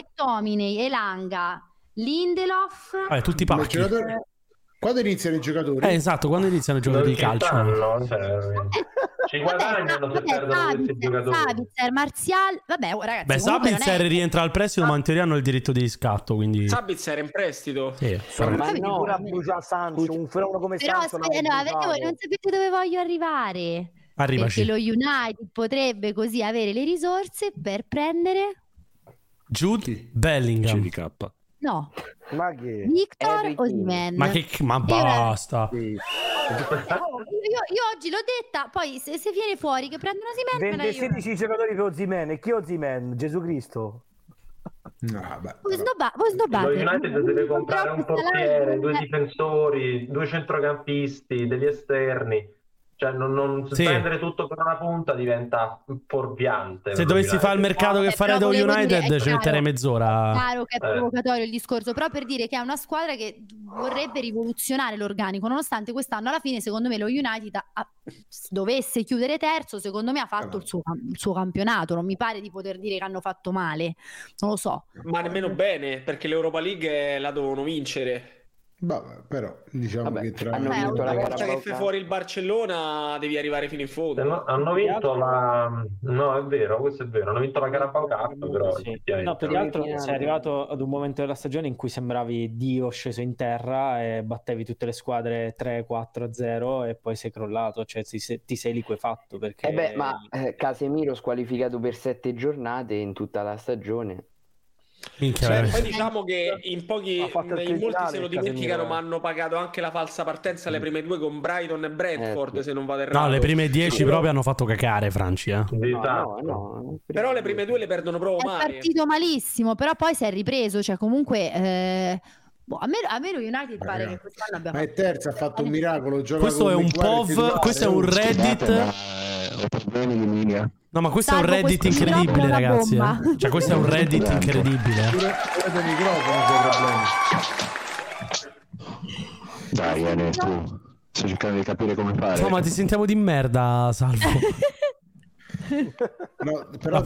Elanga, Lindelof. Tutti pacchi. Quando iniziano i giocatori? Esatto, quando iniziano i giocatori di calcio. Ci guadagnano se perdono questi giocatori. Sabitzer, Martial, vabbè, ragazzi. Beh, Sabitzer rientra al prestito, ma in teoria hanno il diritto di riscatto, quindi Sabitzer è in prestito. Sì. Ma no, Sancho, un fenomeno come Sancho. Però perché voi non sapete dove voglio arrivare. Arrivaci. Perché lo United potrebbe così avere le risorse per prendere Jude Bellingham. CDK. No, ma che Victor Osimhen. Ma basta. Io oggi l'ho detta, poi se viene fuori che prendono Osimhen, vende 16 giocatori per Osimhen. E chi è Osimhen? Gesù Cristo. Voi snobbate. Lo United deve comprare un portiere, 2 difensori, 2 centrocampisti, degli esterni. Cioè non spendere tutto per una punta diventa fuorviante. Se dovessi fare il mercato che farete con United ci metterei mezz'ora. Chiaro che è provocatorio il discorso, però per dire che è una squadra che vorrebbe rivoluzionare l'organico, nonostante quest'anno alla fine secondo me lo United dovesse chiudere terzo, secondo me ha fatto il suo campionato, non mi pare di poter dire che hanno fatto male, non lo so. Ma nemmeno bene, perché l'Europa League la dovevano vincere. Vabbè, però diciamo che tra hanno vinto una volta che fai fuori il Barcellona devi arrivare fino in fondo. Hanno vinto la... No, è vero, questo è vero. Hanno vinto la Carabao Cup, però... Sì. No, più che altro sei arrivato ad un momento della stagione in cui sembravi Dio sceso in terra e battevi tutte le squadre 3-4-0 e poi sei crollato, cioè ti sei liquefatto perché... Casemiro squalificato per 7 giornate in tutta la stagione. Poi diciamo che in molti se lo dimenticano, ma hanno pagato anche la falsa partenza alle prime 2 con Brighton e Brentford, se non vado errato. No, le prime 10 proprio hanno fatto cacare Franci, no. Però le prime 2 le perdono proprio male. È partito malissimo, però poi si è ripreso, cioè comunque a me lo United pare che quest'anno abbia ma è terza, ha fatto un miracolo. Questo è un POV, questo è un Reddit. Ho problemi di linea. No, ma questo è un Reddit incredibile, ragazzi. Cioè, questo è un Reddit incredibile. Pure microfono c'è problemi. Dai, tu sto cercando di capire come fare. No, ma ti sentiamo di merda, Salvo. No, però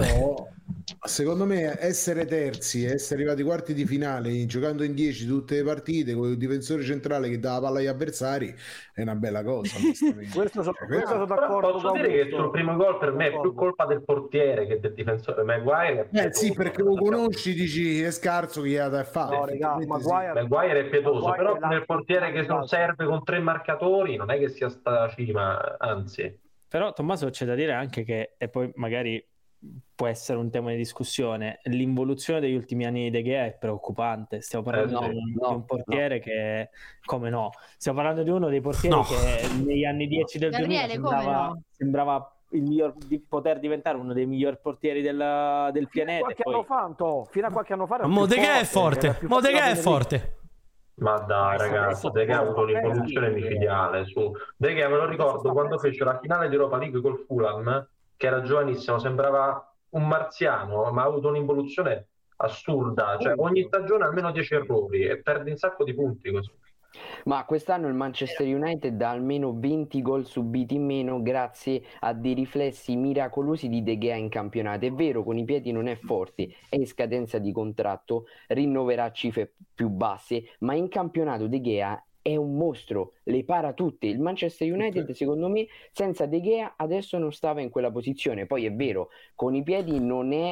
secondo me essere terzi, essere arrivati ai quarti di finale giocando in 10 tutte le partite con il difensore centrale che dà la palla agli avversari è una bella cosa. questo sono d'accordo. Posso dire che sul primo gol per me è più colpa del portiere che del difensore. Maguire sì, perché lo conosci, dici è scarso che gli ha da fare. No, regà, Maguire è pietoso, però nel portiere che non serve con 3 marcatori non è che sia sta cima, anzi. Però Tommaso c'è da dire anche che, e poi magari può essere un tema di discussione, l'involuzione degli ultimi anni di De Gea è preoccupante. Stiamo parlando di un portiere che, come no, stiamo parlando di uno dei portieri che negli anni 10 del 2000 sembrava il miglior, di poter diventare uno dei migliori portieri del pianeta. Fino a qualche anno fa Mo De Gea è forte, Mo De Gea è forte. Ma dai ragazzi, De Gea ha avuto un'involuzione micidiale su De Gea, me lo ricordo quando fece la finale di Europa League col Fulham, che era giovanissimo, sembrava un marziano, ma ha avuto un'involuzione assurda, cioè ogni stagione almeno 10 errori e perde un sacco di punti così. Ma quest'anno il Manchester United ha almeno 20 gol subiti in meno grazie a dei riflessi miracolosi di De Gea in campionato. È vero, con i piedi non è forte, è in scadenza di contratto, rinnoverà cifre più basse, ma in campionato De Gea è un mostro, le para tutte. Il Manchester United secondo me senza De Gea adesso non stava in quella posizione. Poi è vero, con i piedi non è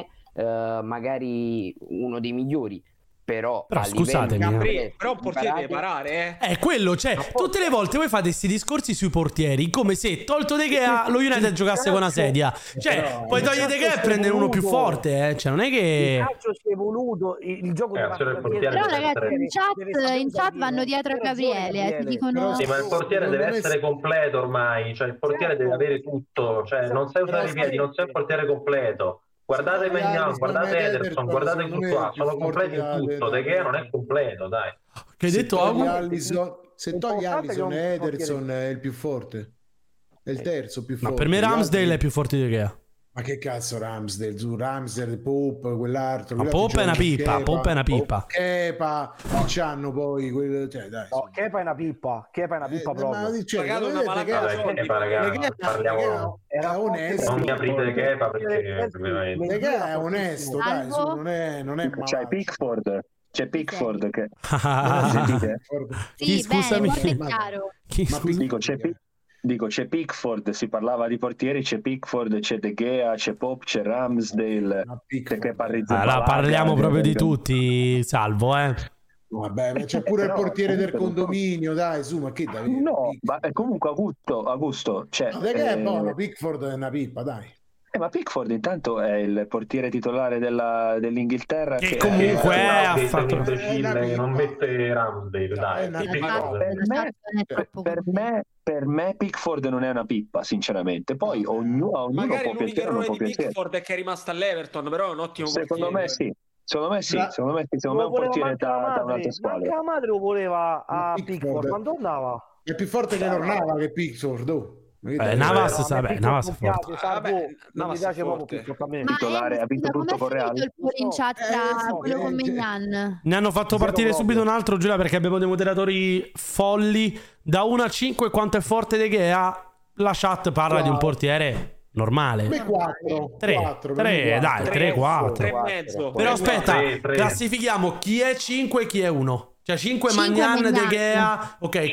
magari uno dei migliori, però scusatemi, però un portiere deve parare, È quello, cioè tutte le volte voi fate questi discorsi sui portieri come se tolto De Gea lo United giocasse con una sedia, cioè poi toglie De Gea e prende uno più forte, cioè non è che il calcio si è evoluto, il gioco però ragazzi in chat vanno dietro a Gabriele, ti dicono sì, ma il portiere deve essere completo ormai, cioè il portiere deve avere tutto, cioè non sai usare i piedi, non sei un portiere completo. Guardate Maignan, guardate Ederson, guardate Courtois, sono completi in tutto. De Gea non è completo, dai. Che hai detto? Se togli Alisson, Ederson è il più forte, è il terzo più forte. Ma per me Ramsdale è più forte di De Gea. Ma che cazzo Ramsdale, Pope, quell'altro. Ma Pope è una pippa, Pope è una pippa. Kepa, c'hanno poi quello, cioè dai. No, Kepa è una pippa, proprio. Parliamo. Era onesto. Non mi aprite Kepa perché De Gea è onesto, dai, non è male. C'è Pickford che Chi scusami? Dico, c'è Pickford, si parlava di portieri, c'è Pickford, c'è De Gea, c'è Pope, c'è Ramsdale, allora parliamo proprio di tutti, Salvo, Vabbè, ma c'è pure il portiere del condominio, dai, su, ma che dai? No, ma comunque Augusto, cioè, De Gea è buono, Pickford è una pippa, dai. Ma Pickford intanto è il portiere titolare dell'Inghilterra che comunque ha fatto non mette Ramsdale, dai. Per me Pickford non è una pippa, sinceramente. Poi ognuno magari può piacere, l'unico errore di Pickford è che è rimasto all'Everton, però è un ottimo secondo portiere. Secondo me è un portiere da un'altra squadra. La madre lo voleva a Pickford quando andava. È più forte che Navas che Pickford. Navas è forte. Non mi piace proprio titolare, ha vinto tutto con Real. Il in chat tra quello con Maignan. Ne hanno fatto partire subito un altro, Giulia, perché abbiamo dei moderatori folli. Da 1 a 5 quanto è forte De Gea, la chat parla di un portiere normale. 3, dai, 3, 4. Però aspetta, classifichiamo chi è 5 e chi è 1. Cioè 5 Magnan, De Gea. Ok,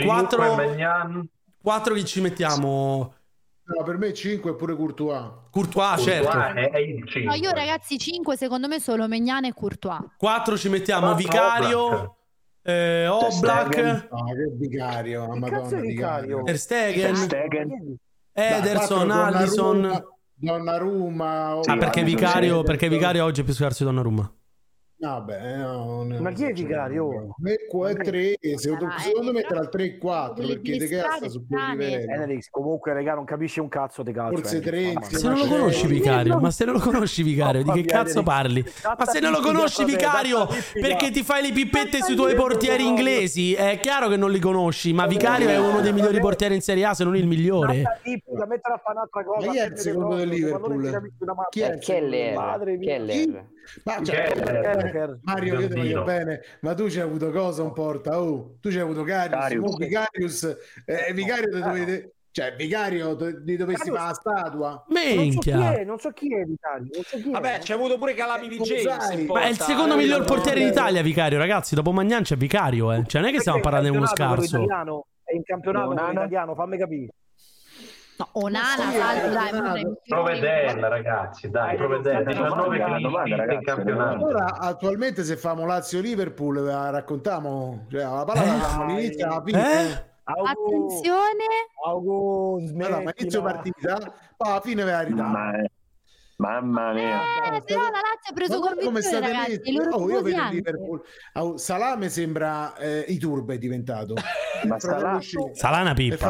4 che ci mettiamo? No, per me 5 è pure Courtois. Certo. È il 5. No, io ragazzi 5 secondo me solo Maignan e Courtois. 4 ci mettiamo Vicario, Oblak. No, che Vicario, Madonna, Vicario. Ter Stegen. Ederson, Alisson. Donnarumma. Perché Vicario oggi è più scarso di Donnarumma. Vabbè, ma chi è Vicario? 3, secondo me tra il 3 e 4 perché De Gea sta su quel livello. Comunque raga, non capisci un cazzo di calcio. Forse 3. Se non lo conosci Vicario, ma se non lo conosci Vicario, di che cazzo parli? Ma se non lo conosci Vicario perché ti fai le pippette sui tuoi portieri inglesi, è chiaro che non li conosci, ma Vicario è uno dei migliori portieri in Serie A, se non il migliore. Ma chi è il secondo del Liverpool? Chi è Keller? Mario, io ti voglio bene, ma tu c'hai avuto cosa un porta? Tu c'hai avuto Karius. Vicario dovete... Cioè, Vicario gli dovresti fare la statua. Minchia. Non so chi è Vicario. Vabbè, c'è avuto pure Calamity James. Ma è il secondo miglior portiere d'Italia, Vicario, ragazzi. Dopo Magnan c'è Vicario, Cioè, non è che stiamo parlando di uno scarso. È in campionato con l'italiano, fammi capire. No, Onana, Provedella, ragazzi, dai, Provedella, 19 in campionato. Allora, attualmente se famo Lazio-Liverpool, la raccontiamo, cioè la palla all'inizio, alla fine. Attenzione. Allora, ma inizio partita, alla fine ve la ridà. Mamma mia. Però la Lazio ha preso convinzione, ragazzi. Io vedo Liverpool. Salame sembra Iturbe è diventato. Ma Salana è una pippa.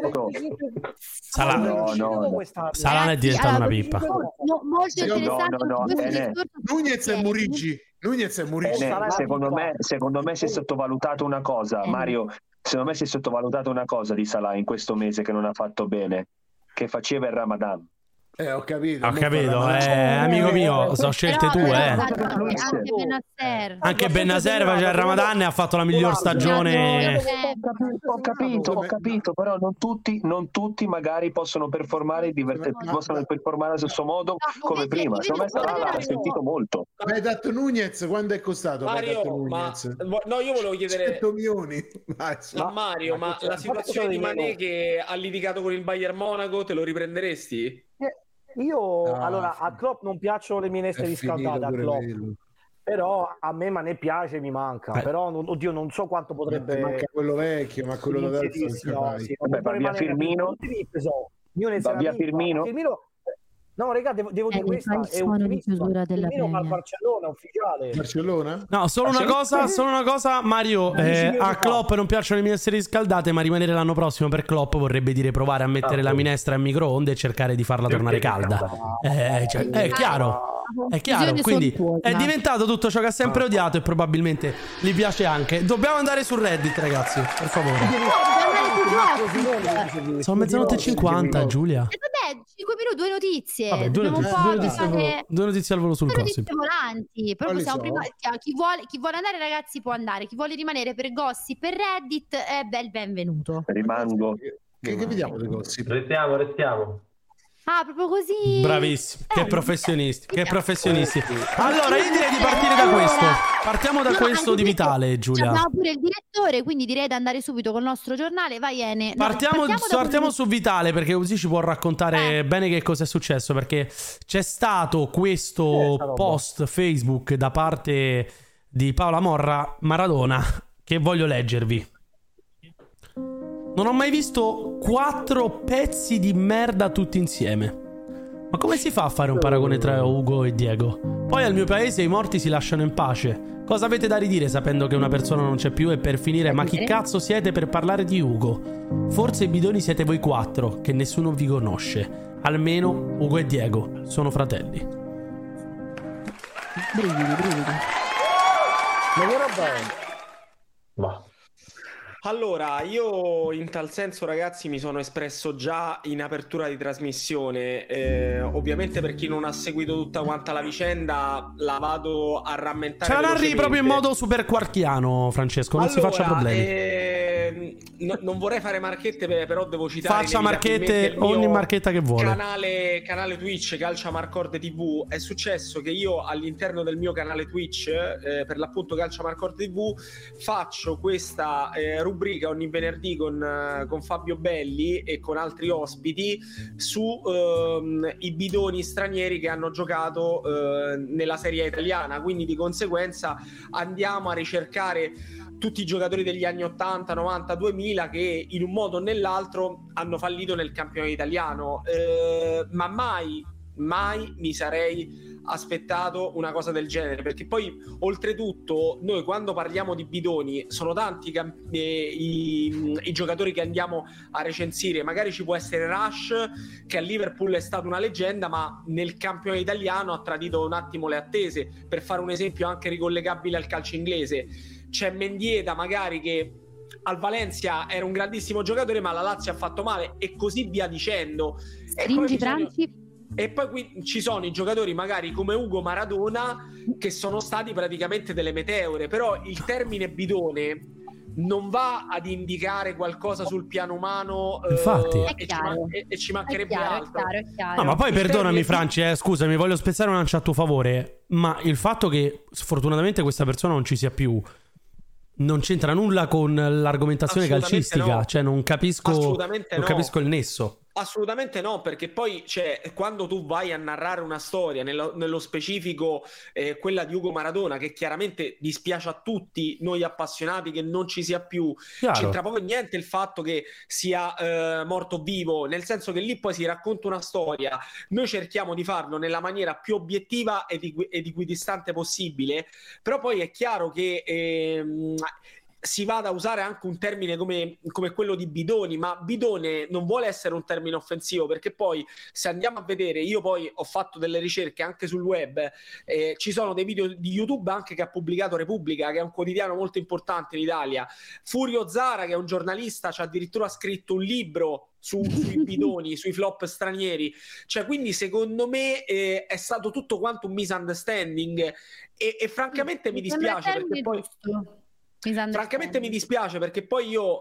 Salana è diventata una pippa. Molto interessante. Nunez e Murici. Secondo me si è sottovalutato una cosa, Mario. Secondo me si è sottovalutato una cosa di Salah in questo mese che non ha fatto bene, che faceva il Ramadan. Ho capito, amico mio, sono scelte tue. Anche Bennacer faceva il Ramadan e ha fatto la miglior stagione. Ho capito, però non tutti magari possono performare possono performare allo stesso modo come prima. Secondo me Salah l'ha sentito molto. Ma hai dato Nunez, quando è costato? Mario, no, io volevo chiedere 100 milioni. A Mario, ma la situazione di Mané che ha litigato con il Bayern Monaco, te lo riprenderesti? Allora a Klopp non piacciono le minestre riscaldate a Klopp, però a me Mané piace, mi manca. Però oddio, non so quanto potrebbe. Manca quello vecchio, ma quello da adesso va via Firmino. Va via Firmino. No, raga, devo dire questa. È un Firmino va al Barcellona, ufficiale. Barcellona? No, solo una cosa, Mario. A Klopp non piacciono le minestre riscaldate, ma rimanere l'anno prossimo per Klopp vorrebbe dire provare a mettere la minestra in microonde e cercare di farla tornare calda. È chiaro. Quindi è diventato tutto ciò che ha sempre odiato e probabilmente gli piace anche. Dobbiamo andare su Reddit, ragazzi, per favore. Sono mezzanotte e 50, Giulia. Vabbè, 5 minuti, 2 notizie. Vabbè, due notizie al volo sul gossip. Volanti. Però possiamo prima, chi vuole andare, ragazzi, può andare. Chi vuole rimanere per gossip, per Reddit, è benvenuto. Rimango. Che vediamo di gossip? Restiamo. Ah, proprio così. Bravissimi, che professionisti. Allora, io direi di partire da questo. Partiamo da questo di Vitale, Giulia. Abbiamo pure il direttore, quindi direi di andare subito col nostro giornale. Vai, Ene. Partiamo su Vitale, perché così ci può raccontare bene che cosa è successo, perché c'è stato questo post Facebook da parte di Paola Maradona che voglio leggervi. Non ho mai visto 4 pezzi di merda tutti insieme. Ma come si fa a fare un paragone tra Ugo e Diego? Poi al mio paese i morti si lasciano in pace. Cosa avete da ridire sapendo che una persona non c'è più? E per finire, ma chi cazzo siete per parlare di Ugo? Forse i bidoni siete voi 4, che nessuno vi conosce. Almeno Ugo e Diego sono fratelli. Brividi. Allora, io in tal senso, ragazzi, mi sono espresso già in apertura di trasmissione. Ovviamente, per chi non ha seguito tutta quanta la vicenda, la vado a rammentare. Ce la narri proprio in modo super quartiano, Francesco. Non si faccia problemi. non vorrei fare marchette, però devo citare. Faccia marchette, ogni marchetta che vuole. Canale Twitch Calcia Marcord TV. È successo che io all'interno del mio canale Twitch, per l'appunto Calcia Marcord TV, faccio questa rubrica ogni venerdì con Fabio Belli e con altri ospiti su i bidoni stranieri che hanno giocato nella Serie A italiana. Quindi di conseguenza andiamo a ricercare tutti i giocatori degli anni 80, 90, 2000 che in un modo o nell'altro hanno fallito nel campionato italiano, ma mai mi sarei aspettato una cosa del genere, perché poi oltretutto noi quando parliamo di bidoni sono tanti i giocatori che andiamo a recensire. Magari ci può essere Rush, che a Liverpool è stato una leggenda ma nel campionato italiano ha tradito un attimo le attese, per fare un esempio anche ricollegabile al calcio inglese. C'è Mendieta magari che al Valencia era un grandissimo giocatore ma la Lazio ha fatto male, e così via dicendo. E poi qui ci sono i giocatori magari come Ugo Maradona che sono stati praticamente delle meteore, però il termine bidone non va ad indicare qualcosa sul piano umano, infatti. E ci mancherebbe altro. È chiaro. No, ma poi perdonami Franci, scusami, voglio spezzare una lancia a tuo favore, ma il fatto che sfortunatamente questa persona non ci sia più non c'entra nulla con l'argomentazione calcistica, no. Cioè non capisco il nesso. Assolutamente no, perché poi quando tu vai a narrare una storia, nello specifico quella di Ugo Maradona, che chiaramente dispiace a tutti noi appassionati che non ci sia più, Chiaro. C'entra proprio niente il fatto che sia morto vivo, nel senso che lì poi si racconta una storia. Noi cerchiamo di farlo nella maniera più obiettiva ed equidistante possibile, però poi è chiaro che si va ad usare anche un termine come quello di bidoni, ma bidone non vuole essere un termine offensivo, perché poi se andiamo a vedere, io poi ho fatto delle ricerche anche sul web, ci sono dei video di YouTube anche che ha pubblicato Repubblica, che è un quotidiano molto importante in Italia. Furio Zara, che è un giornalista, ci ha addirittura scritto un libro sui bidoni, sui flop stranieri. Cioè, quindi secondo me è stato tutto quanto un misunderstanding e francamente mi dispiace, perché poi mi dispiace perché poi io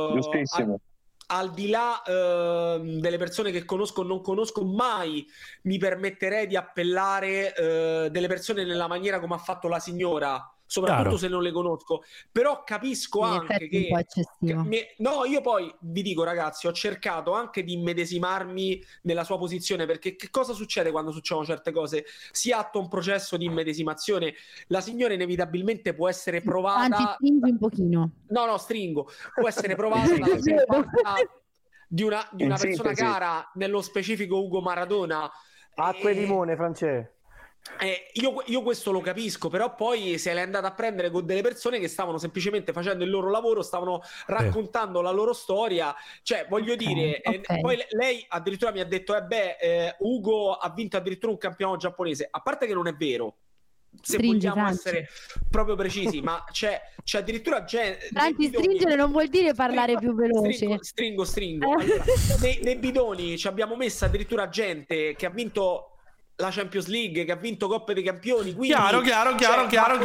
al di là delle persone che conosco o non conosco, mai mi permetterei di appellare delle persone nella maniera come ha fatto la signora, soprattutto se non le conosco. Però capisco anche che no, io poi vi dico ragazzi, ho cercato anche di immedesimarmi nella sua posizione, perché che cosa succede quando succedono certe cose? Si attua un processo di immedesimazione, la signora inevitabilmente può essere provata. Anzi, stringi un pochino. No, stringo. Può essere provata dalla simpatia di una persona cara, nello specifico Ugo Maradona. Acqua e limone, Francesco. Io questo lo capisco, però poi se l'è andata a prendere con delle persone che stavano semplicemente facendo il loro lavoro, stavano raccontando la loro storia. Cioè, voglio dire, poi lei addirittura mi ha detto Ugo ha vinto addirittura un campionato giapponese, a parte che non è vero, se vogliamo essere proprio precisi, ma c'è addirittura stringere non vuol dire parlare più veloce. Stringo. Allora, nei bidoni ci abbiamo messo addirittura gente che ha vinto la Champions League, che ha vinto Coppe dei Campioni, quindi chiaro, ma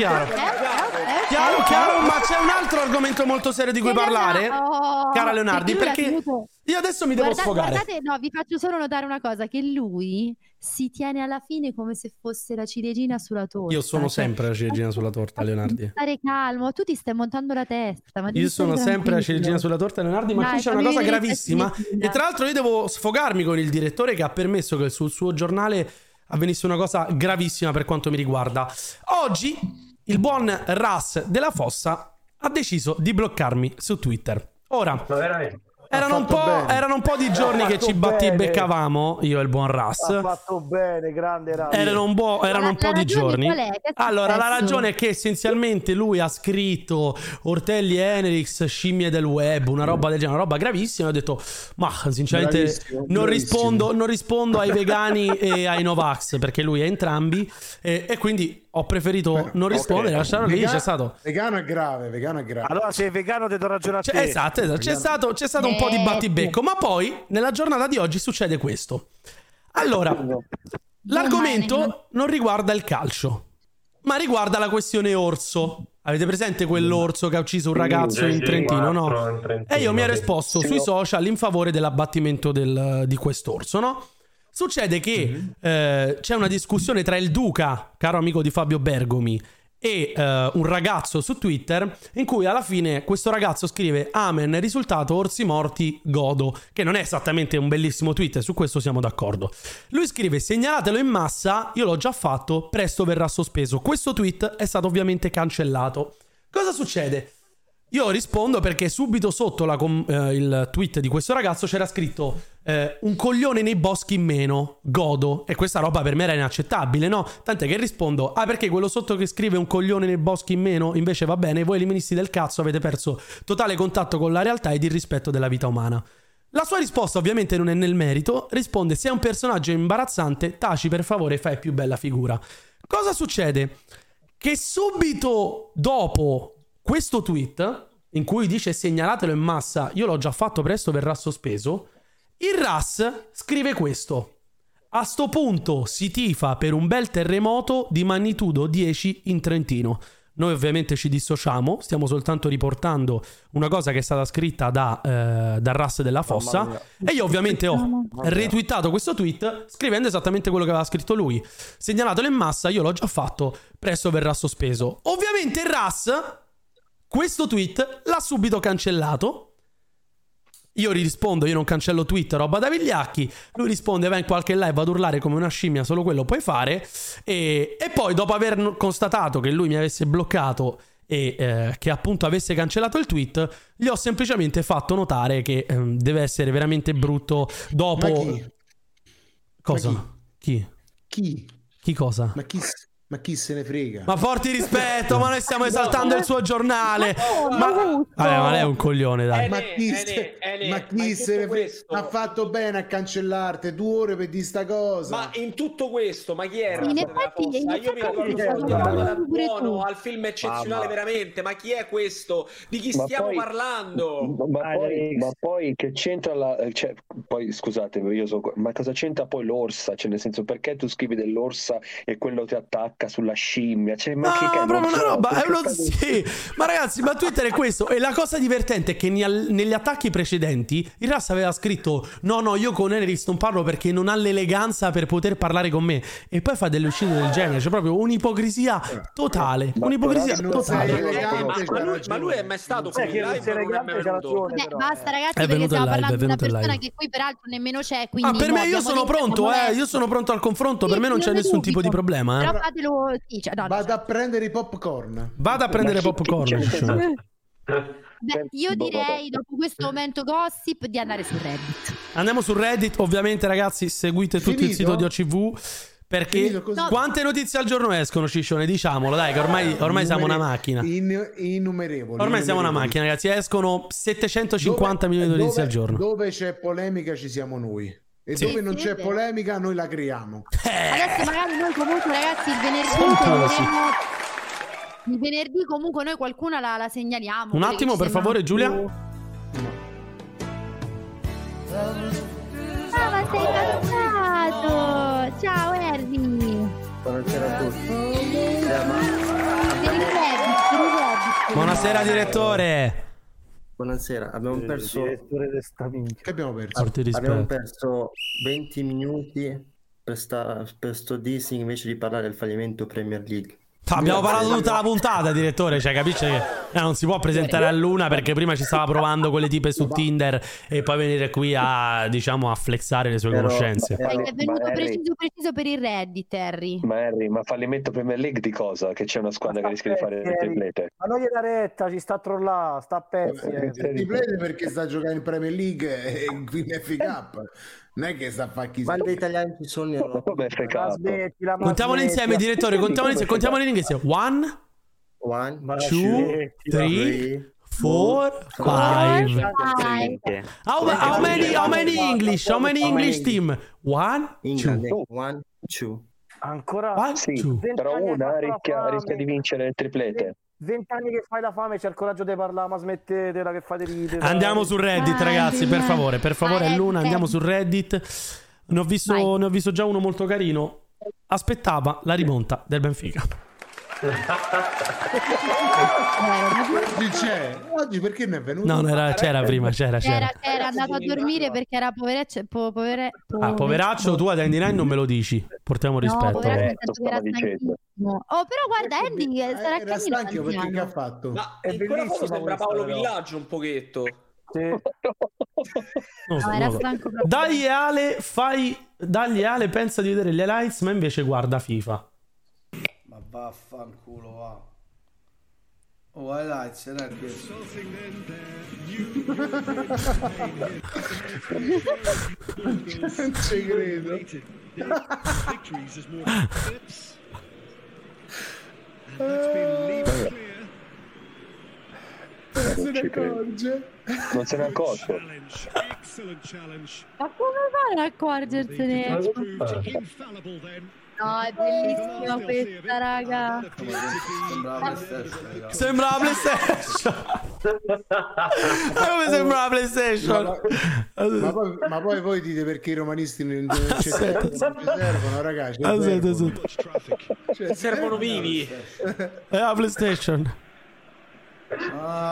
c'è un altro argomento molto serio di cui parlare, cara Leonardi, perché io adesso mi devo sfogare. Guardate, no, vi faccio solo notare una cosa, che lui si tiene alla fine come se fosse la ciliegina sulla torta. Io sono sempre la ciliegina sulla torta, Leonardi. Stare calmo, tu ti stai montando la testa. Ma io sono sempre la ciliegina sulla torta, Leonardi, ma qui c'è una cosa gravissima. E tra l'altro io devo sfogarmi con il direttore che ha permesso che sul suo giornale avvenisse una cosa gravissima per quanto mi riguarda. Oggi il buon Ras della Fossa ha deciso di bloccarmi su Twitter. Ora, erano un po' di giorni che ci beccavamo io e il buon Ras. Ha fatto bene, grande Ras. Erano un po' di giorni. Allora, la ragione è che essenzialmente lui ha scritto Ortelli Henrix, scimmie del web, una roba del genere, una roba gravissima. Ho detto, ma sinceramente non rispondo ai vegani e ai Novax, perché lui è entrambi, e quindi ho preferito non rispondere, lasciarlo lì. C'è stato vegano è grave. Allora, se è vegano ti do ragione a te. Esatto. C'è stato un po' di battibecco, ma poi nella giornata di oggi succede questo. Allora, l'argomento non riguarda il calcio, ma riguarda la questione orso. Avete presente quell'orso che ha ucciso un ragazzo in Trentino, no? E io mi ero esposto sui social in favore dell'abbattimento di quest'orso, no? Succede che c'è una discussione tra il Duca, caro amico di Fabio Bergomi, e un ragazzo su Twitter, in cui alla fine questo ragazzo scrive: amen, risultato orsi morti, godo, che non è esattamente un bellissimo tweet, su questo siamo d'accordo. Lui scrive: segnalatelo in massa, io l'ho già fatto, presto verrà sospeso. Questo tweet è stato ovviamente cancellato. Cosa succede? Io rispondo perché subito sotto il tweet di questo ragazzo c'era scritto un coglione nei boschi in meno, godo. E questa roba per me era inaccettabile, no? Tant'è che rispondo: perché quello sotto che scrive un coglione nei boschi in meno invece va bene, voi eliministi del cazzo avete perso totale contatto con la realtà ed il rispetto della vita umana. La sua risposta ovviamente non è nel merito, risponde: sei un personaggio imbarazzante, taci per favore, fai più bella figura. Cosa succede? Che subito dopo questo tweet, in cui dice segnalatelo in massa, io l'ho già fatto, presto verrà sospeso, il RAS scrive questo: a sto punto si tifa per un bel terremoto di magnitudo 10 in Trentino. Noi ovviamente ci dissociamo, stiamo soltanto riportando una cosa che è stata scritta dal RAS della Fossa, e io ovviamente ho retweetato questo tweet scrivendo esattamente quello che aveva scritto lui: segnalatelo in massa, io l'ho già fatto, presto verrà sospeso. Ovviamente il RAS questo tweet l'ha subito cancellato. Io gli rispondo: io non cancello tweet, roba da vigliacchi. Lui risponde: vai in qualche live ad urlare come una scimmia, solo quello puoi fare. E poi, dopo aver constatato che lui mi avesse bloccato e che appunto avesse cancellato il tweet, gli ho semplicemente fatto notare che deve essere veramente brutto dopo. Ma chi? Cosa? Ma Chi cosa? Ma chi se ne frega? Ma forti rispetto, ma noi stiamo esaltando il suo giornale. Ma lei è un coglione, dai. Ma chi se ne frega? Ha fatto bene a cancellarti 2 ore per di sta cosa. Ma in tutto questo, ma chi era? In Io effetti mi ricordo da buono al film eccezionale, veramente. Ma chi è questo? Di chi stiamo parlando? Ma poi che c'entra poi scusate, ma cosa c'entra poi l'orsa? Cioè, nel senso, perché tu scrivi dell'orsa e quello ti attacca sulla scimmia? Cioè, ma proprio una roba, sì. Ma ragazzi, ma Twitter è questo. E la cosa divertente è che negli attacchi precedenti il RAS aveva scritto: no, io con Enerist non parlo perché non ha l'eleganza per poter parlare con me, e poi fa delle uscite del genere. C'è proprio un'ipocrisia totale. Un'ipocrisia totale. Ma lui è mai stato qui live? Basta ragazzi, perché stiamo parlando di una persona che qui peraltro nemmeno c'è, quindi per me io sono pronto, io sono pronto al confronto. Per me non c'è nessun tipo di problema, Però fatelo. Vado a prendere i popcorn. Beh, io direi dopo questo momento gossip di andare su Reddit. Andiamo su Reddit, ovviamente ragazzi, seguite tutto il sito di OCV, perché quante notizie al giorno escono, Ciccione? Diciamolo, dai, che ormai siamo una macchina. Innumerevoli. Ormai siamo una macchina, ragazzi, escono 750 milioni di notizie al giorno. Dove c'è polemica ci siamo noi. E dove non c'è polemica noi la creiamo. Adesso magari noi comunque, ragazzi, il venerdì comunque noi qualcuna la segnaliamo. Un attimo, per favore, Giulia. Ma sei cantato. Ciao Erdi. Buonasera a tutti. Buonasera direttore. Buonasera, abbiamo perso. Che abbiamo perso? Abbiamo perso 20 minuti per sto dissing invece di parlare del fallimento Premier League. Abbiamo parlato tutta la puntata, direttore, cioè capisce che non si può presentare a Luna perché prima ci stava provando con le tipe su Tinder e poi venire qui a, diciamo, a flexare le sue conoscenze. È venuto preciso per il Reddit, Harry. Ma fallimento Premier League di cosa? Che c'è una squadra che rischia di fare le triplete. Ma non gliela retta, ci sta trollando, sta a pezzi. Triplete perché sta giocando in Premier League e in FA Cup. Non è che sta a fare chissà. Quando gli italiani ci sono, contiamole insieme, direttore, contiamole in inglese. 1 2 3 4 5. How many English? How many English team? 1 2. Ancora? Sì, però una rischia di vincere il triplete. 20 anni che fai la fame, c'è il coraggio di parlare, ma smettetela che fate ridere. Andiamo su Reddit, ragazzi, per favore, Luna, andiamo su Reddit. Ne ho visto già uno molto carino. Aspettava la rimonta del Benfica. Oggi c'è. Oggi perché ne è venuto? No, c'era prima, c'era. Era andato a dormire perché era poveraccio. Poveraccio, tu ad Andy Nine non me lo dici. Portiamo rispetto. Oh, però guarda, Andy sarà era stanco perché che ha fatto? Ma è bellissimo, sembra Paolo Villaggio un pochetto. Sì. Era stanco proprio. Dagli Ale, pensa di vedere gli highlights, ma invece guarda FIFA. Ma vaffanculo, va. Oh, highlights, era questo. Non ci credo. Non se ne accorge. Ma come fa ad accorgersene? No, è bellissima questa, raga. Sembra la PlayStation. Come sembra la PlayStation? Ma poi voi dite perché i romanisti non ci servono, ragazzi. Servono vivi. È la PlayStation. Perché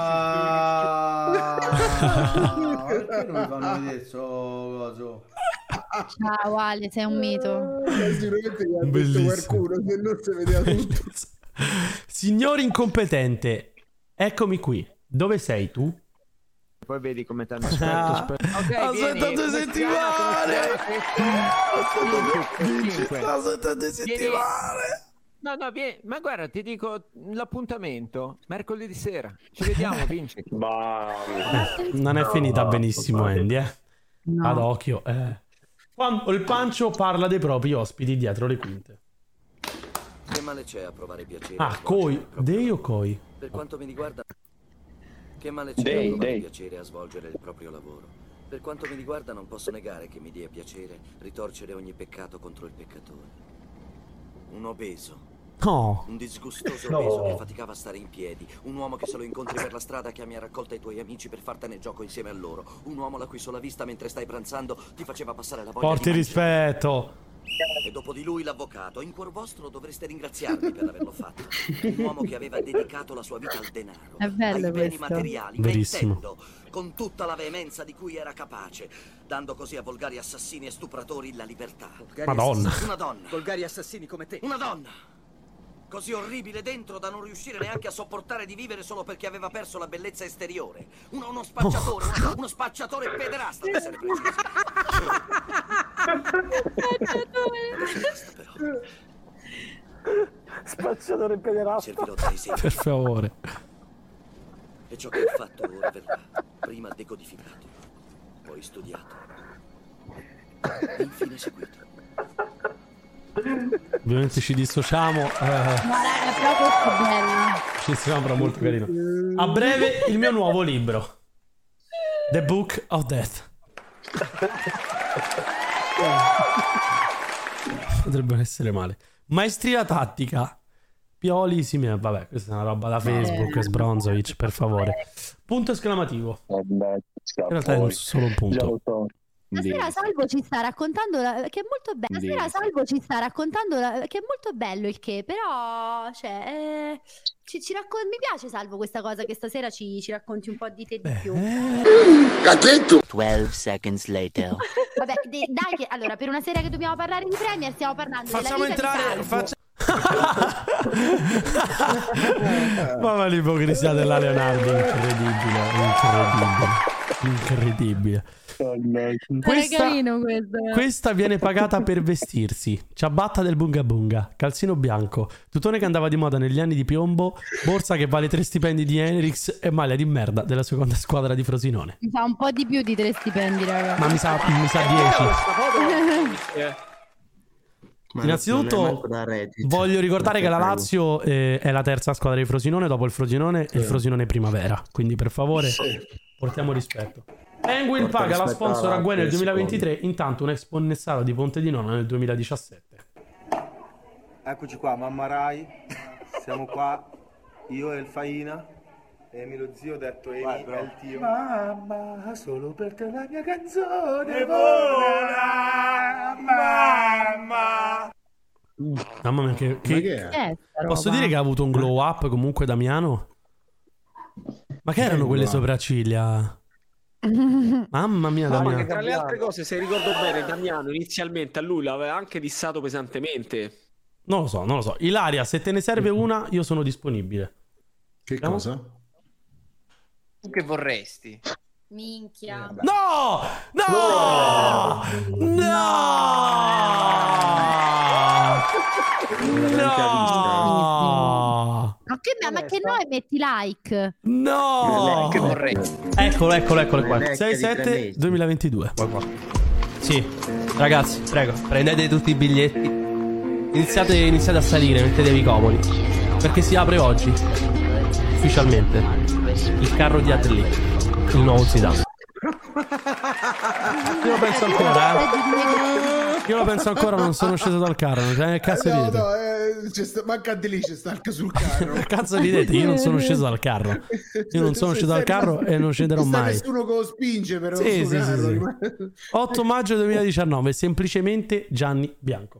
non mi fanno vedere sto coso? Ciao Ale, sei un mito. Sicuramente gli ha detto qualcuno, se non si vedeva tutto. Signor incompetente, eccomi qui. Dove sei tu? Poi vedi come ti hanno aspetto. Aspetta 2 settimane. Aspetta 2 settimane. No, vieni, ma guarda, ti dico l'appuntamento mercoledì sera. Ci vediamo, Vinci. Non è finita benissimo, Andy, No. Ad occhio. Quando il Pancio parla dei propri ospiti dietro le quinte. Che male c'è a provare piacere? Coi? Dei o Coi? Per quanto mi riguarda, che male c'è a provare piacere a svolgere il proprio lavoro? Per quanto mi riguarda non posso negare che mi dia piacere ritorcere ogni peccato contro il peccatore. Un obeso. Oh. Un disgustoso obeso che faticava a stare in piedi. Un uomo che se lo incontri per la strada chiami a raccolta i tuoi amici per fartene gioco insieme a loro. Un uomo la cui sola vista mentre stai pranzando ti faceva passare la voglia Porti di rispetto. E dopo di lui l'avvocato. In cuor vostro dovreste ringraziarmi per averlo fatto. Un uomo che aveva dedicato la sua vita al denaro, è bello ai beni questo. materiali, Verissimo. mentendo con tutta la veemenza di cui era capace, dando così a volgari assassini e stupratori la libertà. Madonna. Una donna. Volgari assassini come te. Una donna. Così orribile dentro da non riuscire neanche a sopportare di vivere solo perché aveva perso la bellezza esteriore. Uno spacciatore, uno spacciatore pederasta, per essere preciso. Spacciatore pederasta. Servirò da esempio. Per favore. E ciò che ho fatto ora verrà prima decodificato, poi studiato e infine seguito. Ovviamente ci dissociamo. Ma raga, però questo è bello. Ci sembra molto carino. A breve il mio nuovo libro, The Book of Death. Potrebbe essere male. Maestria tattica. Pioli simile. Vabbè, questa è una roba da Facebook. Sbronzovic, per favore. Punto esclamativo. In realtà è solo un punto. Stasera Salvo ci sta raccontando che è molto bello. Stasera Salvo ci sta raccontando che è molto bello il che, però cioè mi piace Salvo questa cosa che stasera ci racconti un po' di te di più. Cachetto. 12 seconds later. Vabbè, dai che allora per una sera che dobbiamo parlare di Premier stiamo parlando Facciamo della vita entrare Mamma l'ipocrisia della Leonardo, incredibile. Questa viene pagata per vestirsi. Ciabatta del Bunga Bunga, calzino bianco, tutone che andava di moda negli anni di piombo, borsa che vale 3 stipendi di Henrix e maglia di merda della seconda squadra di Frosinone. Mi fa un po' di più di 3 stipendi, raga. Ma mi sa 10. Innanzitutto voglio ricordare che la Lazio è la terza squadra di Frosinone dopo il Frosinone e il Frosinone Primavera, quindi per favore portiamo rispetto. Penguin paga la sponsor a Gue nel 2023, intanto un ex Ponnessato di Ponte di Nona nel 2017. Eccoci qua, mamma Rai, siamo qua, io e il Faina, Emi lo zio, detto Emi è il tio. Mamma, solo per te la mia canzone vola, mamma. Mamma mia, che è? Posso dire che ha avuto un glow up comunque Damiano? Ma che erano quelle sopracciglia? Mamma mia, No, ma Damiano. che tra le altre cose, se ricordo bene, Damiano inizialmente a lui l'aveva anche dissato pesantemente. Non lo so. Ilaria, se te ne serve una, io sono disponibile. Che cosa? Tu che vorresti? Minchia. No! Ma che noi metti like? No! Che vorresti? Eccolo qua. 6-7 2022. Sì, ragazzi, prego, prendete tutti i biglietti. Iniziate a salire, mettetevi comodi. Perché si apre oggi ufficialmente il carro di Atli, il nuovo Zidane. Io lo penso ancora, non sono sceso dal carro. Che cazzo ridete? Manca di lì, c'è Stark sul carro. Che cazzo ridete? Io non sono sceso dal carro. Io non sono sceso dal carro e non scenderò mai. Nessuno che lo spinge però. Sì. 8 maggio 2019, semplicemente Gianni Bianco.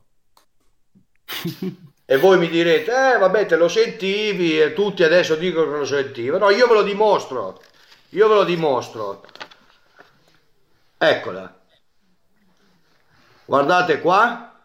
E voi mi direte, vabbè, te lo sentivi e tutti adesso dicono che lo sentivo. No, io ve lo dimostro. Eccola. Guardate qua.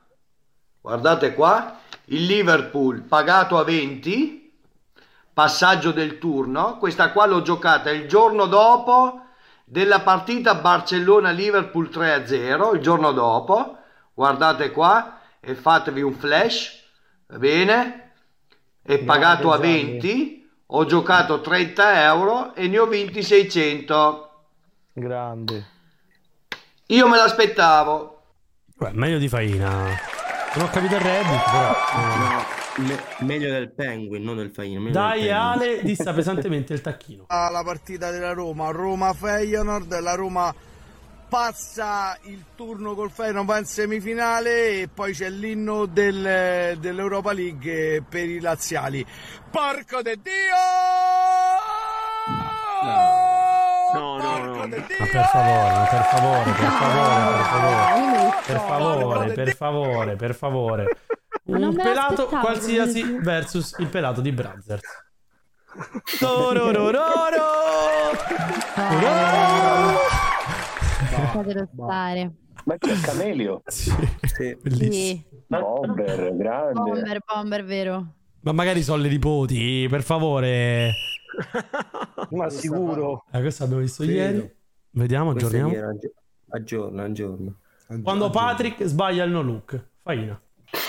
Il Liverpool pagato a 20, passaggio del turno. Questa qua l'ho giocata il giorno dopo della partita Barcellona-Liverpool 3-0, il giorno dopo. Guardate qua e fatevi un flash. Va bene? È pagato a 20, ho giocato 30 euro e ne ho vinti 600. Grande. Io me l'aspettavo. Beh, meglio di Faina. Non ho capito il Reddit, però. Meglio del Penguin, non del Faina. Dai, Ale dissa pesantemente il tacchino. La partita della Roma-Feyenoord, la Roma passa il turno col Feyenoord, va in semifinale e poi c'è l'inno dell'Europa League per i laziali. Porco de Dio! No. Ma per favore. Un pelato qualsiasi versus il pelato di Brazzers. Fatelo stare. Ma c'è Camelio. Sì, bellissimo. Bomber, grande. Bomber, vero. Ma magari sono le nipoti, per favore. Ma sicuro. Questo abbiamo visto ieri. Vediamo, aggiorniamo. Aggiorno. Quando Patrick sbaglia il no look. Faina.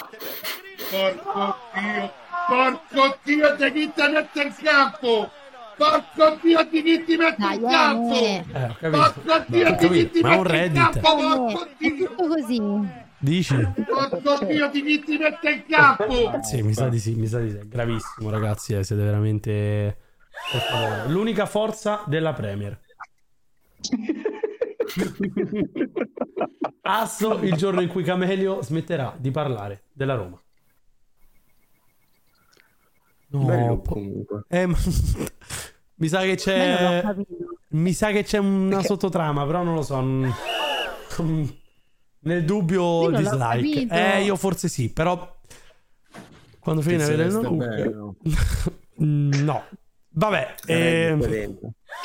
Porco Dio, di chi ti mette in campo? Porco Dio, di chi ti mette in campo? Porco Dio, di chi ti mette in campo? Porco Dio. Tutto così. Dici? Porco Dio, di chi ti mette in campo? Sì, mi sa di sì. Gravissimo, ragazzi, siete veramente... Per favore. L'unica forza della Premier. Asso il giorno in cui Camelio smetterà di parlare della Roma. No, comunque. Mi sa che c'è una sottotrama, però non lo so. Nel dubbio il dislike. Io forse sì, però quando fine vede il no. No. Vabbè, finiti.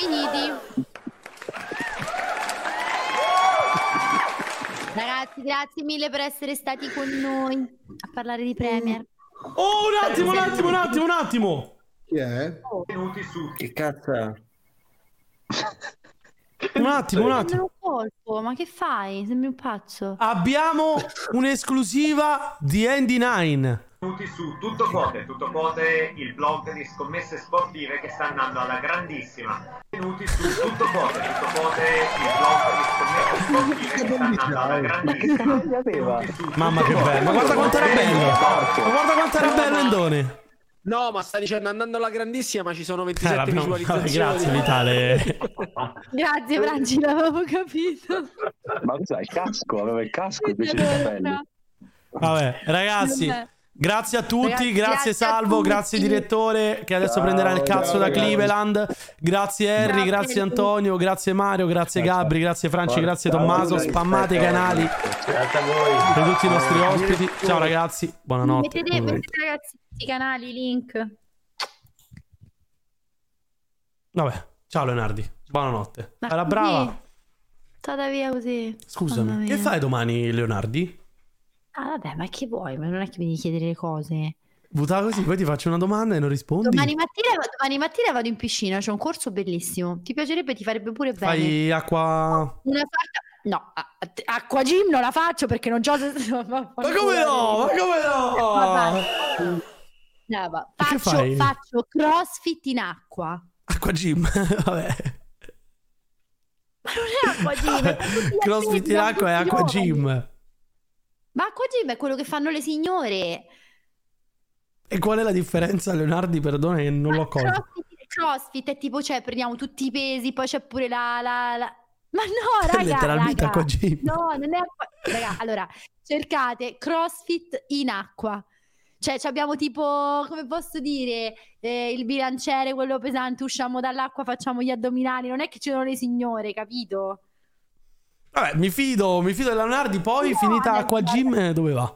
Ragazzi, grazie mille per essere stati con noi a parlare di Premier. Oh, un attimo. Chi è? Che cazzo è? Un attimo. Ma che fai? Sembri un pazzo. Abbiamo un'esclusiva di Andy Nine. Su Tutto Quote, il blog di scommesse sportive che sta andando alla grandissima. Benvenuti su Tutto Quote, il blog di scommesse sportive che sta andando alla grandissima. Mamma che bello, ma guarda quanto era bello Endone. No, ma sta dicendo andando alla grandissima, ma ci sono 27 visualizzazioni. Grazie Vitale. Grazie Franci, l'avevo capito. Ma cos'è il casco? Aveva il casco invece di capelli. Vabbè, ragazzi, Grazie a tutti, Ragazzi, grazie Salvo, grazie direttore che adesso prenderà il cazzo da Cleveland. Grazie Harry, grazie Antonio, grazie Mario, grazie Gabri, grazie Franci, grazie Tommaso. Spammate i canali Grazie a voi. per tutti i nostri ospiti. Ciao ragazzi, buonanotte. Mettete ragazzi i canali, link. Vabbè, ciao Leonardi, buonanotte. Era brava. Stata via così. Scusami, che fai domani Leonardi? Ah vabbè, ma che vuoi? Ma non è che mi devi chiedere le cose. Buttata così, poi ti faccio una domanda e non rispondi. Domani mattina vado in piscina, c'è un corso bellissimo. Ti piacerebbe, ti farebbe pure bene. Fai acqua... No, acqua gym non la faccio perché non c'ho... Ma come no? Faccio CrossFit in acqua. Acqua gym, vabbè. Ma non è acqua gym. CrossFit in acqua è acqua gym. Ma acqua gym è quello che fanno le signore. E qual è la differenza, Leonardi? Perdona che non l'ho colto. CrossFit è tipo, cioè, prendiamo tutti i pesi, poi c'è pure la... Ma no, raga, letteralmente acqua gym. No, non è acqua... Raga, allora, cercate CrossFit in acqua. Cioè, abbiamo tipo, come posso dire, il bilanciere, quello pesante, usciamo dall'acqua, facciamo gli addominali. Non è che ci sono le signore, capito? Vabbè, mi fido della Leonardi. Poi, finita acqua gym, dove va?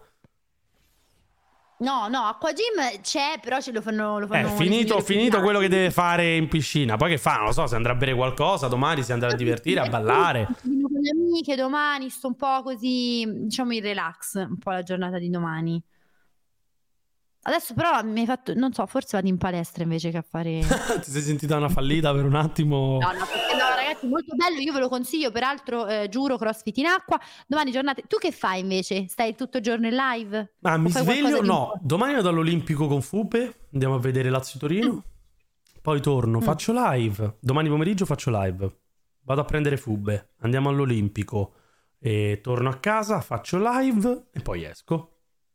No, acqua gym c'è, però ce lo fanno finito quello che deve fare in piscina. Poi che fa? Non lo so, se andrà a bere qualcosa domani, si andrà a divertire, a ballare. Con le amiche domani, sto un po' così, diciamo in relax, un po' la giornata di domani. Adesso però mi hai fatto, non so, forse vado in palestra invece che a fare... Ti sei sentita una fallita per un attimo? No, ragazzi, molto bello, io ve lo consiglio, peraltro giuro, CrossFit in acqua. Domani giornate, tu che fai invece? Stai tutto il giorno in live? Ah, mi sveglio? No, domani vado all'Olimpico con Fube, andiamo a vedere Lazio-Torino, poi torno, faccio live, domani pomeriggio faccio live, vado a prendere Fube, andiamo all'Olimpico, e torno a casa, faccio live e poi esco.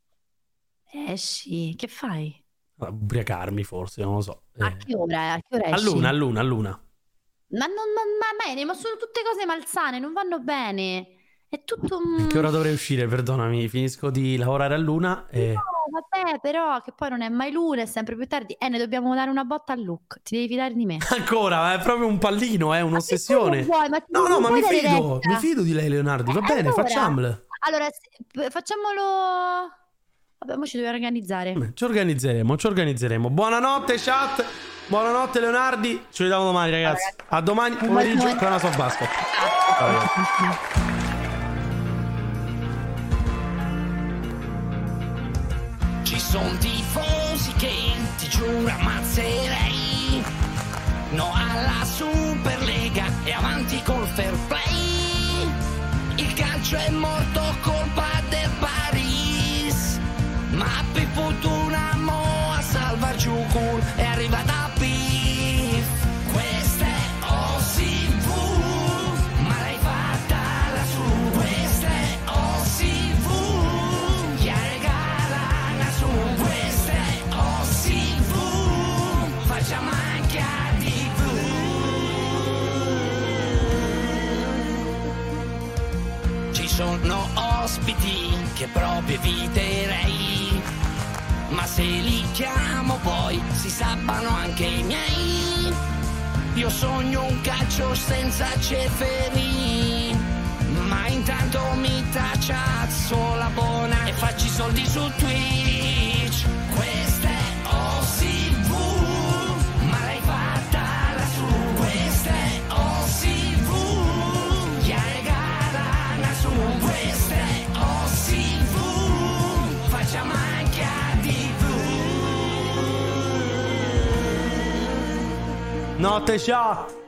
Sì, che fai? Ubriacarmi forse, non lo so. A che ora esci? All'una. Ma bene, ma sono tutte cose malsane, non vanno bene. È tutto... A che ora dovrei uscire? Perdonami, finisco di lavorare all'una e... No, vabbè, però che poi non è mai l'una, è sempre più tardi. Ne dobbiamo dare una botta al look. Ti devi fidare di me. Ancora, è proprio un pallino, è un'ossessione. Ma mi fido di lei, Leonardi. Va bene, allora, facciamole. Allora, facciamolo... Vabbè, mo ci dobbiamo organizzare. Ci organizzeremo. Buonanotte, chat. Buonanotte, Leonardi. Ci vediamo domani, ragazzi. A domani pomeriggio con House of Basket. Ci sono tifosi che ti giuro ammazzerei. No alla Superlega e avanti col fair play. Il calcio è morto, colpa del Paris. Ma per fortuna mo a salvar giù è arrivata Pif. Questa è OCV, ma l'hai fatta lassù. Questa è OCV, gli regala lassù. Questa è OCV, facciamo anche a TV. Ci sono ospiti che proprio eviterei, ma se li chiamo poi si sappano anche i miei. Io sogno un calcio senza Ceferin, ma intanto mi tacciazzo la buona e faccio i soldi su Twitch. Questa è OCV, ma l'hai fatta lassù. Questa è OCV, gli regala lassù. Questa è OCV, facciamo anche a TV. Notte, chat.